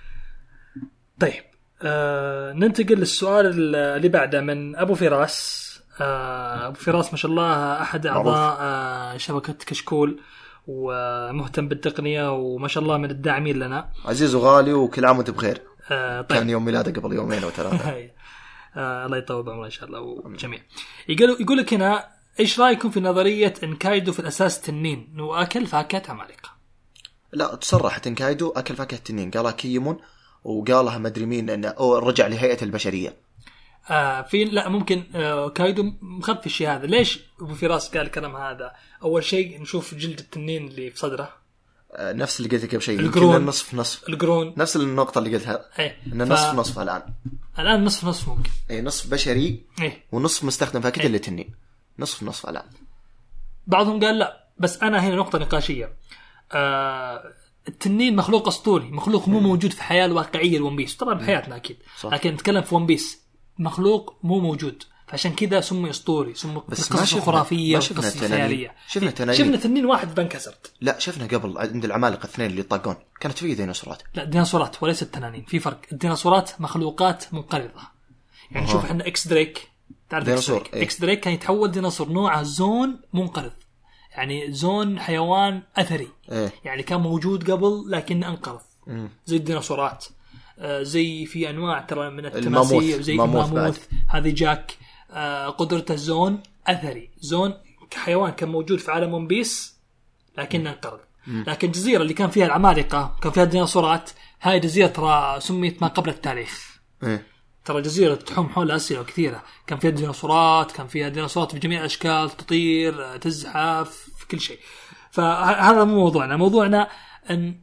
طيب ننتقل للسؤال اللي بعده من أبو فراس. أبو فراس ما شاء الله أحد أعضاء شبكة كشكول ومهتم بالتقنية وما شاء الله من الداعمين لنا عزيز وغالي وكل عام وانت بخير. طيب. كان يوم ميلاده قبل يومين أو 3. الله يطول بعمره إن شاء الله والجميع. يقول لك هنا إيش رأيكم في نظرية إن كايدو في الأساس تنين وأكل فاكهة عمالقة؟ لا تصرحت إن كايدو أكل فاكهة تنين قالها كيمون وقالها مدري مين إنه رجع لهيئة البشرية. في لا ممكن كايدو مخفي الشيء هذا. ليش أبو فراس قال الكلام هذا؟ أول شيء نشوف جلد التنين اللي في صدره نفس اللي قلت لك بشيء القرون نصف القرون نفس النقطة اللي قلتها إنه نصف الآن الان نصف نصف ممكن. اي نصف بشري ايه ونصف مستخدم فاكهه اللي تنين، نصف نصف الان. بعضهم قال لا، بس انا هنا نقطه نقاشيه. التنين مخلوق اسطوري، مخلوق مو موجود في الحياه الواقعيه الون بيس، طبعا بحياتنا اكيد صح. لكن نتكلم في ون بيس مخلوق مو موجود، فعشان كذا سمي اسطوري، سمي قصص خرافيه وقصص خياليه. شفنا تنين واحد بنكسرت. لا شفنا قبل عند العمالقه اثنين اللي يطاقون كانت فيه ديناصورات. لا ديناصورات وليس التنانين، في فرق. الديناصورات مخلوقات منقرضه، يعني شوف احنا اكس دريك، تعرف اكس دريك كان يتحول ديناصور نوعه زون منقرض، يعني زون حيوان اثري يعني كان موجود قبل لكن انقرض زي الديناصورات. زي في انواع ترى من التماسيح زي الماموث هذه جاك، قدرته زون اثري، زون حيوان كان موجود في عالم ون بيس لكن انقرض. لكن الجزيره اللي كان فيها العمالقه كان فيها الديناصورات، هاي جزيره ترى سميت ما قبل التاريخ. ترى جزيرة تحوم حول أسئلة كثيرة، كان فيها ديناصورات، كان فيها ديناصورات بجميع الأشكال، تطير تزحف في كل شيء. فهذا مو موضوعنا أن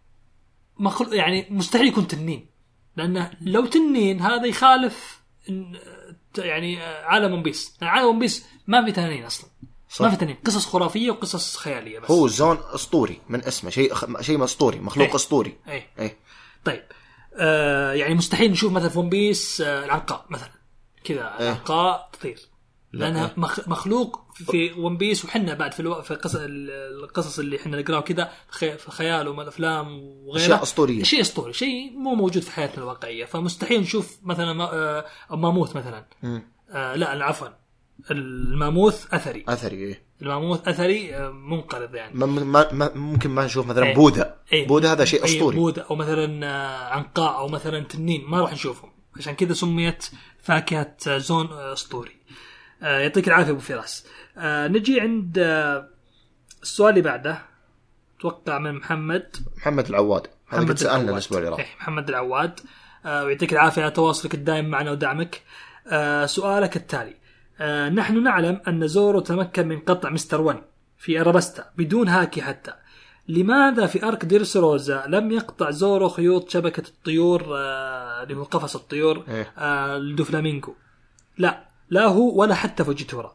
يعني مستحيل يكون تنين، لأنه لو تنين هذا يخالف يعني عالم ون بيس. عالم ون بيس ما في تنانين أصلا صح. ما في تنين، قصص خرافية وقصص خيالية بس. هو زون أسطوري من اسمه، شيء أسطوري، مخلوق أسطوري. طيب يعني مستحيل نشوف مثلا في ون بيس العنقاء مثلا كذا العنقاء تطير، لأنها مخلوق في ون بيس، وحنا بعد في القصص اللي حنا نقرأه كذا في خيال والأفلام وغيرها، أشياء أسطورية، شيء أسطوري، شيء مو موجود في حياتنا الواقعية. فمستحيل نشوف مثلا ماموث مثلا لا عفوا الماموث أثري الماموث أثري منقرض، يعني ممكن ما نشوف مثلا بوذا بوذا هذا شيء أسطوري، بوذا أو مثلا عنقاء أو مثلا تنين ما راح نشوفهم، عشان كذا سميت فاكهة زون أسطوري. يعطيك العافية أبو فراس. نجي عند السؤال اللي بعده، توقع من محمد العواد. هذا قد سألنا الأسبوع اللي راح. محمد العواد، ويعطيك العافية على تواصلك الدائم معنا ودعمك. سؤالك التالي: نحن نعلم أن زورو تمكن من قطع مستر ون في أرابستا بدون هاكي حتى، لماذا في أرك ديرسروزا لم يقطع زورو خيوط شبكة الطيور اللي هو قفص الطيور الدوفلامينغو؟ لا هو ولا حتى فوجيتورا.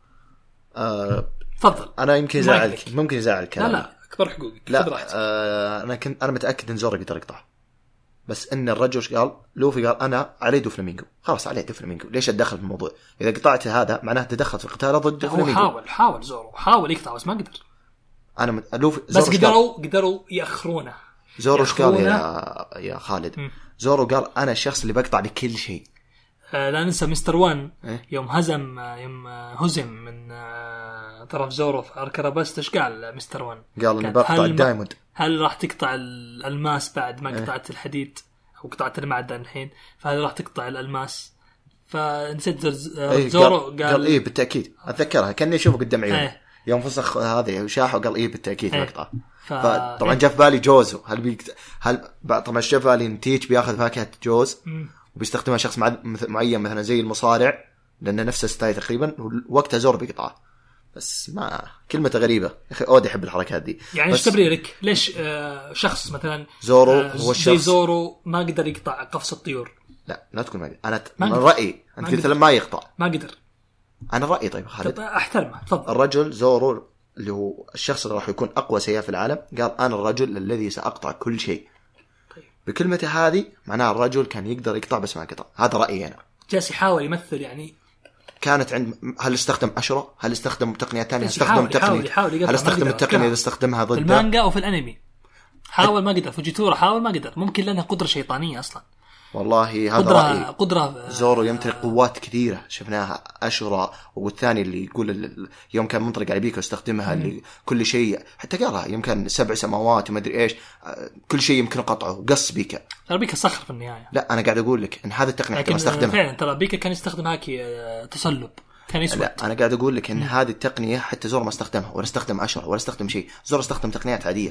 تفضل. أنا يمكن يزعلك، ممكن يزعلك. لا أكبر حقوقك. لا أنا متأكد إن زورو يقدر يقطع، بس إن الرجل قال لوفي قال أنا عليه دوفلامينغو، خلاص عليه دوفلامينغو، ليش أتدخل في الموضوع؟ إذا قطعت هذا معناه تدخل في قتاله ضد دوفلامينغو. هو حاول زورو حاول يقطع بس ما قدر. أنا لوفي بس قدروا يأخرونه. زورو قال يا خالد زورو قال أنا الشخص اللي بقطع لكل شيء. لا ننسى مستر وان يوم هزم من طرف زورو في أركرابست، إيش قال مستر وان؟ قال إني بقطع الدايموند. هل راح تقطع الألماس بعد ما قطعت الحديد أو قطعت المعدن الحين؟ فهل راح تقطع الألماس؟ فنسيت زورو قال إيه بالتأكيد، أتذكرها كأني أشوفه قدام عيوني يوم فسخ هذه وشاحه وقال إيه بالتأكيد بقطع. فطبعا جاء في بالي جوزو، هل طبعا جاء في بالي نتيج بياخذ فاكهة جوز وبيستخدمها شخص معين مثلا زي المصارع لأنه نفس الستايل تقريبا، وقتها زورو بيقطعه. بس ما كلمة غريبة يا أخي، أودي أحب الحركات دي. يعني إيش تبريرك ليش شخص مثلا زورو هو الشخص زي زورو ما قدر يقطع قفص الطيور؟ لا تكون ما قدر. أنا من رأيي أنت قلت لما يقطع ما قدر. أنا رأيي طيب خالد أحترمه، تفضل. الرجل زورو اللي هو الشخص اللي راح يكون أقوى سياف في العالم قال أنا الرجل الذي سأقطع كل شيء. بكلمته هذه معناها الرجل كان يقدر يقطع بس ما قطع. هذا رأيي أنا. جالس يحاول يمثل يعني. كانت عند هل استخدم أشرة؟ هل استخدم تقنية ثانية؟ هل استخدم التقنية إذا استخدمها ضد في المانجا أو في الأنمي؟ حاول ما قدر. فوجيتورا حاول ما قدر. ممكن لأنها قدرة شيطانية أصلا. والله هذا رأيي. قدرة زورو يمتلك قوات كثيرة شفناها. أشرة والثاني اللي يقول يوم كان منطلق على بيكو استخدمها اللي كل شيء حتى قالها يمكن 7 سماوات وما أدري إيش كل شيء يمكن قطعه. قص بيكا. ترى بيكا صخر في النهاية. لا أنا قاعد أقول لك إن هذا التقنية حتى ما استخدمها. فعلا ترى بيكا كان يستخدم هاكي تصلب. كان يسود. لا أنا قاعد أقول لك إن هذه التقنية حتى زورو ما استخدمها ولا استخدم أشرة ولا استخدم شيء. زورو استخدم تقنيات عادية.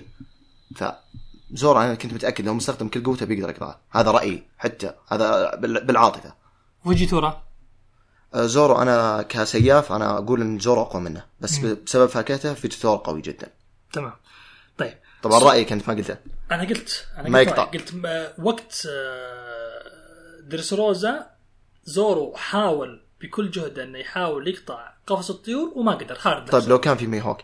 زورو أنا كنت متأكد لو مستخدم كل قوته بيقدر يقطعها. هذا رأيي حتى هذا بالعاطفة. فوجيتورا زورو أنا كسياف أنا أقول إن زورو أقوى منه بس بسبب فاكهته فوجيتورا قوي جدا. تمام. طيب طبعا رأيي كنت ما قلته. أنا قلت ما يقطع. قلت وقت دريسروزا زورو حاول بكل جهد انه يحاول يقطع قفص الطيور وما قدر. هارد. طيب لو كان في ميهوك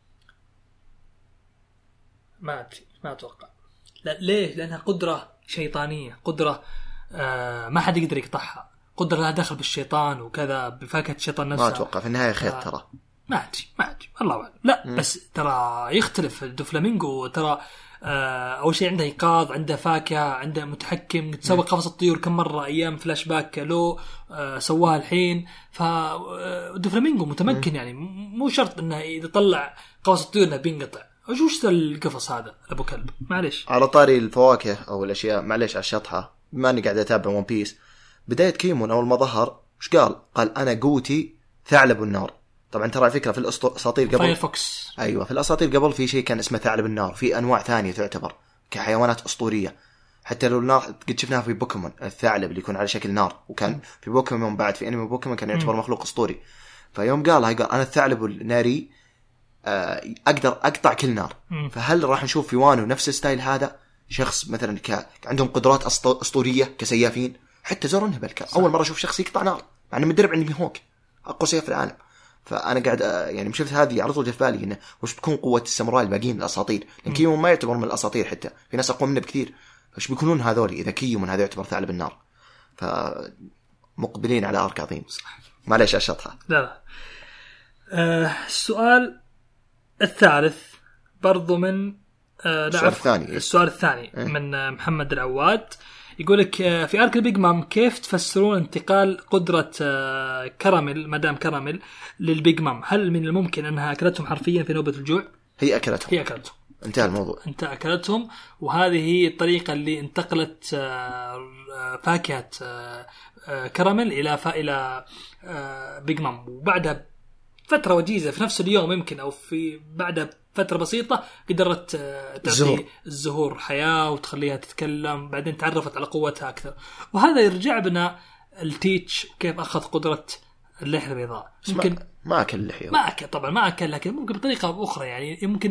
ما ادري، ما اتوقع. لا ليه؟ لانها قدره شيطانيه، قدره ما حد يقدر يقطعها، قدره لها دخل بالشيطان وكذا، بفاكهه الشيطان نفسها. ما اتوقع في النهايه خير ترى. ما ادري الله اعلم. لا بس ترى يختلف الدوفلامينغو. ترى اول شيء عنده ايقاظ، عنده فاكهه، عنده متحكم. تسوي قفص الطيور كم مره ايام فلاش باك لو سواها الحين. فالدوفلامينغو متمكن يعني مو شرط انه اذا طلع قفص الطيور انه بينقطع. وش القفص هذا ابو كلب؟ معليش. على طاري الفواكه او الاشياء، معليش على الشطحه، بما اني قاعد اتابع ون بيس، بدايه كيمون اول ما ظهر وش قال انا قوتي ثعلب النار. طبعا ترى الفكره في الاساطير قبل فايرفوكس. ايوه في الاساطير قبل في شيء كان اسمه ثعلب النار، في انواع ثانيه تعتبر كحيوانات اسطوريه. حتى لو النار قد شفناها في بوكيمون، الثعلب اللي يكون على شكل نار، وكان في بوكيمون بعد في انمي بوكيمون كان يعتبر مخلوق اسطوري. فيوم قال انا الثعلب الناري اقدر اقطع كل نار. فهل راح نشوف في وانو نفس الستايل هذا؟ شخص مثلا عندهم قدرات اسطوريه كسيافين. حتى زورو انهبل اول مره اشوف شخص يقطع نار مع انه مدرب عند ميهوك اقوى سيف في العالم. فانا قاعد يعني شفت هذه على طول في بالي انه وش بتكون قوه الساموراي الباقيين من الاساطير، لان كيمون ما يعتبر من الاساطير، حتى في ناس اقوى منه بكثير. فايش بيكونون هذول اذا كيمون هذا يعتبر ثعلب النار؟ فمقبلين على ارك عظيم. معليش اشطها. لا السؤال الثالث برضو من السؤال الثاني من محمد العواد. يقولك في أرك البيج مام كيف تفسرون انتقال قدرة كراميل مدام كراميل للبيج مام؟ هل من الممكن أنها أكلتهم حرفيا في نوبة الجوع؟ هي أكلتهم انتهى الموضوع. انت أكلتهم، وهذه هي الطريقة اللي انتقلت فاكهة كراميل إلى بيج مام. وبعدها فترة وجيزة في نفس اليوم يمكن أو في بعد فترة بسيطة قدرت تعطي الزهور حياة وتخليها تتكلم. بعدين تعرفت على قوتها أكثر. وهذا يرجع بنا التيتش كيف أخذ قدرة اللحية البيضاء. ممكن ما أكل اللحية، ما أكل طبعا ما أكل، لكن ممكن بطريقة أخرى يعني ممكن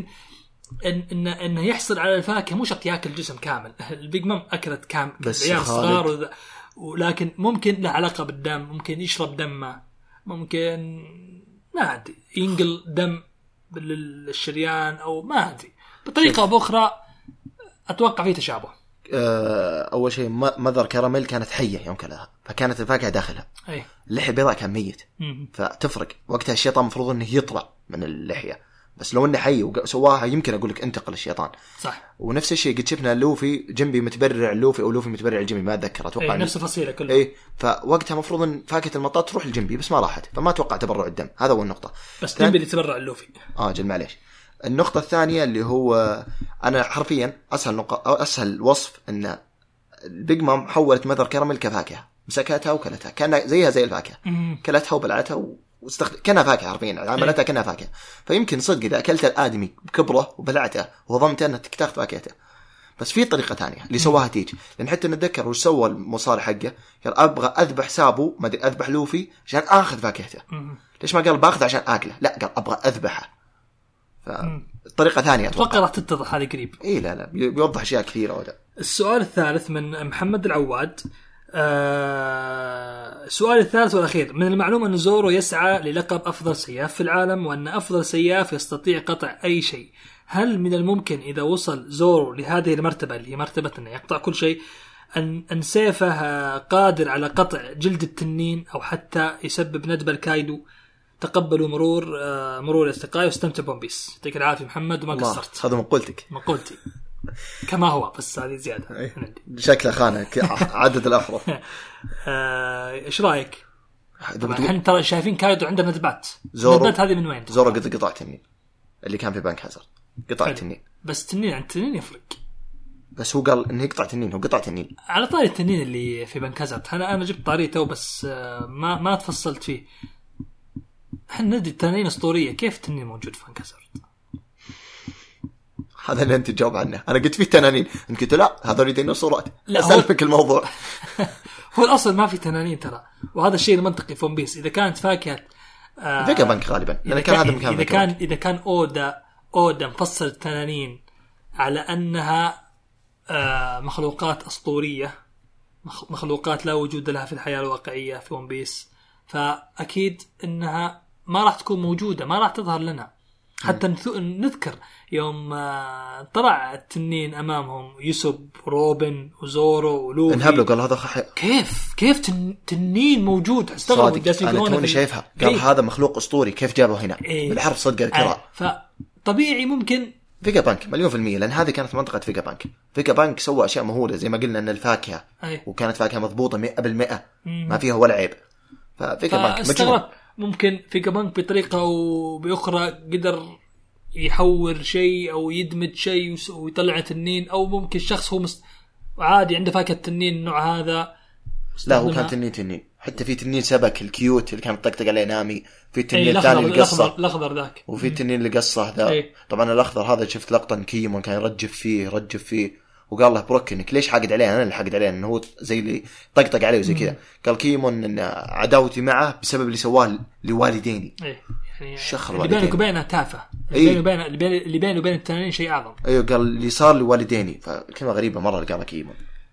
إنه يحصل على الفاكهة، مو شرط يأكل جسم كامل. البيج مام أكلت كامل عيال صغار، ولكن ممكن له علاقة بالدم، ممكن يشرب دمه، ممكن ما أدري ينقل دم للشريان أو ما أدري بطريقة بأخرى. أتوقع فيه تشابه. أول شيء مذر كراميل كانت حية يوم كلها، فكانت الفاكهة داخلها. اللحية البيضاء كان ميت. فتفرق وقتها الشيطان مفروض أنه يطلع من اللحية، بس لو أنه حي وسواها يمكن أقول لك انتقل الشيطان. صح. ونفس الشيء قد شفنا لوفي جنبي متبرع لوفي أو لوفي متبرع الجنبي، ما أتذكر. أتوقع نفس الفصيلة كلها. فوقتها مفروض أن فاكهة المطاط تروح الجنبي، بس ما راحت، فما أتوقع تبرع الدم. هذا هو النقطة. بس جنبي اللي تبرع اللوفي. جل معليش. النقطة الثانية اللي هو أنا حرفيا أسهل وصف أن البيج مام حولت مذر كراميل كفاكهة، مسكتها وكلتها كأنها زيها زي الفاكهة. كلتها وبلعتها كأنها فاكهة حرفيا، عملتها كأنها فاكهة. فيمكن صدق إذا أكلت الآدمي بكبره وبلعته وضمت أنها تاخذ فاكهته. بس في طريقة تانية اللي سواها تيج، لأن حتى نتذكر وش سوى المصارع حقه، قال أبغى أذبح سابو، ما أدري أذبح لوفي عشان آخذ فاكهته. ليش ما قال باخذ عشان آكله؟ لا، قال أبغى أذبحه. فالطريقة ثانية أتوقع راح تتضح هذه قريب. لا بيوضح أشياء كثيرة وده. السؤال الثالث من محمد العواد. السؤال الثالث والأخير: من المعلوم أن زورو يسعى للقب أفضل سياف في العالم، وأن أفضل سياف يستطيع قطع أي شيء. هل من الممكن إذا وصل زورو لهذه المرتبة اللي هي مرتبة أنه يقطع كل شيء أن سيفه قادر على قطع جلد التنين أو حتى يسبب ندبة الكايدو؟ تقبلوا مرور الاصدقاء واستمتع بون بيس. يعطيك العافية محمد وما قصرت. هذا مقولتك. مقولتي كما هو، بس هذه زيادة. شكله خانك عدد الأحرف. إيش رأيك؟ الحين ترى شايفين كايدو عنده ندبات. ندبات هذه من وين؟ زورو قطع تنين اللي كان في بنك هازارد، قطع تنين. بس تنين عن تنين يفرق. بس هو قال إنه يقطع تنين، هو قطع تنين. على طاري التنين اللي في بنك هازارد، أنا جبت طاريته بس ما تفصلت فيه. احنا ندري التنانين اسطوريه، كيف التنين موجود في بنك هازارد؟ هذا اللي انت تجاوب عنه. انا قلت فيه تنانين، انت قلت لا هذول ديناصورات. اسالفك الموضوع. هو الاصل ما في تنانين ترى، وهذا الشيء المنطقي في ون بيس. اذا كانت فاكهه ذكى بنك غالبا، اذا كان اودا مفصل التنانين على انها مخلوقات اسطوريه مخلوقات لا وجود لها في الحياة الواقعية في ون بيس، فأكيد إنها ما راح تكون موجودة، ما راح تظهر لنا. حتى نذكر يوم طلع التنين أمامهم، يسب روبن وزورو ولوفي، انهبلوا قال هذا كيف تنين موجود. استغربوا أنا توني شايفها، قال هذا مخلوق أسطوري كيف جابه هنا بالحرف صدق الكرة. فطبيعي ممكن فيجا بانك 100%، لأن هذه كانت منطقة فيجا بانك. فيجا بانك سوى أشياء مهولة زي ما قلنا أن الفاكهة وكانت فاكهة مضبوطة 100%، ما فيها ولا عيب. ففيجا بانك مجنون. ممكن فيجا بانك بطريقة أو بأخرى قدر يحور شيء أو يدمج شيء ويطلع تنين، أو ممكن شخص هو عادي عنده فاكهة تنين النوع هذا. لا هو كان تنين، حتى في تنين سبك الكيوت اللي كان طقطق عليه نامي، في التنين الثاني اللي قصه الأخضر ذاك، وفي التنين اللي قصه ذا. طبعا الأخضر هذا شفت لقطة كيمون كان يرجف فيه وقال له بروك انك ليش حاقد عليه؟ انا اللي حاقد عليه، انه هو زي اللي طقطق عليه وزي كذا. قال كيمون ان عداوتي معه بسبب اللي سواه لوالديني. يعني الشخر اللي بينك وبينه تافه، اللي بينه وبين التنين شيء اعظم. ايوه قال اللي صار لوالديني، فكلمه غريبه مره اللي قالها كيمون.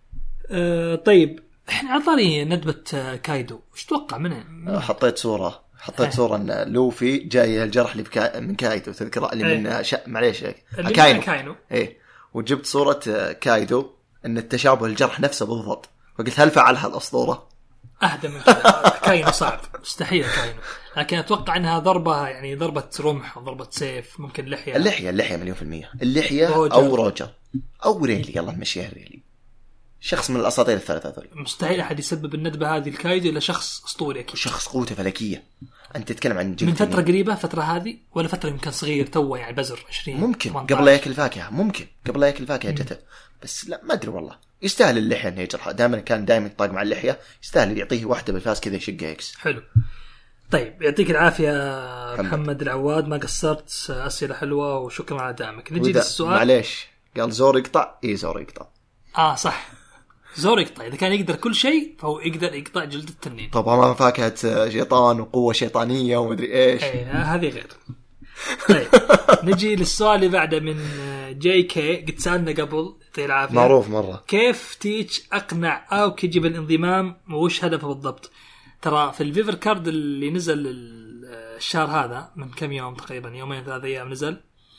طيب احنا عطاري ندبه كايدو، ايش توقع منه؟ حطيت صوره ان لوفي جاي الجرح اللي من كايدو، تذكر اللي من معليش كاينو. وجبت صورة كايدو ان التشابه الجرح نفسه بالضبط، فقلت هل فعلها الأسطورة؟ أهدى من كذا. كاينو صعب، مستحيل كاينو، لكن أتوقع أنها ضربة، يعني ضربة رمح وضربة سيف، ممكن اللحية 100%. اللحية روجر. أو روجر أو ريلي، يلا نمشيها ريلي، شخص من الأساطير الثلاثة هذول. مستحيل أحد يسبب الندبة هذه الكايدو إلا شخص أسطوري أكيد، شخص قوته فلكية. أنت تتكلم عن من فترة قريبة، فترة هذه ولا فترة يمكن صغير توه، يعني بزر 20 ممكن 18. قبل لا ياكل فاكهة، ممكن قبل لا ياكل فاكهة جته، بس لا ما أدري والله. يستاهل اللحية إنه يجرح، كان دائما يطاق مع اللحية، يستاهل يعطيه واحدة بالفاس كذا يشقها إكس. حلو. طيب يعطيك العافية محمد العواد، ما قصرت، أسئلة حلوة وشكرا على دعمك. نجي للسؤال. معليش قال زور يقطع، زور يقطع. صح، زور يقطع، إذا كان يقدر كل شيء فهو يقدر يقطع جلد التنين. طبعا ما فاكهة شيطان وقوة شيطانية ومدري إيش. هذه غير. طيب نجي للسؤال اللي بعده من جي كي، قد سألنا قبل، يعطيه العافية، معروف مرة. كيف تيتش أقنع أوكيجي بالانضمام وش هدفه بالضبط؟ ترى في الفيفر كارد اللي نزل الشهر هذا من كم يوم تقريبا، 2-3 أيام نزل،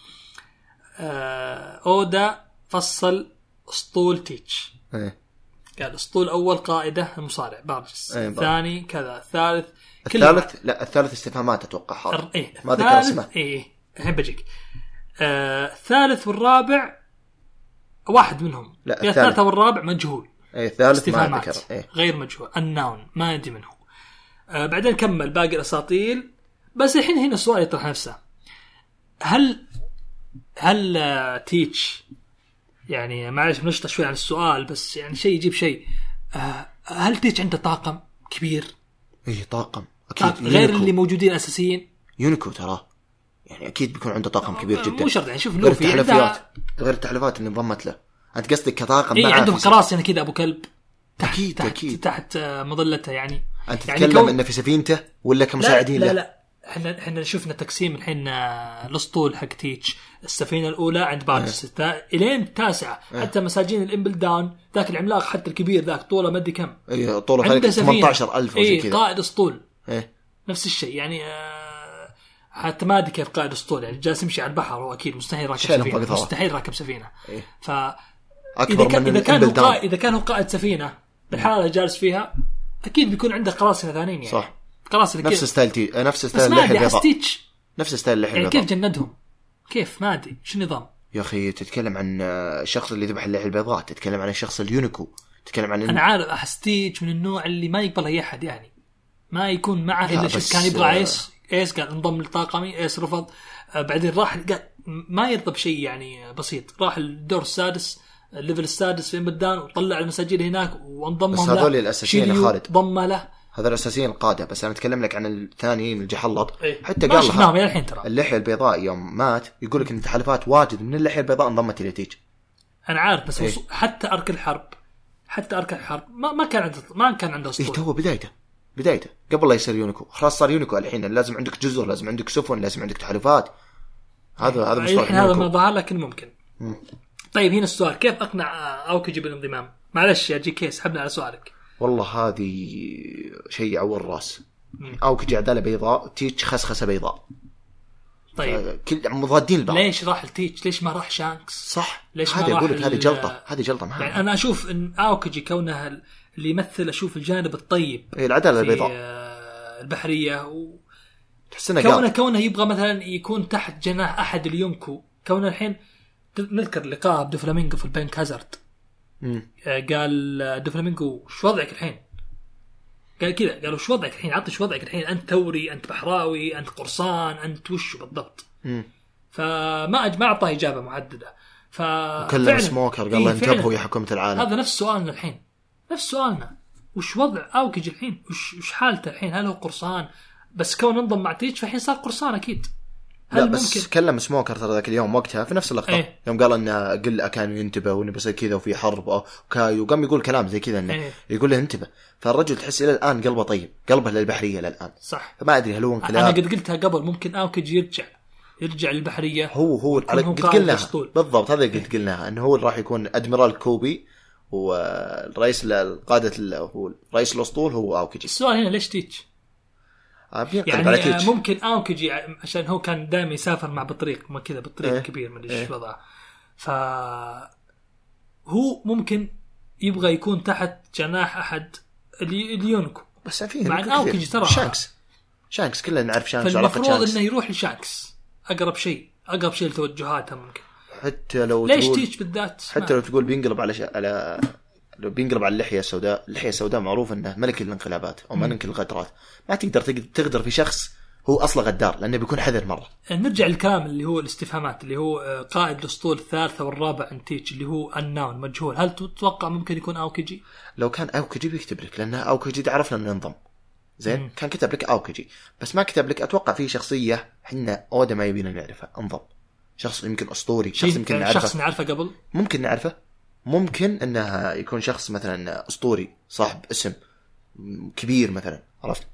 أودا فصل أسطول تيتش. قال أسطول أول قائدة المصارع بارجس، الثاني كذا، الثالث الثالث استفهامات أتوقع حاضر. ما ذكر اسمه. الحين بجيك. الثالث والرابع واحد منهم، الثالث والرابع مجهول. الثالث ما ذكر. غير مجهول، الناون ما يدري منه. بعدين كمل باقي الأساطيل. بس الحين هنا السؤال يطرح نفسه، هل تيتش، يعني معلش بنشطح شوي عن السؤال بس يعني شيء يجيب شيء، هل تيتش عنده طاقم كبير؟ طاقم أكيد غير اللي موجودين أساسيين. يونيكو ترى يعني أكيد بيكون عنده طاقم كبير جدا، مو شرط يعني. شوف لوفي غير التحالفات اللي انضمت له. أنت قصدك كطاقم معه عندهم قراصنة كذا أبو كلب أكيد تحت مظلته يعني. أنت تتكلم إنه في سفينته ولا كمساعدين له؟ لا احنا شفنا تقسيم الحين الاسطول حق تيتش، السفينه الاولى عند بارجس الين التاسعه، حتى مساجين الامبل داون ذاك العملاق حتى الكبير ذاك طوله ما ادري كم، طوله 18,000 وزي كذا. قائد اسطول نفس الشيء يعني. حتى ما ادري كيف قائد اسطول يعني جالس يمشي على البحر، هو اكيد مستحيل راكب سفينه. ف اذا كان هو قائد سفينه بالحاله جالس فيها، اكيد بيكون عنده قراصنه ثانيين يعني. صح، نفس ستايل اللحية البيضاء، نفس ستايل اللحية البيضاء. كيف جندهم؟ كيف ما ادري شو النظام يا اخي. تتكلم عن الشخص اللي ذبح اللحية البيضاء، تتكلم عن الشخص اليونيكو، تتكلم عن انا عارف أحستيتش من النوع اللي ما يقبل اي احد يعني، ما معه الا شخص كان يبغى ايس قال انضم لطاقمي، ايس رفض. بعدين راح قال ما يرضى بشيء يعني بسيط، راح الدور السادس، الليفل السادس في مبدان، وطلع المساجين هناك وانضمهم له. هذول الاساسيين خالد، ضمه له. هذا الأساسيين القادة. بس أنا أتكلم لك عن الثاني الجحلط. حتى قال لها الحين ترى اللحية البيضاء يوم مات يقولك إن تحالفات واجد من اللحية البيضاء انضمت إلى تيتش. أنا عارف بس حتى أرك الحرب ما كان عنده أسطول. تو بدايته قبل لا يصير يونيكو. خلاص صار يونيكو الحين، لازم عندك جزر، لازم عندك سفن، لازم عندك تحالفات. هذا مصطلح هذا ما ظهر لكن ممكن. طيب هنا السؤال، كيف أقنع أوكيجي بالانضمام؟ معلش يا جي كيس حبنا على سؤالك. والله هذه شيء عور الراس. أوكيجي عدالة بيضاء، تيتش خسخسة بيضاء. طيب كل مضادين البعض. ليش راح التيتش؟ ليش ما راح شانكس؟ صح. ليش هذا ما راح أقولك هذه جلطة، هذه جلطة معها. يعني أنا أشوف إن أوكيجي كونه اللي يمثل، أشوف الجانب الطيب العدالة البيضاء البحرية كونه يبغى مثلا يكون تحت جناح أحد اليونكو. كونه الحين نذكر لقاء دوفلامينغو في البنك هازارد. قال دوفلامينغو شو وضعك الحين؟ قال كذا، قالوا شو وضعك الحين؟ عطي شو وضعك الحين، أنت ثوري، أنت بحراوي، أنت قرصان، أنت وش بالضبط؟ فما أعطاه إجابة محددة. وكلم سموكر قال له انتبهوا يا حكومة العالم. هذا نفس سؤالنا الحين، نفس سؤالنا، وش وضع أوكيجي الحين؟ وش حالته الحين؟ هل هو قرصان بس كون انضم مع تيتش فالحين صار قرصان أكيد؟ لا بس ممكن؟ كلم سموكر ترى ذاك اليوم وقتها في نفس اللقطة يوم قال انه قل كانوا ينتبه وانه بيصير كذا وفي حرب وكاي، وقام يقول كلام زي كذا انه يقول له انتبه. فالرجل تحس الى الان قلبه طيب، قلبه للبحرية للان. صح. فما ادري هل هو انقلاب. انا قد قلتها قبل، ممكن اوكيجي يرجع للبحرية. هو قد قلناها بالضبط، هذا قد قلناها انه هو راح يكون ادميرال كوبي، والرئيس القادة هو رئيس الاسطول هو اوكيجي. السؤال هنا ليش تيتش؟ يعني ممكن أوكيجي عشان هو كان دائما يسافر مع بطريق ما كذا، بطريق كبير ما ادري ايش وضعه، فهو ممكن يبغى يكون تحت جناح احد اليونكو. بس فيه مع أوكيجي ترى شانكس كلنا نعرف شانكس، فالمفروض انه يروح لشانكس اقرب شيء لتوجهاتها. ممكن حتى لو ليش تيتش بالذات؟ حتى لو تقول بينقلب على لو بينقلب على اللحية السوداء. اللحية السوداء معروف انه ملك الانقلابات او ملك الغدرات. ما تقدر تغدر في شخص هو اصلا غدار، لانه بيكون حذر مرة. نرجع للكلام اللي هو الاستفهامات، اللي هو قائد الاسطول الثالثة والرابع عن تيتش اللي هو الناون مجهول. هل تتوقع ممكن يكون اوكيجي؟ لو كان اوكيجي بيكتب لك، لانه اوكيجي عرفنا انه انضم زين. كان كتب لك اوكيجي بس ما كتب لك. اتوقع في شخصية احنا اودا ما يبينا نعرفها انضم، شخص يمكن اسطوري، شخص يمكن نعرفه، شخص نعرفه قبل، ممكن نعرفه، ممكن انه يكون شخص مثلا اسطوري صاحب اسم كبير مثلا، عرفت؟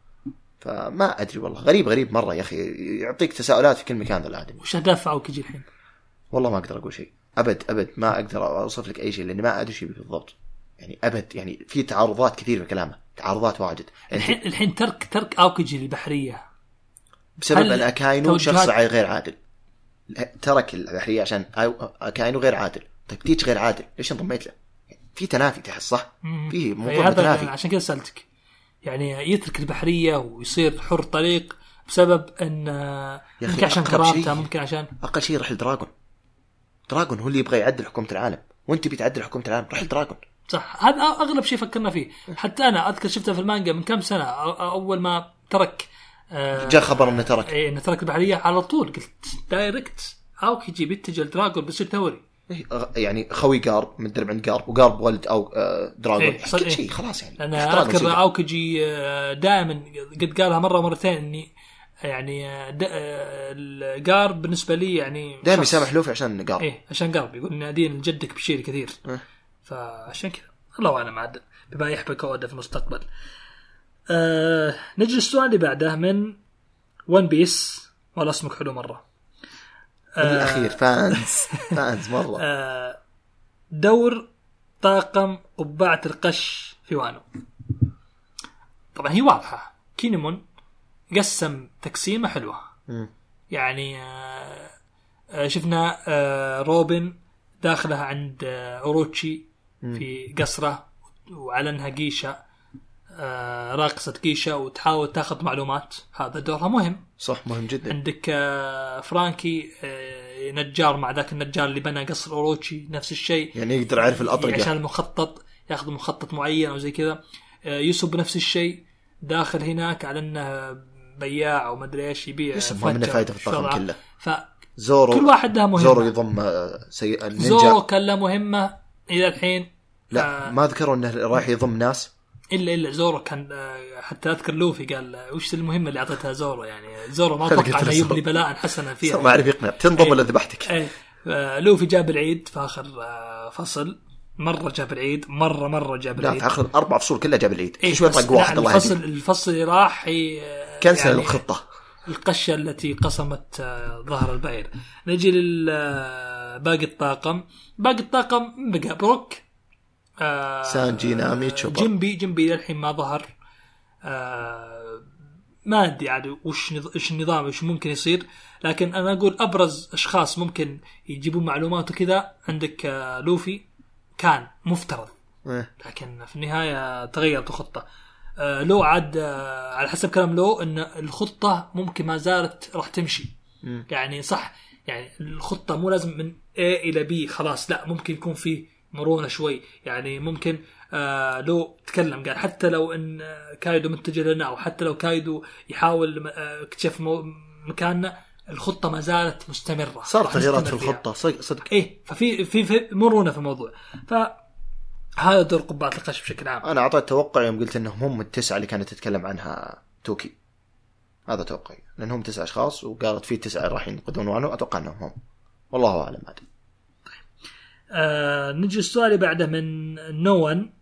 فما ادري والله، غريب مره يا اخي، يعطيك تساؤلات في كل مكان ذا الادمي. وش هدف اوكيجي الحين؟ والله ما اقدر اقول شيء ابد ما اقدر اوصف لك اي شيء، لاني ما ادري شيء بالضبط يعني ابد. يعني في تعارضات كثير في كلامه، تعارضات واجد. الحين ترك اوكيجي للبحريه بسبب ان اكاينو شخص غير عادل. ترك البحريه عشان اكاينو غير عادل. طيب تيتش غير عادل، ليش انضميت له؟ في تنافي تحس، صح؟ في موضوع تنافي. عشان كذا سألتك، يعني يترك البحرية ويصير حر طريق بسبب ان ممكن عشان كرامته، ممكن عشان اقل شيء يروح لدراغون هو اللي يبغى يعدل حكومة العالم، وانت بتعدل حكومة العالم، روح لدراغون. صح، هذا اغلب شيء فكرنا فيه. حتى انا اذكر شفته في المانجا من كم سنة، اول ما ترك جاء خبر انه ترك انه ترك البحرية، على طول قلت دايركت اوكيجي بيتجه لدراغون بيصير ثوري. يعني خوي قارب مدرب عند قارب، وقارب ولد او دراغون، كل شيء خلاص. يعني انا اذكر اوكيجي دائما قد قالها مره ومرتين اني يعني القارب بالنسبه لي يعني دائما يسامح لوفي عشان قارب. عشان قارب يقول ان دين جدك بشير كثير. فعشان كذا الله اعلم عاد بما يحبك اودا في المستقبل. نجي السؤال اللي بعده من ون بيس، والله اسمك حلو مره. الأخير فانز مرة. دور طاقم قبعة القش في وانو. طبعا هي واضحة، كينيمون قسم تقسيمة حلوة. يعني شفنا روبن داخلها عند أوروتشي في قصره، وعلنها جيشا راقصة جيشا وتحاول تاخذ معلومات. هذا دورها مهم، صح، مهم جدا. عندك فرانكي نجار مع ذاك النجار اللي بنى قصر أوروتشي، نفس الشيء، يعني يقدر يعرف الأطرقة عشان المخطط، ياخذ مخطط معين أو زي كذا. يوسف نفس الشيء داخل هناك على أنه بياع أو مدري إيش، يبيع يوسف ما منه فايدة في الطاقم كله. زورو كل واحد له مهمة. زورو يضم النينجا. زورو كان له مهمة إلى الحين. لا ما ذكروا أنه راح يضم ناس إلا زورو كان، حتى أذكر لوفي قال وش المهمة اللي أعطتها زورو. يعني زورو ما توقع أنه يبني بلاء حسنا فيها، ما عرف يقنع، تنضم ولا ذبحتك. لوفي جاب العيد في آخر فصل، مرة جاب العيد، مرة جاب العيد. لا في آخر 4 فصول كلها جاب العيد. شوي طق واحد الله يهديه. الفصل اللي راح كنسل يعني الخطة، القشة التي قسمت ظهر البعير. نجي للباقي الطاقم. باقي الطاقم بقى بروك سانجي نامي تشوبر جنبي للحين ما ظهر. ما أدري عاد وش النظام وش ممكن يصير، لكن أنا أقول أبرز أشخاص ممكن يجيبون معلومات وكذا. عندك لوفي كان مفترض، لكن في النهاية تغيرت الخطة. لو عاد على حسب كلام لو إن الخطة ممكن ما زالت راح تمشي. يعني صح، يعني الخطة مو لازم من A إلى B خلاص، لا ممكن يكون في مرونة شوي. يعني ممكن لو تكلم قال حتى لو إن كايدو متجه لنا، أو حتى لو كايدو يحاول اكتشاف مكاننا، الخطة ما زالت مستمرة. صار تغييرات في الخطة صدق. إيه، ففي مرونة في الموضوع. فهذا دور قبعة القش بشكل عام. أنا أعطيت توقع يوم قلت إنهم هم التسعة اللي كانت تتكلم عنها توكي، هذا توقعي، لأنهم 9 أشخاص وقالت فيه 9 راح ينقذون عنه، أتوقع أنهم هم، والله أعلم. هذا نجي السؤال بعده من نوان.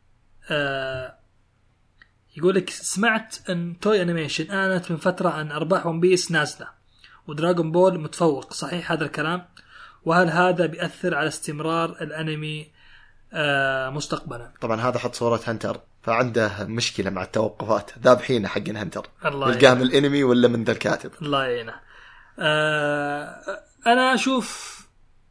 يقول لك سمعت أن توي أنيميشن أعلنت من فترة عن أرباح ون بيس نازلة ودراغون بول متفوق، صحيح هذا الكلام؟ وهل هذا بيأثر على استمرار الأنمي مستقبلا؟ طبعا هذا حط صورة هنتر، فعنده مشكلة مع التوقفات، ذابحين حق هنتر، يلقاه من الأنمي ولا من ذا الكاتب. الله يعينه. أنا شوف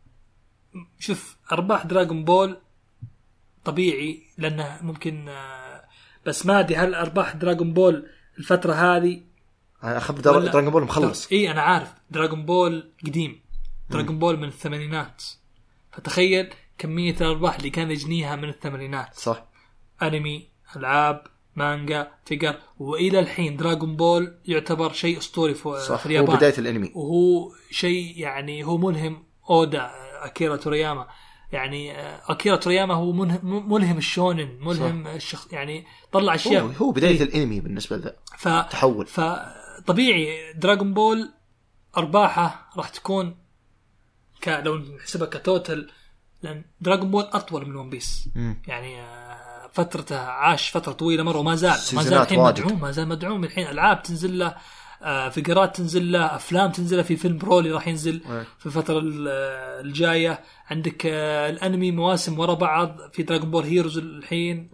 أرباح دراغون بول طبيعي لأنه ممكن، بس ما أدري هل أرباح دراغون بول الفترة هذه. أنا أخذ دراغون بول مخلص. إيه أنا عارف دراغون بول قديم، دراغون بول من الثمانينات، فتخيل كمية الأرباح اللي كان يجنيها من الثمانينات. صح. أنمي، ألعاب، مانجا، فيجر، وإلى الحين دراغون بول يعتبر شيء أسطوري في اليابان. هو بداية الأنمي، وهو شيء يعني هو ملهم. أودا أكيرا تورياما، يعني أكيرا تورياما هو ملهم الشونن، ملهم الشخص، يعني طلع أشياء. هو بداية الأنمي بالنسبة له تحول. فطبيعي دراغون بول أرباحه راح تكون لو نحسبها كتوتل، لأن دراغون بول أطول من ون بيس. يعني فترته عاش فترة طويلة مرة، وما زال الحين مدعوم، ما زال مدعوم. الحين ألعاب تنزل له، فيجرات تنزل له، أفلام تنزل له، في فيلم برولي راح ينزل في الفترة الجاية. عندك الأنمي مواسم ورا بعض في دراغون بول هيروز الحين،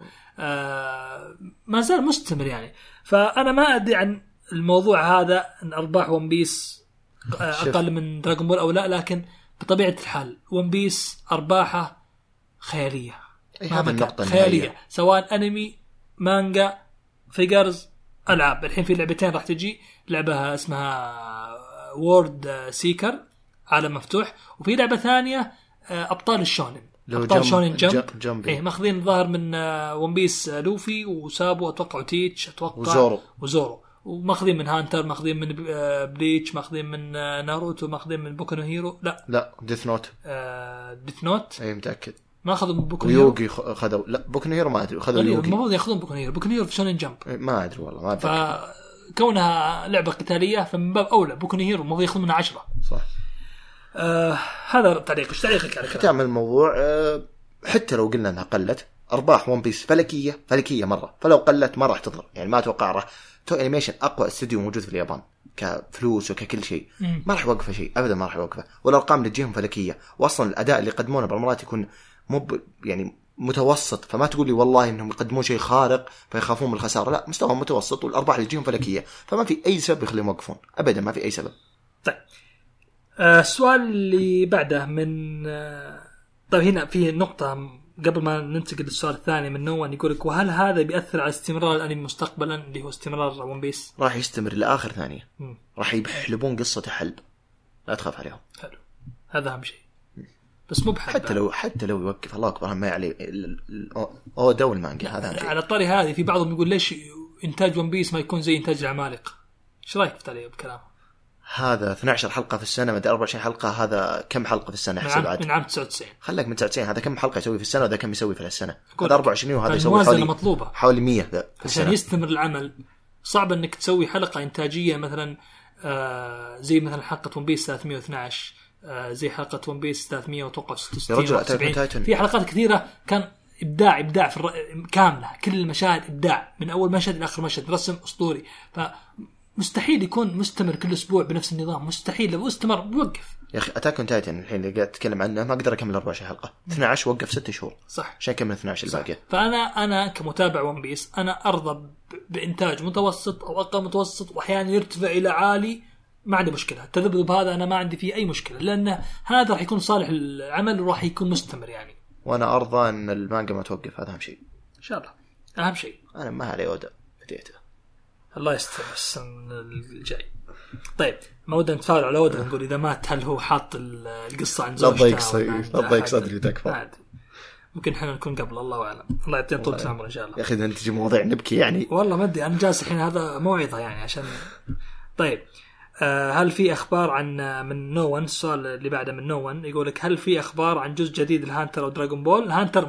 ما زال مستمر يعني. فأنا ما أدري عن الموضوع هذا أن أرباح ون بيس أقل من دراغون بول أو لا، لكن بطبيعة الحال ون بيس أرباحه خيالية. هذا النقطة خيالية، سواء أنمي، مانجا، فيجرز، ألعاب. الحين في لعبتين راح تجي، لعبة اسمها وورد سيكر عالم مفتوح، وفي لعبة ثانية أبطال الشونن، أبطال شونن جمب. إيه ماخذين ظاهر من ون بيس لوفي وسابو، أتوقع تيتش، أتوقع وزورو، وماخذين من هانتر، ماخذين من بليتش، ماخذين من ناروتو، ماخذين من بوكو نو هيرو. لا ديث نوت. ديث نوت أي متأكد ما أخذوا بوكو نو هيرو. خذوا لا بوكو نو هيرو ما أدري، خذوا يوغي. المفروض يأخذون بوكو نو هيرو. بوكو نو هيرو في شونن جمب ما أدري والله، ما أدري. فكونها لعبة قتالية فمن باب أولى بوكو نو هيرو المفروض يأخذون منها 10. صح. هذا تعليق. إيش تعليقك على كلام؟ تعمل الموضوع حتى لو قلنا أنها قلت أرباح ون بيس فلكية مرة، فلو قلت ما راح تضر. يعني ما أتوقع راح تو أنيميشن أقوى استوديو موجود في اليابان كفلوس وككل شيء، ما راح يوقفه شيء أبدا، ما راح يوقفه. والأرقام اللي تجيهم فلكية، وأصلا الأداء اللي يقدمونه بالمرات يكون يعني متوسط، فما تقول لي والله إنهم يقدمون شيء خارق فيخافون من الخسارة، لا، مستوى متوسط، والأرباح اللي تجيهم فلكية، فما في أي سبب يخليهم يوقفون أبدا، ما في أي سبب. طيب السؤال اللي بعده من طيب هنا في نقطة قبل ما ننتقل للسؤال الثاني من نوان، يقولك وهل هذا بيأثر على استمرار الأنمي مستقبلا، اللي هو استمرار ون بيس؟ راح يستمر لآخر ثانية، راح يحلبون قصة حلب، لا تخاف عليهم. حلو، هذا أهم شيء. بس مو بحلب، حتى لو يوقف الله أكبر ما عليه دول المانجا. هذا على الطريقة هذه في بعضهم يقول ليش إنتاج ون بيس ما يكون زي إنتاج العمالقة؟ إيش رأيك في تعليق بكلام هذا؟ 12 حلقة في السنة، مدى 24 حلقة، هذا كم حلقة في السنة؟ حسب عاد من عام 99. خلك من 99، هذا كم حلقة يسوي في السنة وهذا كم يسوي في السنة؟ هذا 24 وهذا يسوي حوالي مطلوبة حوالي 100 في السنة. عشان يستمر العمل صعب انك تسوي حلقة انتاجية مثلا زي مثلا حلقة ون بيس 312، زي حلقة ون بيس 300 وتوقع 66. في حلقات كثيرة كان إبداع في كاملة، كل المشاهد إبداع من أول مشهد لآخر مشهد، رسم أسطوري. مستحيل يكون مستمر كل اسبوع بنفس النظام، مستحيل. لو استمر بيوقف. يا اخي اتاك اون تايتن الحين اللي قاعد اتكلم عنه ما اقدر اكمل 14 حلقه، 12 وقف 6 شهور صح عشان اكمل 12 الباقيه. فانا كمتابع ون بيس انا ارضى بانتاج متوسط او اقل متوسط، واحيانا يرتفع الى عالي، ما عندي مشكله. التذبذب هذا انا ما عندي فيه اي مشكله، لان هذا راح يكون صالح العمل وراح يكون مستمر يعني. وانا ارضى ان المانجا ما توقف، هذا اهم شيء ان شاء الله، اهم شيء. انا ما علي اودا بديته، الله يستر السنة الجاي. طيب ما ودنا نتفاعل على اودا، نقول اذا مات هل هو حاط القصه عن زوجته؟ لا تضيق صدري تكفى. ممكن احنا نكون قبل، الله اعلم. الله يعطيه طول العمر ان شاء الله. يا اخي انت تجي مواضيع نبكي يعني. والله ما ادري، انا جالس الحين هذا موعظه يعني عشان. طيب هل في اخبار عن من نوون؟ السؤال اللي بعده من نوون يقول لك هل في اخبار عن جزء جديد الهانتر او دراغون بول؟ الهانتر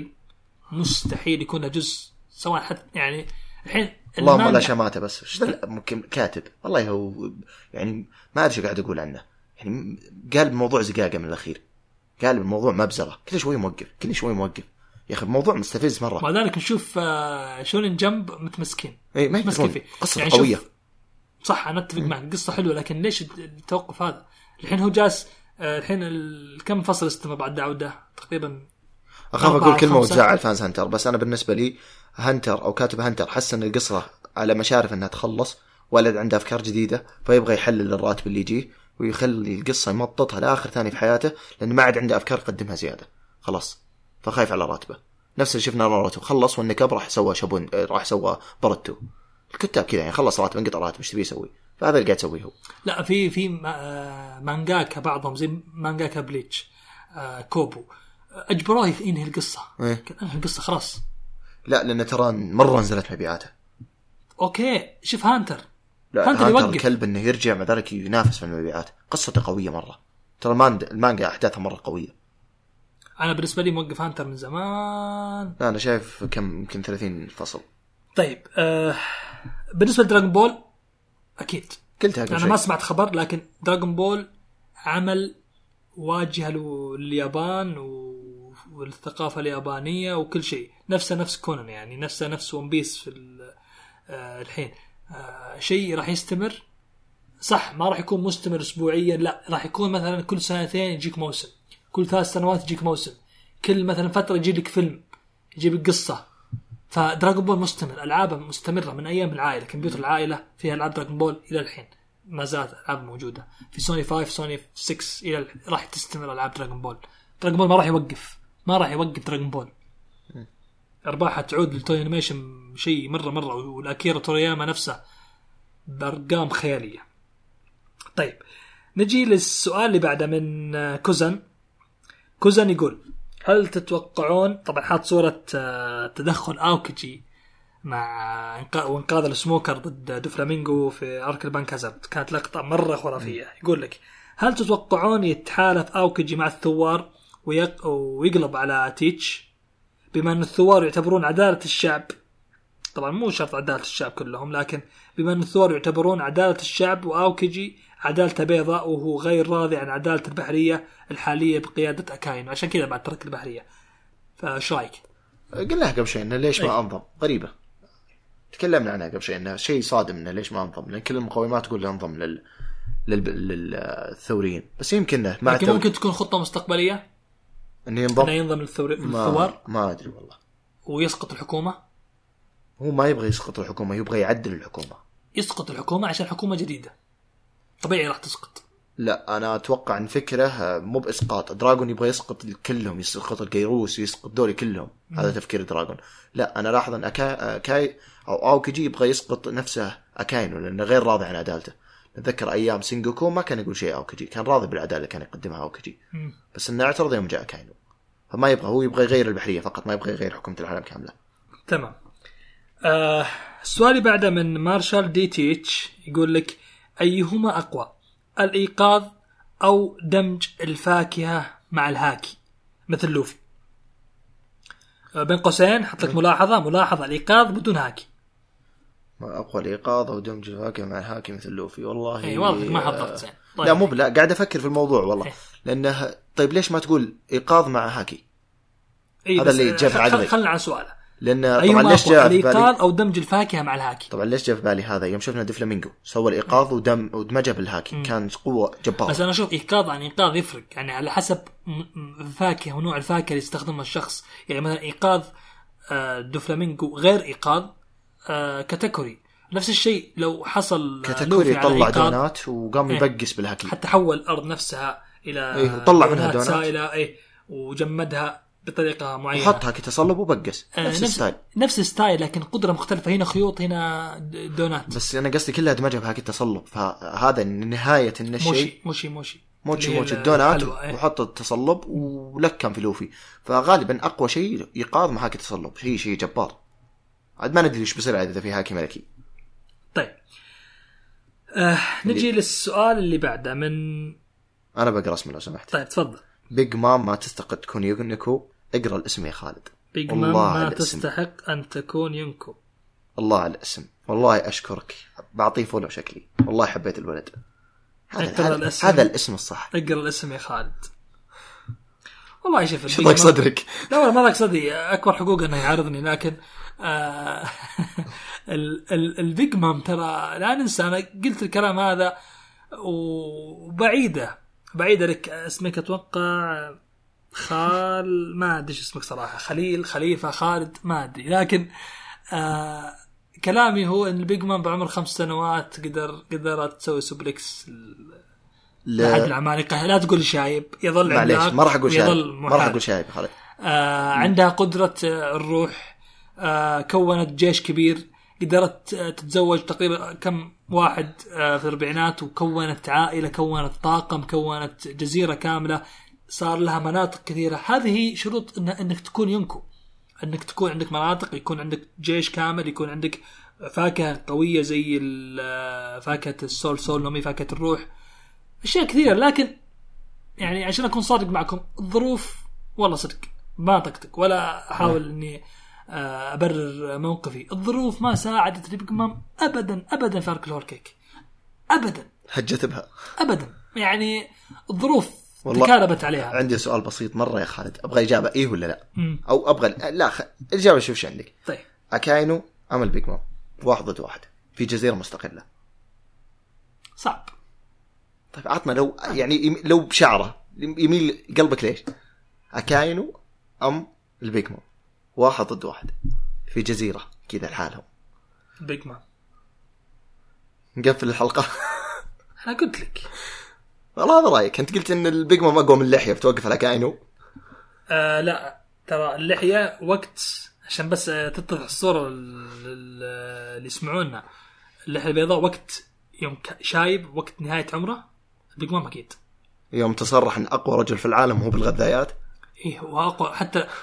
مستحيل يكون له جزء سواء حتى يعني الحين اللهم لا شماته بس ممكن كاتب والله هو يعني ما ادري قاعد اقول عنه يعني. قال الموضوع زقاقه من الاخير، قال الموضوع مبزره، كل شوي موقف يا اخي الموضوع مستفز مره. مع ذلك نشوف شونين جمب متمسكين متمسكين قصه يعني قويه. صح انا اتفق معك، القصه حلوه، لكن ليش التوقف هذا؟ الحين هو جالس الحين كم فصل استمر بعد عوده تقريبا؟ اخاف اقول كلمه وتزعل فانز هانتر، بس انا بالنسبه لي هانتر او كاتب هانتر حس ان القصه على مشارف انها تخلص، ولد عنده افكار جديده فيبغى يحلل الراتب اللي يجيه ويخلي القصه يمططها لاخر ثاني في حياته، لانه ما عاد عنده افكار يقدمها زياده خلاص، فخايف على راتبه. نفس اللي شفنا ناروتو خلص والنكب راح سوى شابون، راح سوى بارتو. الكتاب كذا يعني خلص راتب انقطع راتب، ايش تبي يسوي؟ فهذا اللي قاعد يسويه هو. لا في مانجاكا بعضهم زي مانجاكا بليتش كوبو اجبروه ينهي القصه. انهي القصه خلاص. لا لان ترى مره نزلت مبيعاته. اوكي شوف هانتر هانتر الكلب انه يرجع مع ذلك ينافس في المبيعات، قصته قويه مره ترى. المانجا احداثها مره قويه. انا بالنسبه لي موقف هانتر من زمان. لا انا شايف كم يمكن 30 فصل. طيب بالنسبه لدراغون بول اكيد قلتها انا ما سمعت خبر، لكن دراغون بول عمل واجهه لليابان والثقافه اليابانيه وكل شيء، نفس كونان يعني، نفس ون بيس في الحين. شيء راح يستمر صح، ما راح يكون مستمر اسبوعيا، لا راح يكون مثلا كل سنتين يجيك موسم، كل 3 سنوات يجيك موسم، كل مثلا فتره يجي لك فيلم، يجيب لك قصه. فدراغون بول مستمر، العابه مستمره من ايام العائله، كمبيوتر العائله فيها العاب دراغون بول الى الحين، ما زالت العاب موجوده في سوني 5 سوني 6 الى راح تستمر العاب دراغون بول ما راح يوقف دراغون بول. ارباحها تعود للتوي انيميشن شيء مره والاكيرا تورياما نفسه بارقام خياليه. طيب نجي للسؤال اللي بعده من كوزن يقول هل تتوقعون، طبعا حاط صورة تدخل أوكيجي مع وانقاذ السموكر ضد دوفلامينغو في أرك البنك هازارد، كانت لقطة مرة خرافية. يقول لك هل تتوقعون يتحالف أوكيجي مع الثوار ويقلب على تيتش، بما أن الثوار يعتبرون عدالة الشعب، طبعا مو شرط عدالة الشعب كلهم، لكن بما أن الثوار يعتبرون عدالة الشعب وأوكيجي عدالته بيضاء وهو غير راضي عن عدالة البحرية الحالية بقيادة أكاين، عشان كذا بعد ترك البحرية. فايش رايك؟ قلنا قبل شيء إنه ليش ما أنظم، غريبة تكلمنا عنها قبل شيء إنه شيء صادم إنه ليش ما أنظم، لأن كل المقومات تقول أنظم للثوريين، بس يمكن ممكن تكون خطة مستقبلية إنه ينظم للثوار. ما أدري والله. ويسقط الحكومة. هو ما يبغى يسقط الحكومة، يبغى يعدل الحكومة. يسقط الحكومة عشان حكومة جديدة طبيعي راح تسقط. لا أنا أتوقع أن فكرة مو بإسقاط. دراغون يبغى يسقط كلهم، يسقط الجيروس، يسقط دوري كلهم. هذا تفكير دراغون. لا أنا لاحظ أن أكاي أو أوكيجي يبغى يسقط نفسه أكاين، لأنه غير راضي عن عدالته. نتذكر أيام سينجوكو ما كان يقول شيء أوكيجي، كان راضي بالعدالة اللي كان يقدمها أوكيجي، بس إنه اعترض يوم جاء أكاين. فما يبغى، هو يبغى يغير البحرية فقط، ما يبغى يغير حكومة العالم كاملة. تمام. السؤال بعده من مارشال دي تيتش يقول لك أيهما أقوى، الإيقاظ أو دمج الفاكهة مع الهاكي مثل لوفي؟ بين قوسين حط لك ملاحظة الإيقاظ بدون هاكي. ما أقوى الإيقاظ أو دمج الفاكهة مع الهاكي مثل لوفي؟ والله أي واضح ما حضرت زين. طيب. لا مو لا قاعد أفكر في الموضوع والله. لأنه طيب ليش ما تقول إيقاظ مع هاكي؟ هذا اللي جاب عقلي. خلنا عن سؤاله. لان طبعا ليش جاء في بالي الايقاظ او دمج الفاكهه مع الهاكي؟ طبعا ليش جاء في بالي هذا يوم شفنا ديفلامينجو سوى الايقاظ ودمجه بالهاكي كان قوه جباره. بس انا اشوف ايقاظ عن ايقاظ يفرق يعني على حسب الفاكهه ونوع الفاكهه اللي يستخدمها الشخص. يعني مثلا ايقاظ دوفلامينجو غير ايقاظ كاتيجوري. نفس الشيء لو حصل كاتيجوري طلع دونات وقام يبقس بالهاكي حتى حول الارض نفسها الى وطلع منها دونات سائله وجمدها بطريقه معينه وحطها كتصلب وبقس نفس الستايل لكن قدره مختلفه. هنا خيوط هنا دونات. بس انا قصدي كلها دمجها بهاكي التصلب. فهذا نهايه الشيء موشي الدونات وحط التصلب ولكم في لوفي. فغالبا اقوى شيء ايقاظ مع هاكي تصلب شيء جبار. عاد ما ندري ايش بيصير اذا في هاكي ملكي. طيب نجي للسؤال اللي بعده من انا بقرا اسمه لو سمحت. طيب تفضل. بيج مام ما تستحق تكون يونكو. اقرا الاسم يا خالد. بيج مام ما تستحق ان تكون يونكو. الله على الاسم والله اشكرك. بعطيه فولو شكلي والله حبيت الولد. هذا الاسم الصح. اقرا الاسم يا خالد. والله شوف شو ضاق صدرك؟ لا ما ضاق صدري. اكبر حقوق انه يعارضني لكن البيج مام ترى لا ننسى. انا قلت الكلام هذا وبعيده لك اسمك اتوقع خال ما ادري ايش اسمك صراحه. خليل خليفه خالد ما ادري. لكن كلامي هو ان البيج مان بعمر 5 سنوات قدرت تسوي سوبلكس لأحد العمالقة. لا تقول شايب يظل عندك. ما راح اقول شايب خالد. عندها قدرة الروح. كونت جيش كبير. قدرت تتزوج تقريبا كم واحد في الأربعينات وكونت عائلة كونت طاقم كونت جزيرة كاملة. صار لها مناطق كثيرة. هذه شروط انك تكون يونكو. انك تكون عندك مناطق يكون عندك جيش كامل يكون عندك فاكهة قوية زي فاكهة السول نومي فاكهة الروح أشياء كثيرة. لكن يعني عشان أكون صادق معكم الظروف والله صدق ما طقتك ولا أحاول أني أبرر موقفي. الظروف ما ساعدت البيج مام أبدا في أرك الهوركيك أبدا. هجت بها أبدا. يعني الظروف تكالبت عليها. عندي سؤال بسيط مرة يا خالد أبغى إجابة إيه ولا لا أو أبغى لا الإجابة شوف عندك. طيب أكاينو أم البيج مام 1 ضد 1 في جزيرة مستقلة صعب. طيب عطنا لو بشعره يميل قلبك ليش أكاينو أم البيج مام 1 ضد 1 في جزيرة كذا لحالهم. البيج مام. نقفل الحلقة. أنا قلت لك والله هذا رأيك. أنت قلت إن البيج مام أقوى من اللحية بتوقف على أكاينو. لا ترى اللحية وقت عشان بس تتضح الصورة اللي يسمعونا. اللحية البيضاء وقت يوم شايب وقت نهاية عمره. البيج مام أكيد يوم تصرح أن أقوى رجل في العالم هو بالغذايات. إيه هو أقوى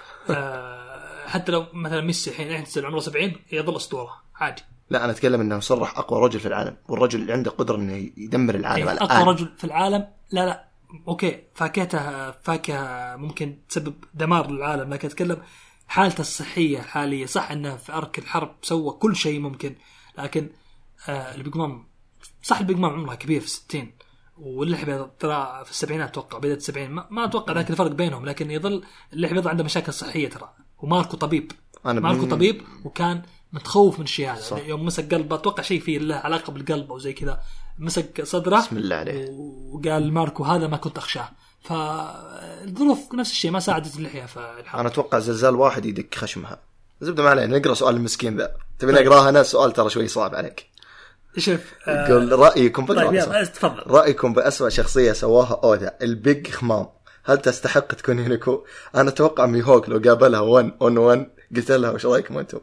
حتى لو مثلا ميسي الحين يحتسب عمره 70 يظل أسطورة عادي. لا أنا أتكلم أنه صرح أقوى رجل في العالم والرجل اللي عنده قدرة إنه يدمر العالم. إيه أقوى رجل في العالم. لا أوكي فاكهة ممكن تسبب دمار للعالم لكن أتكلم حالته الصحية حالية. صح أنه في أرك الحرب سوى كل شيء ممكن لكن البيج مام صح. البيج مام عمرها كبير في 60 واللحية ترى في 70 أتوقع بداية 70 ما أتوقع لكن الفرق بينهم. لكن يظل اللحية عنده مشاكل صحية ترى. وماركو طبيب طبيب وكان متخوف من الشيء هذا. يوم مسك قلبه أتوقع شيء فيه له علاقة بالقلب أو زي كذا مسك صدره بسم الله عليه وقال ماركو هذا ما كنت أخشاه. فالظروف نفس الشيء ما ساعدت اللحية في الحرب. أنا أتوقع زلزال واحد يدك خشمها. زبدة ما علينا نقرأ سؤال المسكين ذا. تبي نقرأها أنا السؤال ترى شوي صعب عليك. شوف قول رأيكم تفضل. رأيكم بأسوأ شخصية سواها أودا البيج خمام هل تستحق تكون يونيكو؟ أنا أتوقع ميهوك لو قابلها 1-on-1 قلت لها وش رأيكم أنتم؟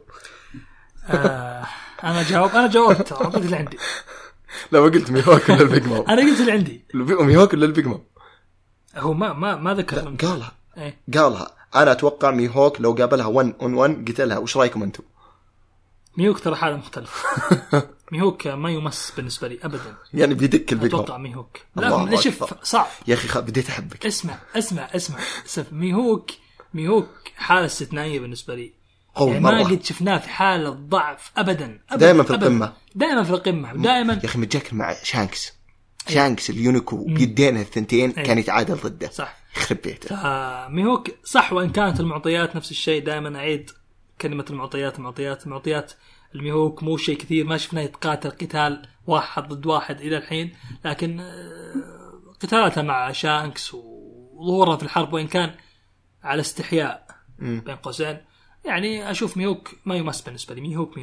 أنا جاوبت عطيت اللي عندي. لو قلت ميهوك ولا البيج مام أنا قلت اللي عندي. ميهوك ولا البيج مام هو ما ذكر قالها. أنا أتوقع ميهوك لو قابلها 1-on-1 قلت لها وش رأيكم أنتم؟ ميهوك ترى حالة مختلفة. ميهوك ما يمس بالنسبة لي أبدا. يعني بيدك البيج مام. أتوقع ميهوك لا شوف صعب يا أخي بديت أحبك. اسمع ميهوك حالة استثنائية بالنسبة لي. يعني ما قد شفناه في حالة ضعف أبدا. دائما في القمة دائما. يا أخي متذكر مع شانكس اليونيكو بيدينه الثنتين كان يتعادل ضده. صح يخرب بيته. ميهوك صح وإن كانت المعطيات نفس الشيء دائما أعيد كلمة المعطيات الميهوك مو شيء كثير، ما شفنا يتقاتل قتال واحد ضد واحد إلى الحين، لكن قتالاتها مع شانكس وظهورها في الحرب وإن كان على استحياء بين قوسين، يعني أشوف ميهوك ما يمس بالنسبة لي. ميهوك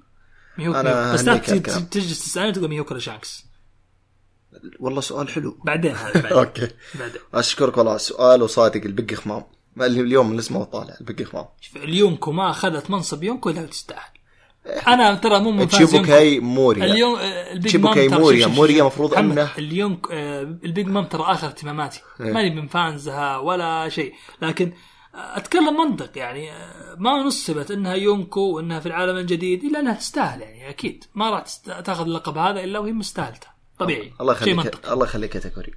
بس لا تجلس تسألني تقول ميهوك ولا شانكس. والله سؤال حلو. بعدين اوكي بعدين. اشكرك والله، سؤال وصادق. البقي خمام اليوم لسه ما طالع. البقي خمام اليوم ما اخذت منصب يونكو لا تستاهل. انا ترى مو من فاز يونكو موريا. اليوم البيج مام موريا مفروض انه اليوم البيج مام ترى اخر اهتماماتي، ماني من فانزها ولا شيء، لكن اتكلم منطق يعني. ما نصبت انها يونكو وانها في العالم الجديد الا انها تستاهل، يعني اكيد ما راح تاخذ اللقب هذا الا وهي مستاهلته طبيعي. الله يخليك يا تكوري.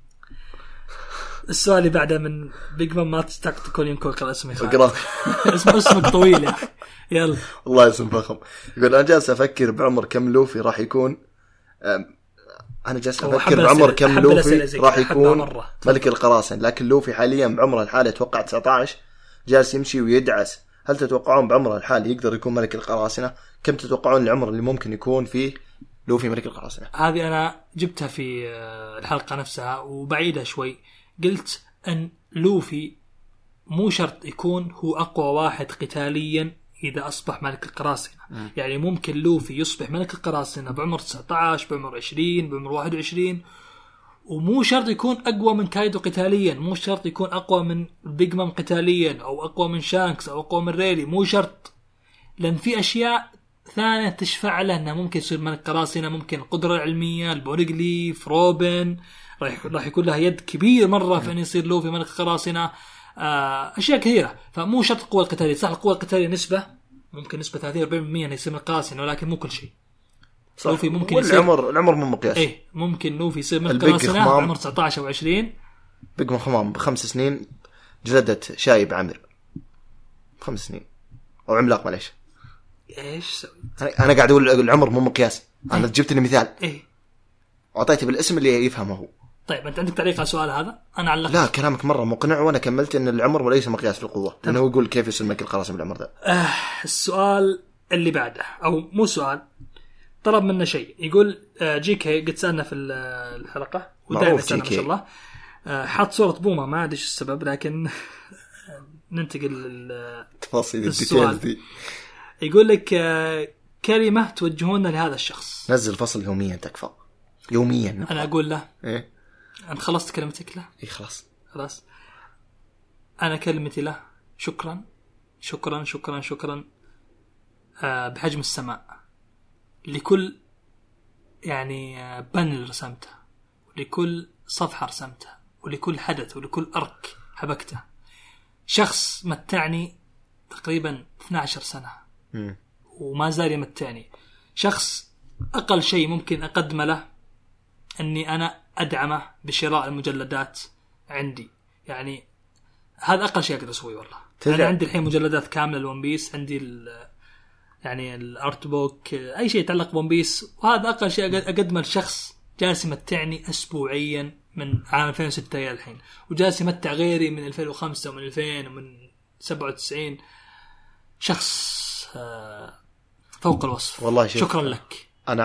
السؤال اللي بعده من بيج مام، ما تقول يونكو اقرا اسمي اسمك طويل يا يلا. والله اسم فخم. يقول انا جالس افكر بعمر كم لوفي راح يكون. انا جالس افكر بعمر كم لوفي راح يكون ملك القراصنة، لكن لوفي حاليا بعمره الحالي اتوقع 19 جالس يمشي ويدعس. هل تتوقعون بعمره الحالي يقدر يكون ملك القراصنة؟ كم تتوقعون العمر اللي ممكن يكون فيه لوفي ملك القراصنة؟ هذه انا جبتها في الحلقة نفسها وبعيدها شوي. قلت ان لوفي مو شرط يكون هو اقوى واحد قتاليا إذا أصبح ملك القراصنة. يعني ممكن لوفي يصبح ملك القراصنة بعمر 19 بعمر 20 بعمر 21، ومو شرط يكون أقوى من كايدو قتاليا، مو شرط يكون أقوى من بيج مام قتاليا أو أقوى من شانكس أو أقوى من ريلي، مو شرط، لأن في أشياء ثانية تشفع له أنه ممكن يصير ملك قراصنة. ممكن القدرة العلمية، البونيغلي، فروبن راح يكون لها يد كبير مرة في أن يصير لوفي ملك قراصنة. أشياء كثيرة، فمو شرط القوة القتالية. صح القوة القتالية نسبة، ممكن نسبة 30-40% يصير ملك قراصنة، ولكن مو كل شيء. لوفي ممكن يصير العمر مو مقياس. إيه ممكن لوفي يصير ملك قراصنة بعمر 19 أو 20. بيج خمام ب5 سنين جلدت شايب عمر 5 سنين أو عملاق معليش. إيش أنا قاعد أقول العمر مو مقياس. أنا جبت لي مثال وأعطيته بالاسم اللي يفهمه هو. طيب أنت عندك تعليق على السؤال هذا؟ أنا علقت. لا كلامك مرة مقنع، وأنا كملت إن العمر وليس مقياس في القوة، لأنه هو يقول كيف يصير ملك القراصنة بالعمر ده. السؤال اللي بعده أو مو سؤال، طلب منا شيء. يقول جي كي قد سألنا في الحلقة ودائما سألنا ما شاء الله، حط صورة بوما ما أدري إيش السبب، لكن ننتقل تفاصيل الديتيلز دي. يقول لك كلمة توجهوننا لهذا الشخص. نزل فصل يوميا تكفى. يوميا أنا أقول له إيه؟ أنت خلصت كلمتك له؟ إيه خلاص. أنا كلمتي له شكرا شكرا شكرا شكرا بحجم السماء لكل يعني بانل رسمته، ولكل صفحة رسمته، ولكل حدث، ولكل أرك حبكته. شخص متعني تقريبا 12 سنة وما زال يمتعني. شخص أقل شيء ممكن أقدم له أني أنا أدعمه بشراء المجلدات عندي، يعني هذا أقل شيء أقدر أسويه والله. أنا عندي الحين مجلدات كاملة الون بيس، عندي يعني الارت بوك، أي شيء يتعلق بون بيس، وهذا أقل شيء أقدمه لشخص جالس يمتعني أسبوعيا من عام 2006 إلى الحين، وجالس يمتع غيري من 2005 ومن 2000 ومن 97. شخص فوق الوصف والله. شكرا لك. أنا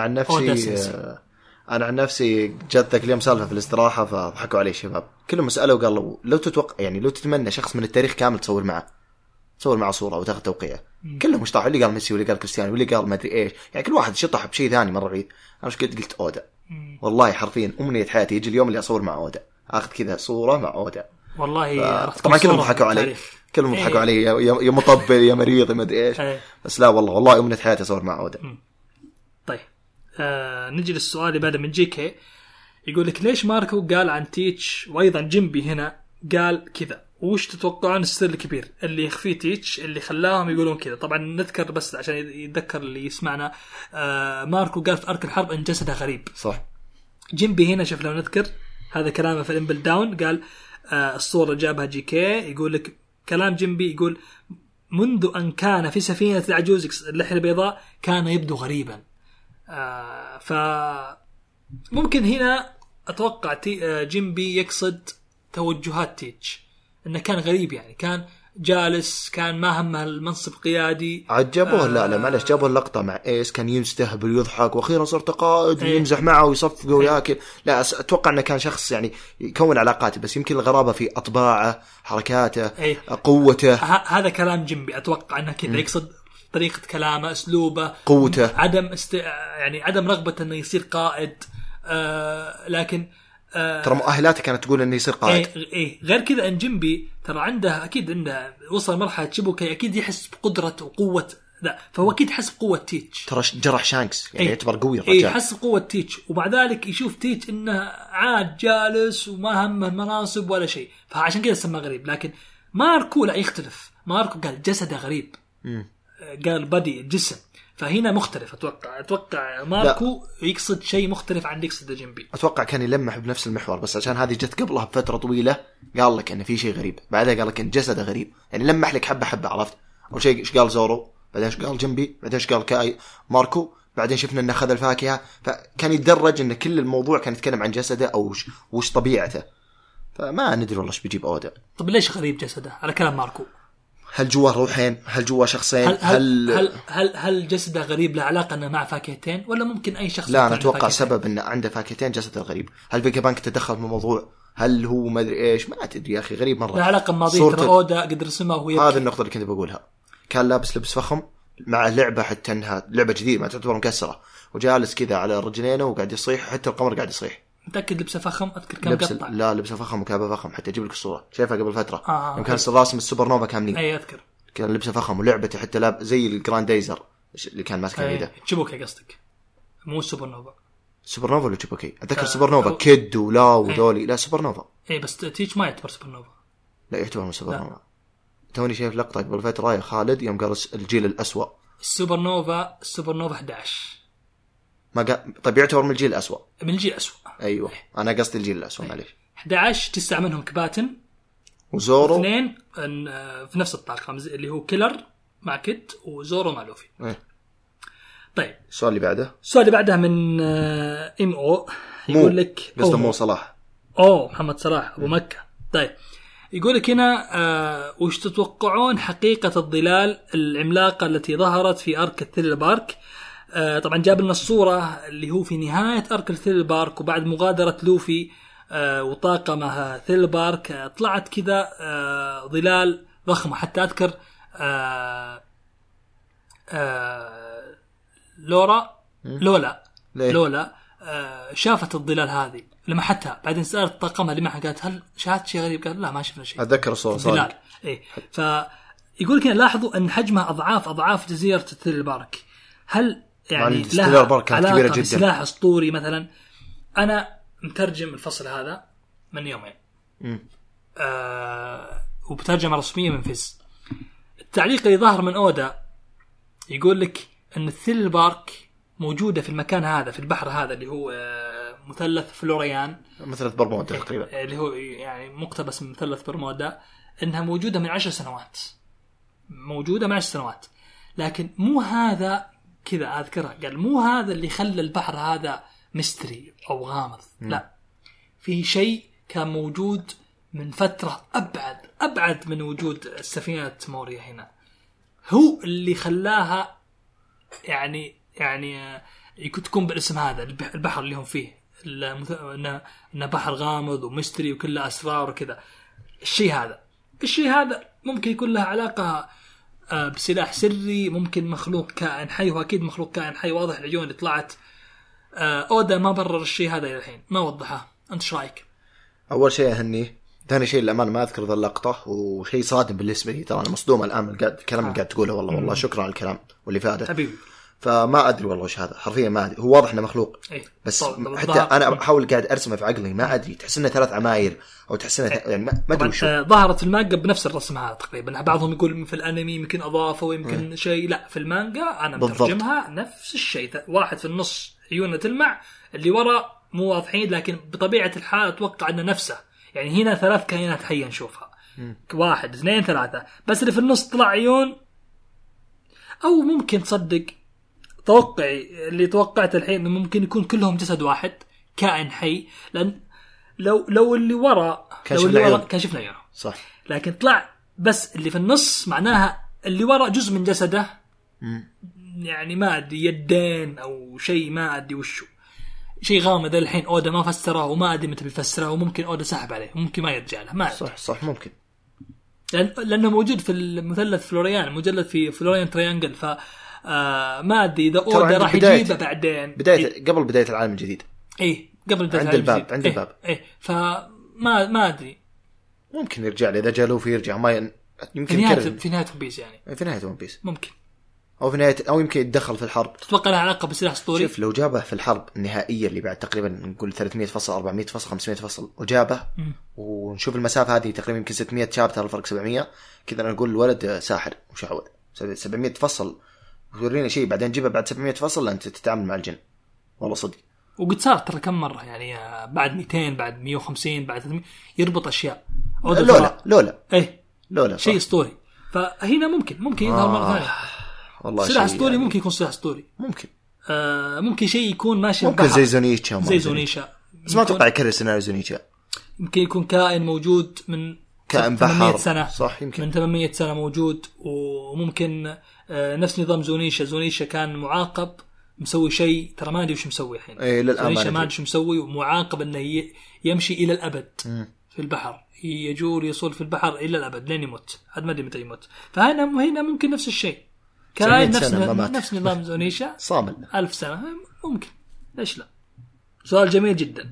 عن نفسي جاتك اليوم سالفة في الاستراحة فضحكوا علي الشباب كلهم سألوا وقالوا لو تتوقع يعني لو تتمنى شخص من التاريخ كامل تصور معه صورة وتاخذ توقيعه، كلهم مش طاحوا، اللي قال ميسي واللي قال كريستيانو واللي قال ما أدري إيش، يعني كل واحد شطح بشيء ثاني مرة بعيد. أنا مش قلت أودا، والله حرفيا أمنية حياتي يجي اليوم اللي أصور مع أودا، أخذ كذا صورة مع أودا والله. طبعا كلهم ضحكوا علي، كلهم ضحكوا علي يا مطبل يا مريض ما أدري إيش، بس لا والله أمنية حياتي أصور مع أودا. طيب نجي للسؤال اللي بعده من جي كي. يقول لك ليش ماركو قال عن تيتش وأيضا جيمبي هنا قال كذا، وش تتوقعون السر الكبير اللي يخفيه تيتش اللي خلاهم يقولون كذا؟ طبعا نذكر بس عشان يتذكر اللي يسمعنا، ماركو قال في أرك الحرب أن جسده غريب، صح. جيمبي هنا شوف لو نذكر هذا كلامه في الامبل داون، قال الصورة جابها جي كي، يقول لك كلام جيمبي، يقول منذ أن كان في سفينة العجوز اللحية البيضاء كان يبدو غريبا. فممكن هنا أتوقع جيمبي يقصد توجهات تيتش، إنه كان غريب، يعني كان جالس كان ما همه المنصب قيادي. عجبوه لا معلش جابوا اللقطة مع ايس كان يستهبل ويضحك واخيرا صرت قائد ويمزح معه ويصفقه وياكل. لا اتوقع انه كان شخص يعني يكون علاقات، بس يمكن الغرابة في اطباعه، حركاته، قوته. هذا كلام جنبي، اتوقع انه كذا يقصد طريقة كلامه، اسلوبه، قوته، يعني عدم رغبة انه يصير قائد. لكن ترى مؤهلاته كانت تقول انه يصير قائد. غير كذا ان جنبي ترى عنده اكيد انه وصل مرحله شيبوكاي اكيد يحس بقدره وقوه ذا، فهو اكيد حس بقوه تيتش. ترى جرح شانكس يعني يعتبر قوي الرجال. يحس بقوه تيتش، ومع ذلك يشوف تيتش انه عاد جالس وما همه مناصب ولا شيء، فعشان كذا سماه غريب. لكن ماركو لا يختلف، ماركو قال جسده غريب، قال بدي الجسم، فهنا مختلف. اتوقع ماركو يقصد شيء مختلف عن يقصد جنبي. اتوقع كان يلمح بنفس المحور، بس عشان هذه جت قبلها بفتره طويله قال لك انه في شيء غريب، بعدها قال لك ان جسده غريب، يعني لمح لك حبه حبه. عرفت اول شيء ايش قال زورو، بعدين ايش قال جنبي، بعدين ايش قال كاي ماركو، بعدين شفنا انه اخذ الفاكهه، فكان يتدرج ان كل الموضوع كان يتكلم عن جسده او وش طبيعته. فما ندري والله ايش بيجيب اودا. طب ليش غريب جسده على كلام ماركو؟ هل جوا روحين؟ هل جوا شخصين؟ هل جسده غريب له علاقه انه مع فاكهتين، ولا ممكن اي شخص؟ لا انا اتوقع سبب انه عنده فاكهتين جسده غريب. هل فيجا بانك تدخل في الموضوع؟ هل هو ما ادري ايش؟ ما تدري يا اخي، غريب مره. له علاقه بماضي ترى اودا قد رسمها وهو يبكي. هذه النقطه اللي كنت بقولها. كان لابس لبس فخم مع لعبه، حتى انها لعبه جديده ما تعتبر مكسره، وجالس كذا على رجلينه وقاعد يصيح، حتى القمر قاعد يصيح. متأكد لبسه فخم؟ أذكر كم قطع. لا لبسه فخم وكعبه فخم، حتى أجيب لك الصورة شايفها قبل فترة. يوم كان راسم السوبر نوفا كاملين. أي أذكر. كان لبسه فخم ولعبته حتى لاب زي الجراندايزر اللي كان ماسك ايده. تشيبوكي قصدك، مو سوبر نوفا. سوبر نوفا ولا تشيبوكي؟ أتذكر سوبر نوفا كيد ولا ودولي. لا سوبر نوفا. بس تيتش ما يعتبر سوبر نوفا. لا يعتبر من سوبر نوفا. توني شايف لقطة قبل فترة يا خالد يوم قال الجيل الأسوأ. السوبر نوفا 11. ما قال طيب يعتبر من الجيل الأسوأ. من الجيل الأسوأ. أيوه أنا قصدي الجيل الأسوأ معليش. 11 9 منهم كباتن وزورو. 2 في نفس الطاقم اللي هو كيلر مع كيد وزورو مع لوفي. طيب السؤال اللي بعده من ام او يقول لك مو صلاح. محمد صلاح ابو مكة. طيب يقول لك هنا وش تتوقعون حقيقة الظلال العملاقة التي ظهرت في أرك الثريل بارك؟ طبعا جاب لنا الصورة اللي هو في نهاية أرك الثريل بارك، وبعد مغادرة لوفي وطاقمها ثريل بارك طلعت كذا ظلال ضخمة. حتى أذكر لولا شافت الظلال هذه لما حتى بعدين سألت طاقمها اللي معها قالت هل شاهدت شيء غريب؟ قال لا ما شفنا شيء. أتذكر الصورة صادق. فيقول كنا لاحظوا أن حجمها أضعاف جزيرة الثريل بارك. هل يعني لها علاقة بسلاح أسطوري مثلا؟ أنا مترجم الفصل هذا من يومين وبترجمة رسمية من فيز. التعليق اللي ظهر من أودا يقول لك أن الثريل بارك موجودة في المكان هذا، في البحر هذا اللي هو مثلث فلوريان، مثلث برمودا تقريبا، اللي هو يعني مقتبس من مثلث برمودا، إنها موجودة من 10 سنوات، لكن مو هذا كذا. أذكرها قال مو هذا اللي خلى البحر هذا ميستري أو غامض. لا، في شيء كان موجود من فترة أبعد من وجود السفينة موريا هنا، هو اللي خلاها يعني تكون بالاسم هذا البحر اللي هم فيه، إنه بحر غامض وميستري وكله أسرار وكذا. الشيء هذا ممكن يكون له علاقة بسلاح سري، ممكن مخلوق كائن حي، وأكيد مخلوق كائن حي واضح العيون اللي طلعت. أودا ما برر الشيء هذا إلى الحين، ما وضحه. أنت شو رأيك؟ أول شيء أهني، ثاني شيء الأمان ما أذكر ذا اللقطة، وشيء صادم بالنسبة لي. ترى أنا مصدوم الآن من الكلام اللي قاعد تقوله. والله شكرا على الكلام واللي فاده حبيبي. فما أدري والله وش هذا حرفيا، ما أدري. هو واضح إنه مخلوق بس حتى أنا أحاول قاعد أرسمه في عقلي، ما أدري تحس إنه 3 عماير أو تحس إنه يعني ما أدري وش. ظهرت المانجا بنفس الرسم هذا تقريبا. بعضهم يقول في الأنمي يمكن أضافه ويمكن شيء، لا في المانجا أنا مترجمها نفس الشيء. واحد في النص عيونه تلمع، اللي وراء مو واضحين، لكن بطبيعة الحال أتوقع أنه نفسه. يعني هنا 3 كائنات حية نشوفها، 1 2 3، بس اللي في النص طلع عيون. أو ممكن تصدق توقعي اللي توقعت الحين إنه ممكن يكون كلهم جسد واحد كائن حي، لأن لو اللي وراء كان شفنا عيون صح، لكن طلع بس اللي في النص معناها اللي وراء جزء من جسده، يعني ما أدري يدين أو شيء ما أدري وشو، شيء غامض الحين أودا ما فسره وما أدري متى بيفسره، وممكن أودا سحب عليه ممكن ما يرجع له، ما صح ممكن لأنه موجود في المثلث فلوريان، مجلد في فلوريان تريانجل، ف ما أدري إذا أودا راح يجيبه بعدين قبل بداية العالم الجديد. إيه قبل بداية عند الباب عند الباب. إيه فما أدري ممكن يرجع لي إذا جاء لوفي يرجع ما يمكن في نهاية ون بيس، يعني في نهاية ون بيس ممكن، أو في نهاية، أو يمكن يتدخل في الحرب. تتوقع لها علاقة بسلاح أسطوري؟ شوف لو جابه في الحرب النهائية اللي بعد تقريبا نقول 300 فصل 400 فصل 500 فصل وجابه ونشوف المسافة هذه تقريبا يمكن 600 شابتر الفرق 700 كذا، أنا أقول الولد ساحر وشعوذ. 700 فصل ورينا شيء بعدين جيبه بعد 700 فصل أنت تتعامل مع الجن والله صدق. وقد صار ترى كم مرة يعني بعد 200 بعد 150 بعد 300 يربط أشياء. لولا شيء أسطوري، فهنا ممكن يظهر مرة ثانية. والله سلاح أسطوري يعني ممكن يكون سلاح أسطوري، ممكن شيء يكون ماشي ممكن زي زونيشا بس ما أتوقع يكرر سيناريو زونيشا. يمكن يكون كائن موجود من كائن 800 بحر سنة، صح، يمكن من 800 سنة موجود، وممكن نفس نظام زونيشا كان معاقب مسوي شيء ترى ما أدري وش مسوي الحين. زونيشا ما أدري وش مسوي ومعاقب إنه يمشي إلى الأبد في البحر، يصول في البحر إلى الأبد لين يموت، عاد ما أدري متى يموت. فهنا ممكن نفس الشيء، كان نفس نظام زونيشا صامل 1000 سنة ممكن، ليش لا؟ سؤال جميل جدا.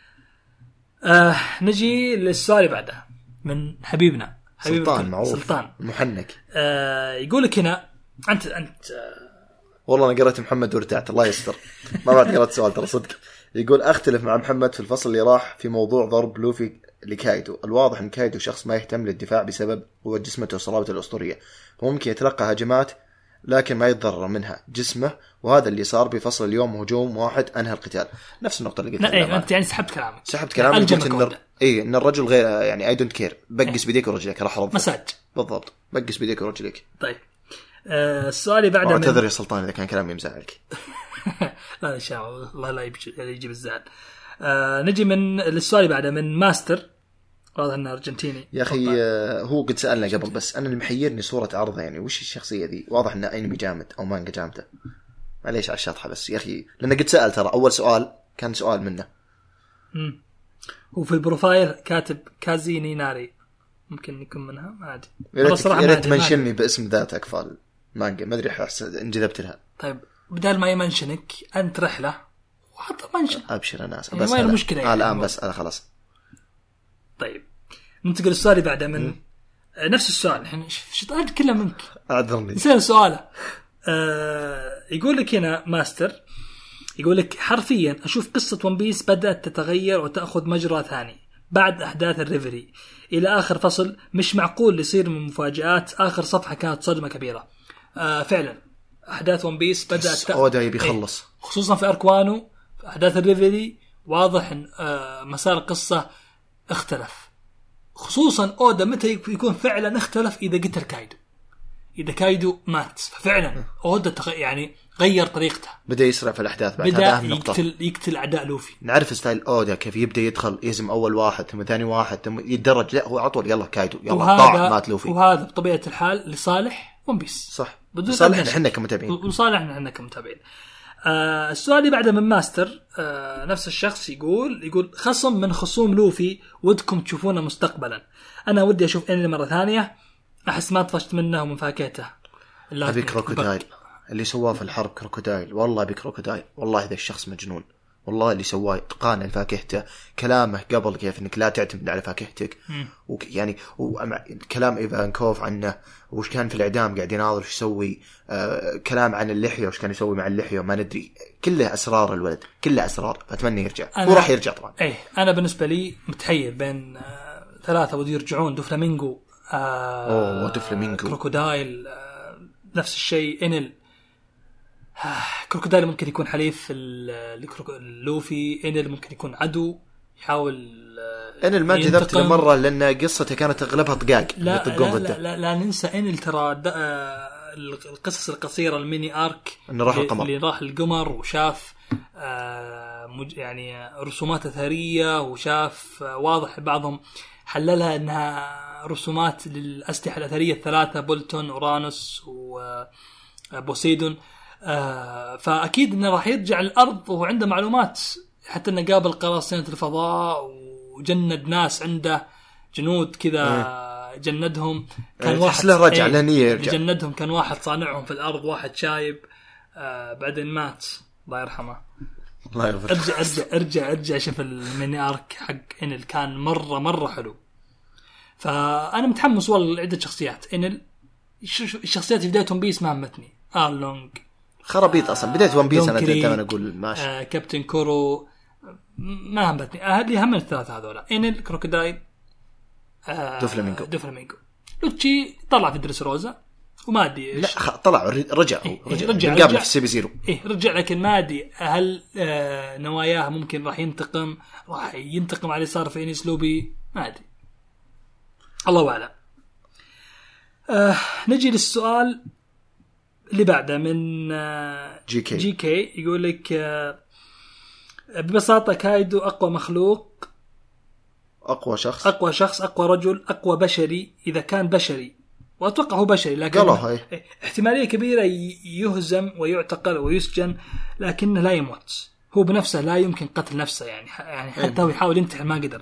نجي للسؤال اللي بعده من حبيبنا سلطان معروف سلطان محنك. يقول لك هنا أنت والله أنا قرأت محمد وارتعت الله يستر ما بعد قرأت سؤال ترى صدق. يقول أختلف مع محمد في الفصل اللي راح في موضوع ضرب لوفي لكايدو. الواضح أن كايدو شخص ما يهتم للدفاع بسبب هو جسمته وصلابته الأسطورية، وممكن يتلقى هجمات لكن ما يتضرر منها جسمه، وهذا اللي صار بفصل اليوم هجوم واحد أنهى القتال. نفس النقطة اللي قلتها. أنت يعني سحبت كلامك قلت إن الرجل غير يعني I don't care، بقس بيديك ورجلك راح أرض مساج بالضبط، بقس بيديك ورجلك. طيب السؤال اللي بعده اعتذر يا سلطان إذا كان كلامي مزعلك. لا إن شاء الله لا يجيب الزعل. نجي من السؤال اللي بعده من ماستر، واضح انه ارجنتيني يا اخي. هو قد سالنا قبل، بس انا اللي محيرني صوره عرضه، يعني وش الشخصيه ذي؟ واضح انه انمي جامد او مانجا جامده، معليش على الشطحه بس يا اخي، لانه قد سال ترى اول سؤال كان سؤال منه. هو في البروفايل كاتب كازيني ناري، ممكن يكون منها ما ادري. يا ريت منشني باسم ذات اكفال مانجا، ما ادري انجذبت لها. طيب بدال ما يمنشنك انت رحله وحط منشن. ابشر انا اسف، يعني بس ما المشكله يعني الان بس انا خلاص. طيب ننتقل للسؤال اللي بعده من نفس السؤال. الحين شطار كله منك، اعذرني نسأل سؤاله. يقول لك هنا ماستر، يقول لك حرفيا أشوف قصة ون بيس بدأت تتغير وتأخذ مجرى ثاني بعد أحداث الريفري إلى آخر فصل. مش معقول يصير من مفاجآت. آخر صفحة كانت صدمة كبيرة. فعلا أحداث ون بيس بدأت أودا يبي يخلص، خصوصا في أركوانو في أحداث الريفري. واضح أن مسار القصة اختلف، خصوصا أودا متى يكون فعلا اختلف إذا قتل كايدو، إذا كايدو مات ففعلا أودا يعني غير طريقته، بدأ يسرع في الأحداث بعد. بدأ يقتل أعداء لوفي. نعرف ستايل أودا كيف يبدأ يدخل يهزم أول واحد ثم ثاني واحد ثم يتدرج، لا هو عطول يلا كايدو يلا طاع مات لوفي. وهذا بطبيعة الحال لصالح ون بيس، صح، لصالح احنا كمتابعين، وصالح احنا كمتابعين. السؤال اللي بعده من ماستر، نفس الشخص يقول خصم من خصوم لوفي ودكم تشوفونه مستقبلا. أنا ودي أشوف إني مرة ثانية، أحس ما طفشت منه ومن فاكهته. أبي كروكودايل اللي سواه في الحرب، كروكودايل والله أبي كروكودايل، والله هذا الشخص مجنون والله اللي سواه إتقان فاكهته. كلامه قبل كيف إنك لا تعتمد على فاكهتك، يعني كلام إيفانكوف عنه وش كان في الإعدام قاعد يناظر وش يسوي، كلام عن اللحية وش كان يسوي مع اللحية ما ندري، كله أسرار الولد، كله أسرار. فأتمنى يرجع وراح يرجع طبعا. أنا بالنسبة لي متحير بين ثلاثة ودي يرجعون. دوفلامينغو، دوفلامينغو، كروكودايل، نفس الشيء. إنل، كروكودايل ممكن يكون حليف لوفي، إنل ممكن يكون عدو يحاول. إنل ما جذبت له مرة لأن قصته كانت أغلبها طقاق. لا ننسى إنل ترى القصص القصيرة الميني آرك اللي راح القمر وشاف يعني رسومات أثرية، وشاف واضح بعضهم حللها أنها رسومات للأسلحة الأثرية الثلاثة، بولتون، أورانوس وبوسيدون. فأكيد إنه راح يرجع الأرض وهو عنده معلومات، حتى إنه قابل قراصنة الفضاء وجند ناس عنده جنود كذا جندهم. كان واحد رجع لنية جندهم، كان واحد صانعهم في الأرض، واحد شايب بعدين مات الله يرحمه. الله يغفر. ارجع شوف الميني ارك حق انل، كان مرة حلو. فأنا متحمس والله لعدة شخصيات انل. الشخصيات في بداية ون بيس ما همتني. آرلونج خرابيط أصلا بداية ون بيس. أنا أقول ماشي. كابتن كورو ما همتني. اللي هم الثلاثة هذولا انل، كروكودايل، دوفلامينغو. لوتشي طلع في دريسروزا وما ادري لا طلع رجع قبل في سي بي زيرو. رجع، لكن ما ادري هل نواياه ممكن راح ينتقم على اللي صار في انيس لوبي، ما ادري، الله اعلم. نجي للسؤال اللي بعده من جي كي يقول لك ببساطة كايدو أقوى مخلوق، أقوى شخص، أقوى رجل، أقوى بشري إذا كان بشري، وأتوقع هو بشري، لكن احتمالية كبيرة يهزم ويعتقل ويسجن، لكنه لا يموت هو بنفسه، لا يمكن قتل نفسه يعني حتى هو يحاول ينتحر ما قدر.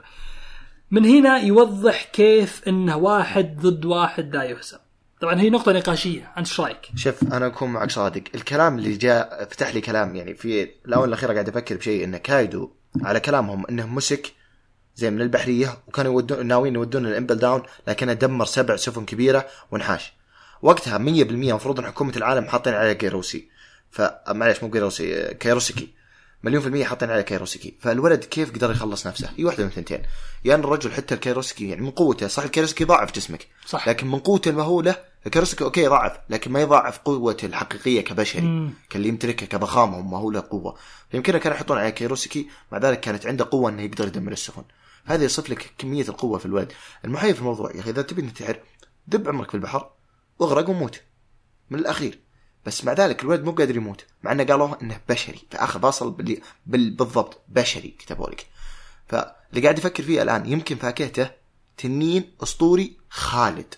من هنا يوضح كيف إنه واحد ضد واحد لا يهزم. طبعا هي نقطة نقاشية، أنت شو رأيك؟ شوف أنا أكون معك صادق، الكلام اللي جاء فتح لي كلام يعني في الأول الأخيرة قاعد أفكر بشيء، إن كايدو على كلامهم إنه مسك زي من البحرية وكانوا ناويين يودون الإمبل داون، لكنه دمر 7 سفن كبيرة وانحاش. وقتها 100% مفروض إن حكومة العالم حاطين على كيروسي، فمعليش مو كيروسي، كيروسيكي 100% حاطين على كيروسيكي. فالولد كيف قدر يخلص نفسه؟ هي واحدة من ثنتين، يعني الرجل حتى الكيروسيكي يعني من قوته، صح الكيروسيكي ضاعف جسمك صح، لكن من قوته المهولة الكيروسيكي أوكي ضاعف، لكن ما يضاعف قوة الحقيقية كبشري كاللي يمتلكها كضخامة ومهولة قوة. فيمكننا كانوا يحطون على كيروسيكي، مع ذلك كانت عنده قوة إنه يقدر يدمر السفن. هذا يصف لك كمية القوة في الولد. المحيي في الموضوع يا أخي، إذا تبي تنتحر دب عمرك في البحر واغرق وموت من الأخير. بس مع ذلك الولد مو قادر يموت، مع أنه قالوا إنه بشري في آخر باصل بالضبط بشري كتبوا لك. فاللي قاعد يفكر فيه الآن يمكن فاكهته تنين أسطوري خالد،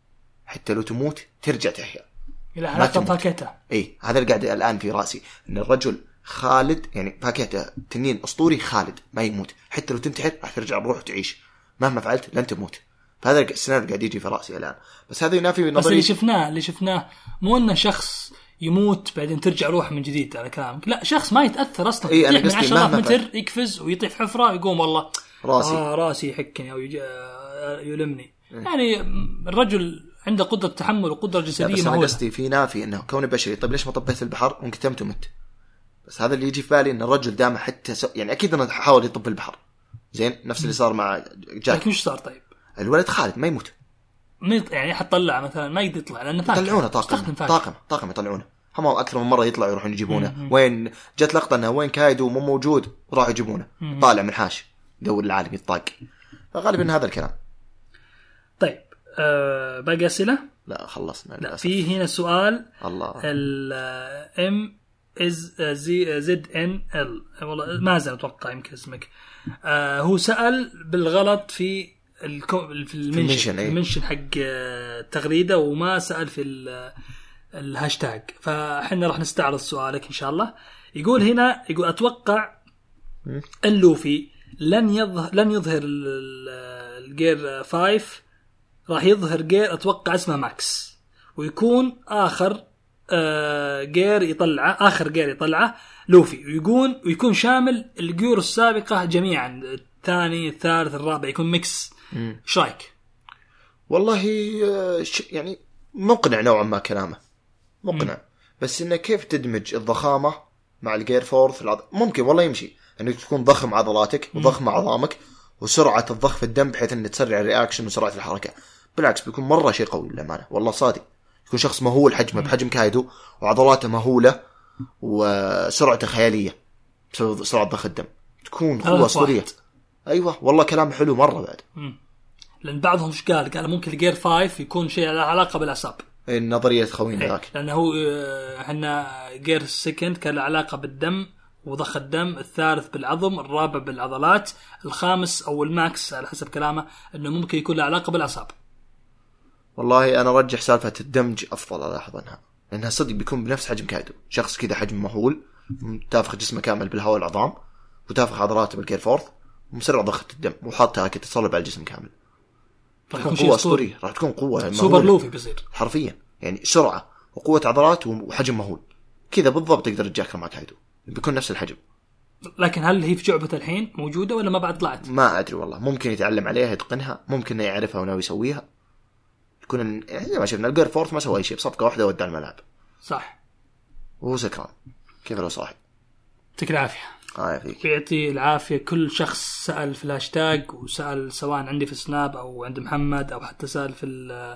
حتى لو تموت ترجع تحيا ما فاكهته. إيه هذا اللي قاعد الآن في راسي، إن الرجل خالد يعني فاكهته تنين أسطوري خالد ما يموت، حتى لو تنتحر راح ترجع بروح وتعيش مهما فعلت لن تموت. فهذا السيناريو قاعد يجي في راسي الآن. بس هذا ينافي نظري. بس اللي شفناه مو إنه شخص يموت بعدين ترجع روح من جديد على كلامك، لا شخص ما يتأثر أصلا. إيه من 10 متر يقفز ويطيح حفرة ويقوم والله راسي يحكني أو يلمني. يعني الرجل عنده قدرة تحمل وقدرة جسدية. بس أنا قصدي في نافي إنه كونه بشري، طيب ليش ما طبيت البحر وانكتمت ومت؟ بس هذا اللي يجي في بالي، إن الرجل دائما حتى يعني أكيد إنه حاول يطب البحر زين نفس اللي صار مع جاك. لكن وش صار طيب؟ الولد خالد ما يموت، يعني حطلع مثلا ما يقدر يطلع لأنه يطلعونه طاقم يطلعونه هم أكثر من مرة يطلعوا يروحون يجيبونه. وين جت لقطة إنه وين كايدو مو موجود راح يجيبونه طالع من حاش دور العالم يطاق. فغالبا هذا الكلام. طيب باقي أسئلة؟ لا خلصنا. لا في هنا سؤال. الله M ZNL والله ما زال أتوقع يمكن اسمك. هو سأل بالغلط في المنشن حق التغريدة، وما سأل في الهاشتاج، فحنا راح نستعرض سؤالك إن شاء الله. يقول هنا أتوقع اللوفي لن يظهر الجير 5، راح يظهر جير أتوقع اسمه ماكس، ويكون آخر جير يطلعه لوفي، ويكون شامل الجيور السابقة جميعا، الثاني الثالث الرابع، يكون ميكس. ايش رايك؟ والله يعني مقنع نوعا ما كلامه، مقنع. بس انه كيف تدمج الضخامة مع الجير فورث ممكن والله يمشي، انك تكون ضخم عضلاتك وضخم عظامك وسرعة الضخ في الدم بحيث ان تسرع الرياكشن وسرعة الحركة. بالعكس بيكون مرة شيء قوي للأمانة والله صادق. يكون شخص مهول حجمه بحجم كايدو، وعضلاته مهولة وسرعته خيالية بسبب سرعة ضخ الدم، تكون قوة أسطورية. أيوة والله كلام حلو مرة بعد. لأن بعضهم إيش قال ممكن الجير 5 يكون شيء له علاقة بالأعصاب، النظرية خوينا ذاك، لأنه إحنا جير السكند كان له علاقة بالدم وضخ الدم، الثالث بالعظم، الرابع بالعضلات، الخامس أو الماكس على حسب كلامه إنه ممكن يكون له علاقة بالأعصاب. والله انا ارجح سالفه الدمج افضل، الاحظ انها لانها صدق بيكون بنفس حجم كايدو، شخص كذا حجم مهول، تافخ جسمه كامل بالهواء العظام، وتافخ عضلاته بالجير فورث، ومسرع ضخة الدم، وحاطها كده تصلب على الجسم كامل. راح تكون قوة أسطورية، راح تكون قوة سوبر لوفي بيصير حرفيا، يعني سرعة وقوة عضلات وحجم مهول كذا بالضبط، يقدر يتجاكر مع كايدو، بيكون نفس الحجم. لكن هل هي في جعبة الحين موجودة ولا ما بعد طلعت؟ ما أدري والله، ممكن يتعلم عليها يتقنها، ممكن يعرفها وناوي يسويها. يكون يعني ما شفنا الجير فورث ما سوى أي شيء، بصفقة واحدة ودع الملعب. صح. وهو سكران كيف لو صاحي. يعطيك العافية. فيك. يعطي العافية كل شخص سأل في الهاشتاج، وسأل سواء عندي في سناب أو عند محمد أو حتى سأل في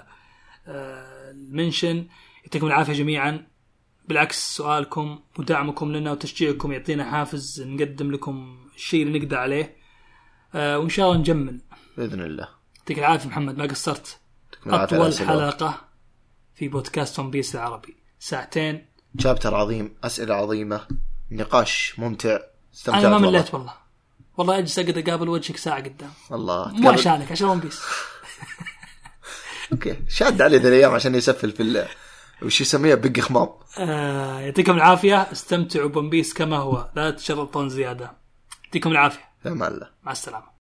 المنشن. يعطيكم العافية جميعا. بالعكس سؤالكم ودعمكم لنا وتشجيعكم يعطينا حافز نقدم لكم الشيء اللي نقدر عليه، وإن شاء الله نجمل بإذن الله. يعطيك العافية محمد، ما قصرت. أطول حلقة في بودكاست ون بيس العربي، 2 ساعة، شابتر عظيم، أسئلة عظيمة، نقاش ممتع، استمتعت. أنا ما مليت والله أجلس أقابل وجهك ساعة قدام. الله مو عشانك، عشان ون بيس. أوكي شاد علي ذي الأيام عشان يسفل في وش يسميها بق خمام. يعطيكم العافية، استمتعوا بون بيس كما هو، لا تشرطون زيادة. يعطيكم العافية. لا مع الله، مع السلامة.